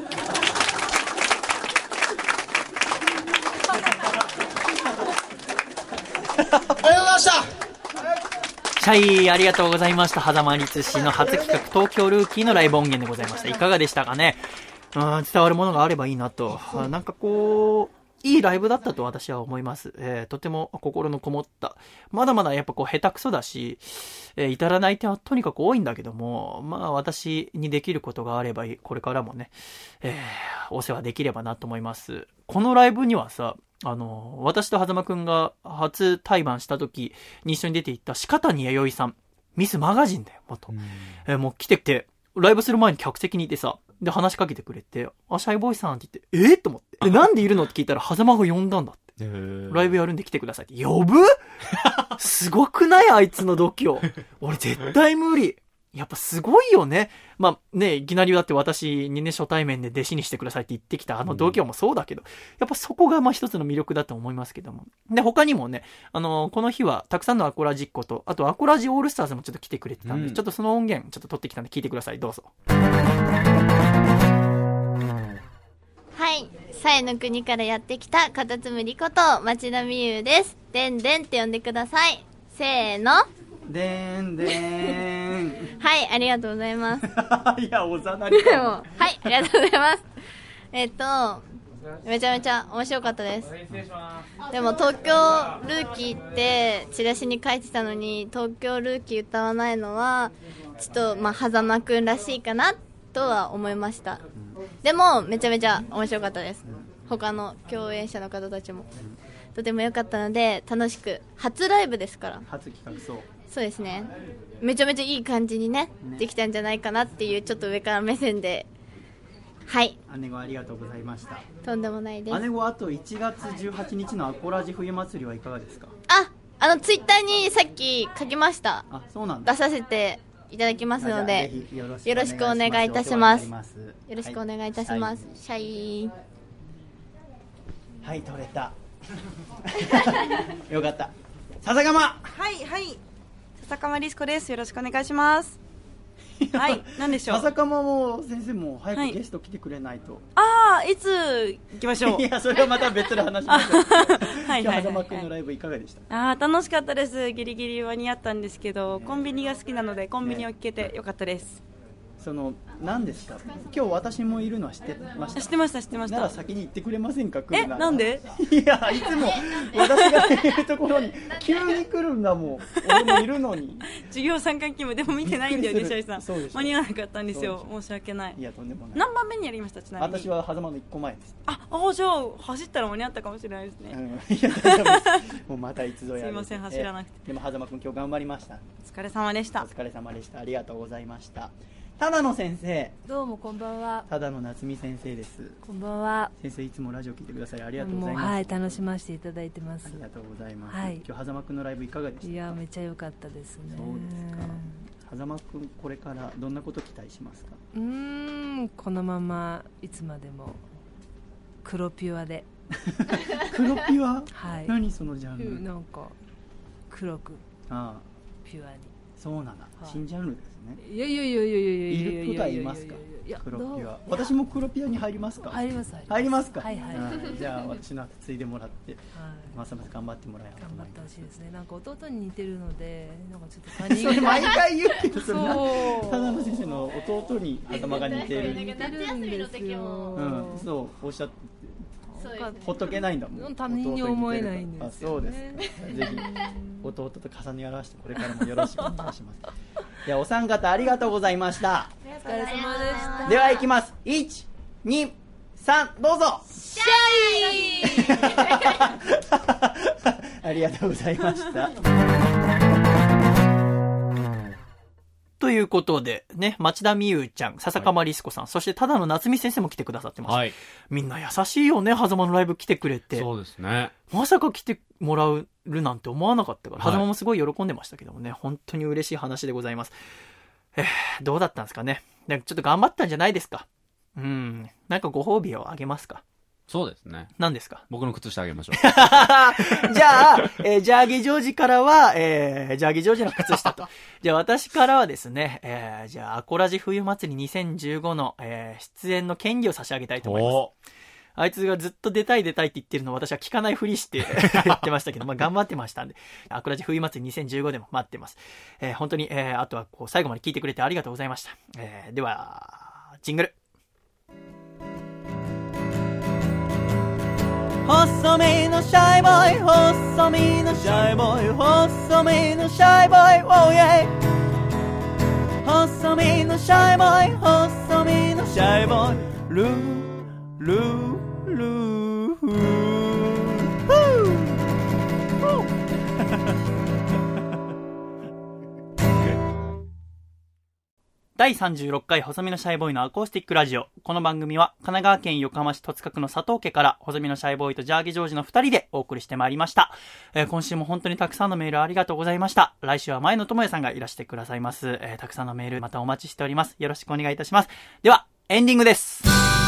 ありがとうございました。 シャイ、ありがとうございました。狭間律師の初企画、東京ルーキーのライブ音源でございました。いかがでしたかね。伝わるものがあればいいなと。なんかこう、いいライブだったと私は思います。とても心のこもった。まだまだやっぱこう下手くそだし、至らない点はとにかく多いんだけども、まあ私にできることがあればこれからもね、お世話できればなと思います。このライブにはさ、私と狭間くんが初対バンした時に一緒に出ていった鹿谷弥生さん、ミスマガジンだよ、元。もう来てきて、ライブする前に客席にいてさ、で話しかけてくれて、シャイボーイさんって言って、と思って。なんでいるのって聞いたら、狭間が呼んだんだって。ライブやるんで来てくださいって。呼ぶすごくないあいつの度胸。俺絶対無理。やっぱすごいよね。まあね、いきなりだって私にね、初対面で弟子にしてくださいって言ってきた度胸もそうだけど、やっぱそこがまあ一つの魅力だと思いますけども。で、他にもね、この日はたくさんのアコラジっ子と、あとアコラジオールスターズもちょっと来てくれてたんで、ちょっとその音源ちょっと撮ってきたんで聞いてください。どうぞ。 はい、サイの国からやってきたカタツムリこと町田美優です。でんでんって呼んでください。せーの。 でんでん。 はい、ありがとうございます。 いや、おざなりかも。 はい、ありがとうございます。めちゃめちゃ面白かったです。でも東京ルーキーってチラシに書いてたのに、東京ルーキー歌わないのはちょっと狭間くんらしいかなとは思いました。でもめちゃめちゃ面白かったです。他の共演者の方たちもとても良かったので、楽しく、初ライブですから、 初企画。 そうですね、めちゃめちゃいい感じにねできたんじゃないかなっていう、ちょっと上から目線で。はい、 姉子ありがとうございました。 とんでもないです。 姉子、あと1月18日のアコラジ冬祭りはいかがですか？ ツイッターにさっし書きました。 そうなんだ。 出させていただきますので、よろしくお願いいたします。よろしくお願いいたします。シャイ。 はい、取れた。よかった。笹釜。 はいはい。笹釜リスコです。よろしくお願いします。はい、なんでしょう。 笹釜も先生も早くゲスト来てくれないと。 いつ行きましょう。 いや、それはまた別で話しましょう。今日狭間くんのライブいかがでした？ 楽しかったです。ギリギリ間に合ったんですけど、コンビニが好きなのでコンビニを聞けてよかったです。 何ですか？今日私もいるのは知ってました？ 知ってましたなら先に言ってくれませんか？ なんで？ いや、いつも私がいるところに急に来るんだもん。俺もいるのに。 授業参観勤務でも見てないんだよね、シャイさん。間に合わなかったんですよ。申し訳ない。 いや、とんでもない。 何番目にやりました？ちなみに。 私は狭間の1個前です。 じゃあ走ったら間に合ったかもしれないですね。 いや、大丈夫です。もうまたいつぞやる。 すいません、走らなくて。 でも狭間くん今日頑張りました。 お疲れ様でした。 お疲れ様でした。ありがとうございました。ただの先生。 どうもこんばんは。 ただの夏美先生です。 こんばんは。 先生、いつもラジオ聞いてくださりありがとうございます。 はい、楽しませていただいてます。 ありがとうございます。今日狭間くんのライブいかがでしたか？ いや、めっちゃ良かったですね。 そうですか。狭間くん、これからどんなこと期待しますか？ このままいつまでも黒ピュアで。 黒ピュア？ はい。 何そのジャンル？ なんか黒くピュアに。 そうなんだ。新ジャンルですね。 いやいることはいますか？黒ピュア。私も黒ピュアに入りますか？ 入ります。 入りますか？ はいはい。 じゃあ私の後継いでもらって、ますます頑張ってもらえ頑張ってほしいですね。なんか弟に似てるので、なんかちょっと他人それ毎回言うけど、それそう。 ただの先生の弟に頭が似てる。 似てるんですよ。 そうおっしゃって。ほっとけないんだもん。 他人に思えないんです。 そうです。ぜひ弟と重ね合わせてこれからもよろしくお願いします。いや、お三方ありがとうございました。 お疲れ様でした。 では行きます。1、2、3、どうぞ。 シャイ。 ありがとうございました。ということでね、町田美優ちゃん、笹釜リスコさん、そしてただの夏美先生も来てくださってます。みんな優しいよね、狭間のライブ来てくれて。 そうですね。 まさか来てもらうなんて思わなかったから、狭間もすごい喜んでましたけどもね、本当に嬉しい話でございます。どうだったんですかね。ちょっと頑張ったんじゃないですか。なんかご褒美をあげますか。 そうですね。 何ですか？ 僕の靴下あげましょう。 じゃあ、ジャーギージョージからは、ジャーギージョージの靴下と。じゃあ私からはですね、じゃあアコラジ冬祭り2015の、出演の権利を差し上げたいと思います。あいつがずっと出たいって言ってるのを私は聞かないふりして言ってましたけど、まあ頑張ってましたんで、アコラジ冬祭り2015でも待ってます。本当に、あとはこう最後まで聞いてくれてありがとうございました。では、ジングル。 細身のシャイボーイ、細身のシャイボーイ、細身のシャイボーイ、oh yeah。細身のシャイボーイ、細身のシャイボーイ、ルールールーフー第36回細身のシャイボーイのアコースティックラジオ。この番組は神奈川県横浜市戸塚区の佐藤家から細身のシャイボーイとジャーギジョージの2人でお送りしてまいりました。今週も本当にたくさんのメールありがとうございました。来週は前野智也さんがいらしてくださいます。たくさんのメールまたお待ちしております。よろしくお願いいたします。ではエンディングです。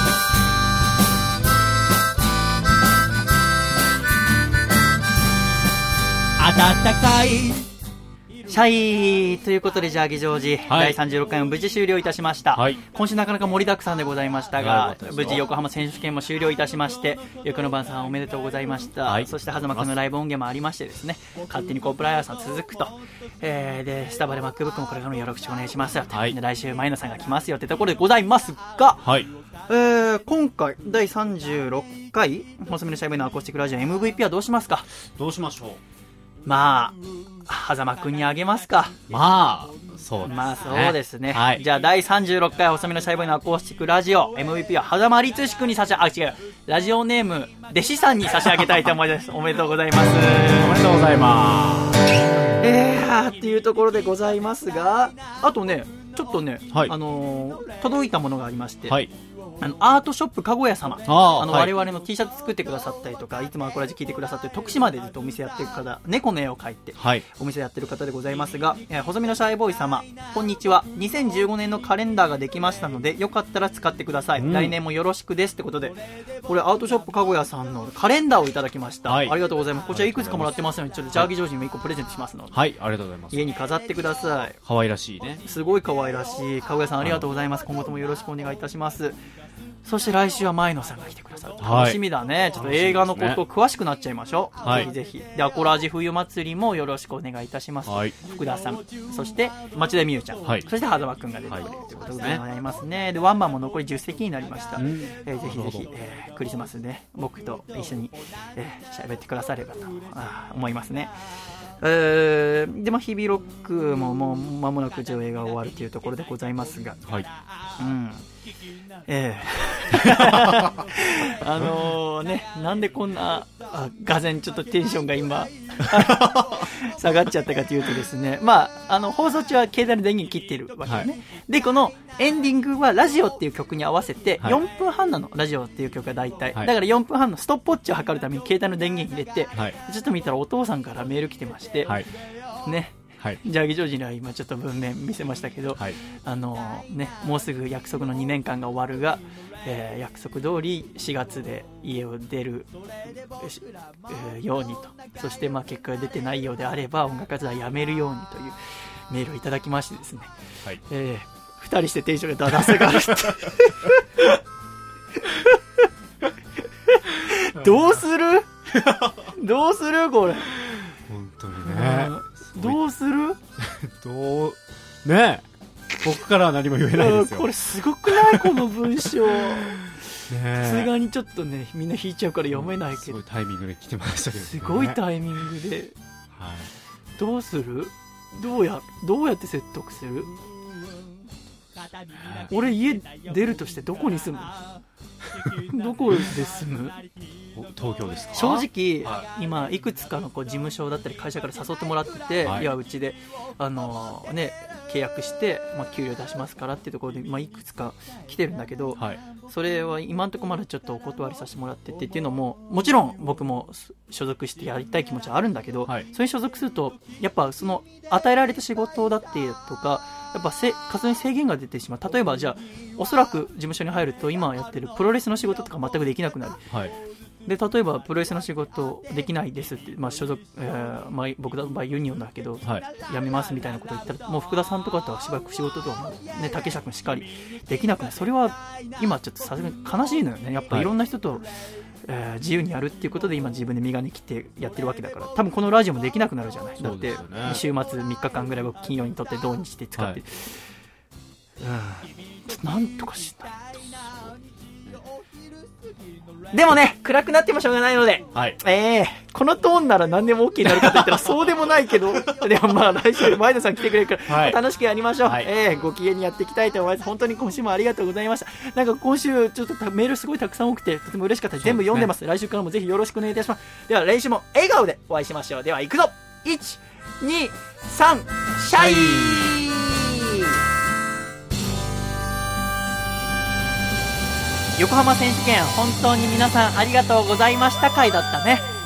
暖かいシャイということでジャーギジョージ、第36回も無事終了いたしました、今週なかなか盛りだくさんでございましたが、無事横浜選手権も終了いたしまして、翌の晩さんおめでとうございました、そして狭間くんのライブ音源もありましてですね、勝手にコープライヤーさん続くと、でスタバで MacBook もこれからもよろしくお願いしますよと、で来週前野さんが来ますよってところでございますが、今回第36回細身のシャイボーイのアコースティックラジオ MVP はどうしますか？ どうしましょう。 まあ狭間くんにあげますか。 まあそうですね。 まあそうですね、じゃあ第36回細身のシャイボーイのアコースティックラジオ MVP は狭間律史くんに違うラジオネーム弟子さんに差し上げたいと思います。おめでとうございます。 おめでとうございます。 っていうところでございますが、あとねちょっとね、届いたものがありまして、アートショップかごや様、我々の T シャツ作ってくださったりとか、いつもアコラジ聞いてくださって徳島でずっとお店やってる方、猫の絵を描いてお店やってる方でございますが、細身のシャイボーイ様こんにちは。2015年のカレンダーができましたのでよかったら使ってください、来年もよろしくですってことで、これアートショップかごやさんのカレンダーをいただきました、ありがとうございます。こちらいくつかもらってますので、ちょっとジャーギジョージにも1個プレゼントしますので、 ありがとうございます。 家に飾ってください。 可愛らしいね。 すごい可愛らしい。かごやさんありがとうございます。今後ともよろしくお願いいたします。そして来週は前野さんが来てくださる。楽しみだね、ちょっと映画のことを詳しくなっちゃいましょう、ぜひぜひ。でアコラジ冬祭りもよろしくお願いいたします、福田さん、そして町田美優ちゃん、そして狭間くんが出てくれるということでございますね。でワンマンも残り10席になりました、ぜひぜひ、クリスマスで、僕と一緒に喋ってくださればと思いますね。で日々ロックももう間もなく上映が終わるというところでございますが、なんでこんながぜんちょっとテンションが今下がっちゃったかというとですね、放送中は携帯の電源切ってるわけね、でこのエンディングはラジオっていう曲に合わせて4分半なの、ラジオっていう曲が大体、だから4分半のストップウォッチを測るために携帯の電源入れて、ちょっと見たらお父さんからメール来てまして、ジャーギジョージには今ちょっと文面見せましたけど、もうすぐ約束の2年間が終わるが、約束通り4月で家を出る、ようにと、そして結果が出てないようであれば音楽活動はやめるようにというメールをいただきましてですね、2人してテンションがだだ下がるってどうするこれ本当にね、 どうするねえ、僕からは何も言えないですよ。 これすごくないこの文章さすがにちょっとねみんな引いちゃうから読めないけど、 すごいタイミングで来てましたけど、 すごいタイミングで、どうする？どうやって説得する？俺家出るとしてどこに住む？どこで住む？ 東京ですか？ 正直、今いくつかの事務所だったり会社から誘ってもらってて、いやうちで契約して、給料出しますからっていうところで、いくつか来てるんだけど、それは今のところまだちょっとお断りさせてもらっててっていうのも、もちろん僕も所属してやりたい気持ちはあるんだけど、それに所属するとやっぱその与えられた仕事だってとかやっぱ活動に制限が出てしまう。例えばじゃあおそらく事務所に入ると今やってるプロレスの仕事とか全くできなくなる、で例えばプロレスの仕事できないですって、所属僕の場合ユニオンだけど、辞めますみたいなこと言ったら、もう福田さんとかとはしばらく仕事とかも、竹下君しっかりできなくない。それは今ちょっとさすがに悲しいのよね。やっぱいろんな人と、自由にやるっていうことで今自分で身がねきってやってるわけだから、多分このラジオもできなくなるじゃない。だって週末3日間ぐらい僕金曜にとって土日で使って、なんとかしないと。でもね、暗くなってもしょうがないので、このトーンなら何でも OK になるかといったらそうでもないけど、でも来週前田さん来てくれるから、楽しくやりましょう。ご機嫌にやっていきたいと思います。本当に今週もありがとうございました。なんか今週ちょっとメールすごいたくさん多くてとても嬉しかったです。全部読んでます。来週からもぜひよろしくお願いいたします。では来週も笑顔でお会いしましょう。では行くぞ。1、2、3、シャイ。横浜選手権本当に皆さんありがとうございました回だったね。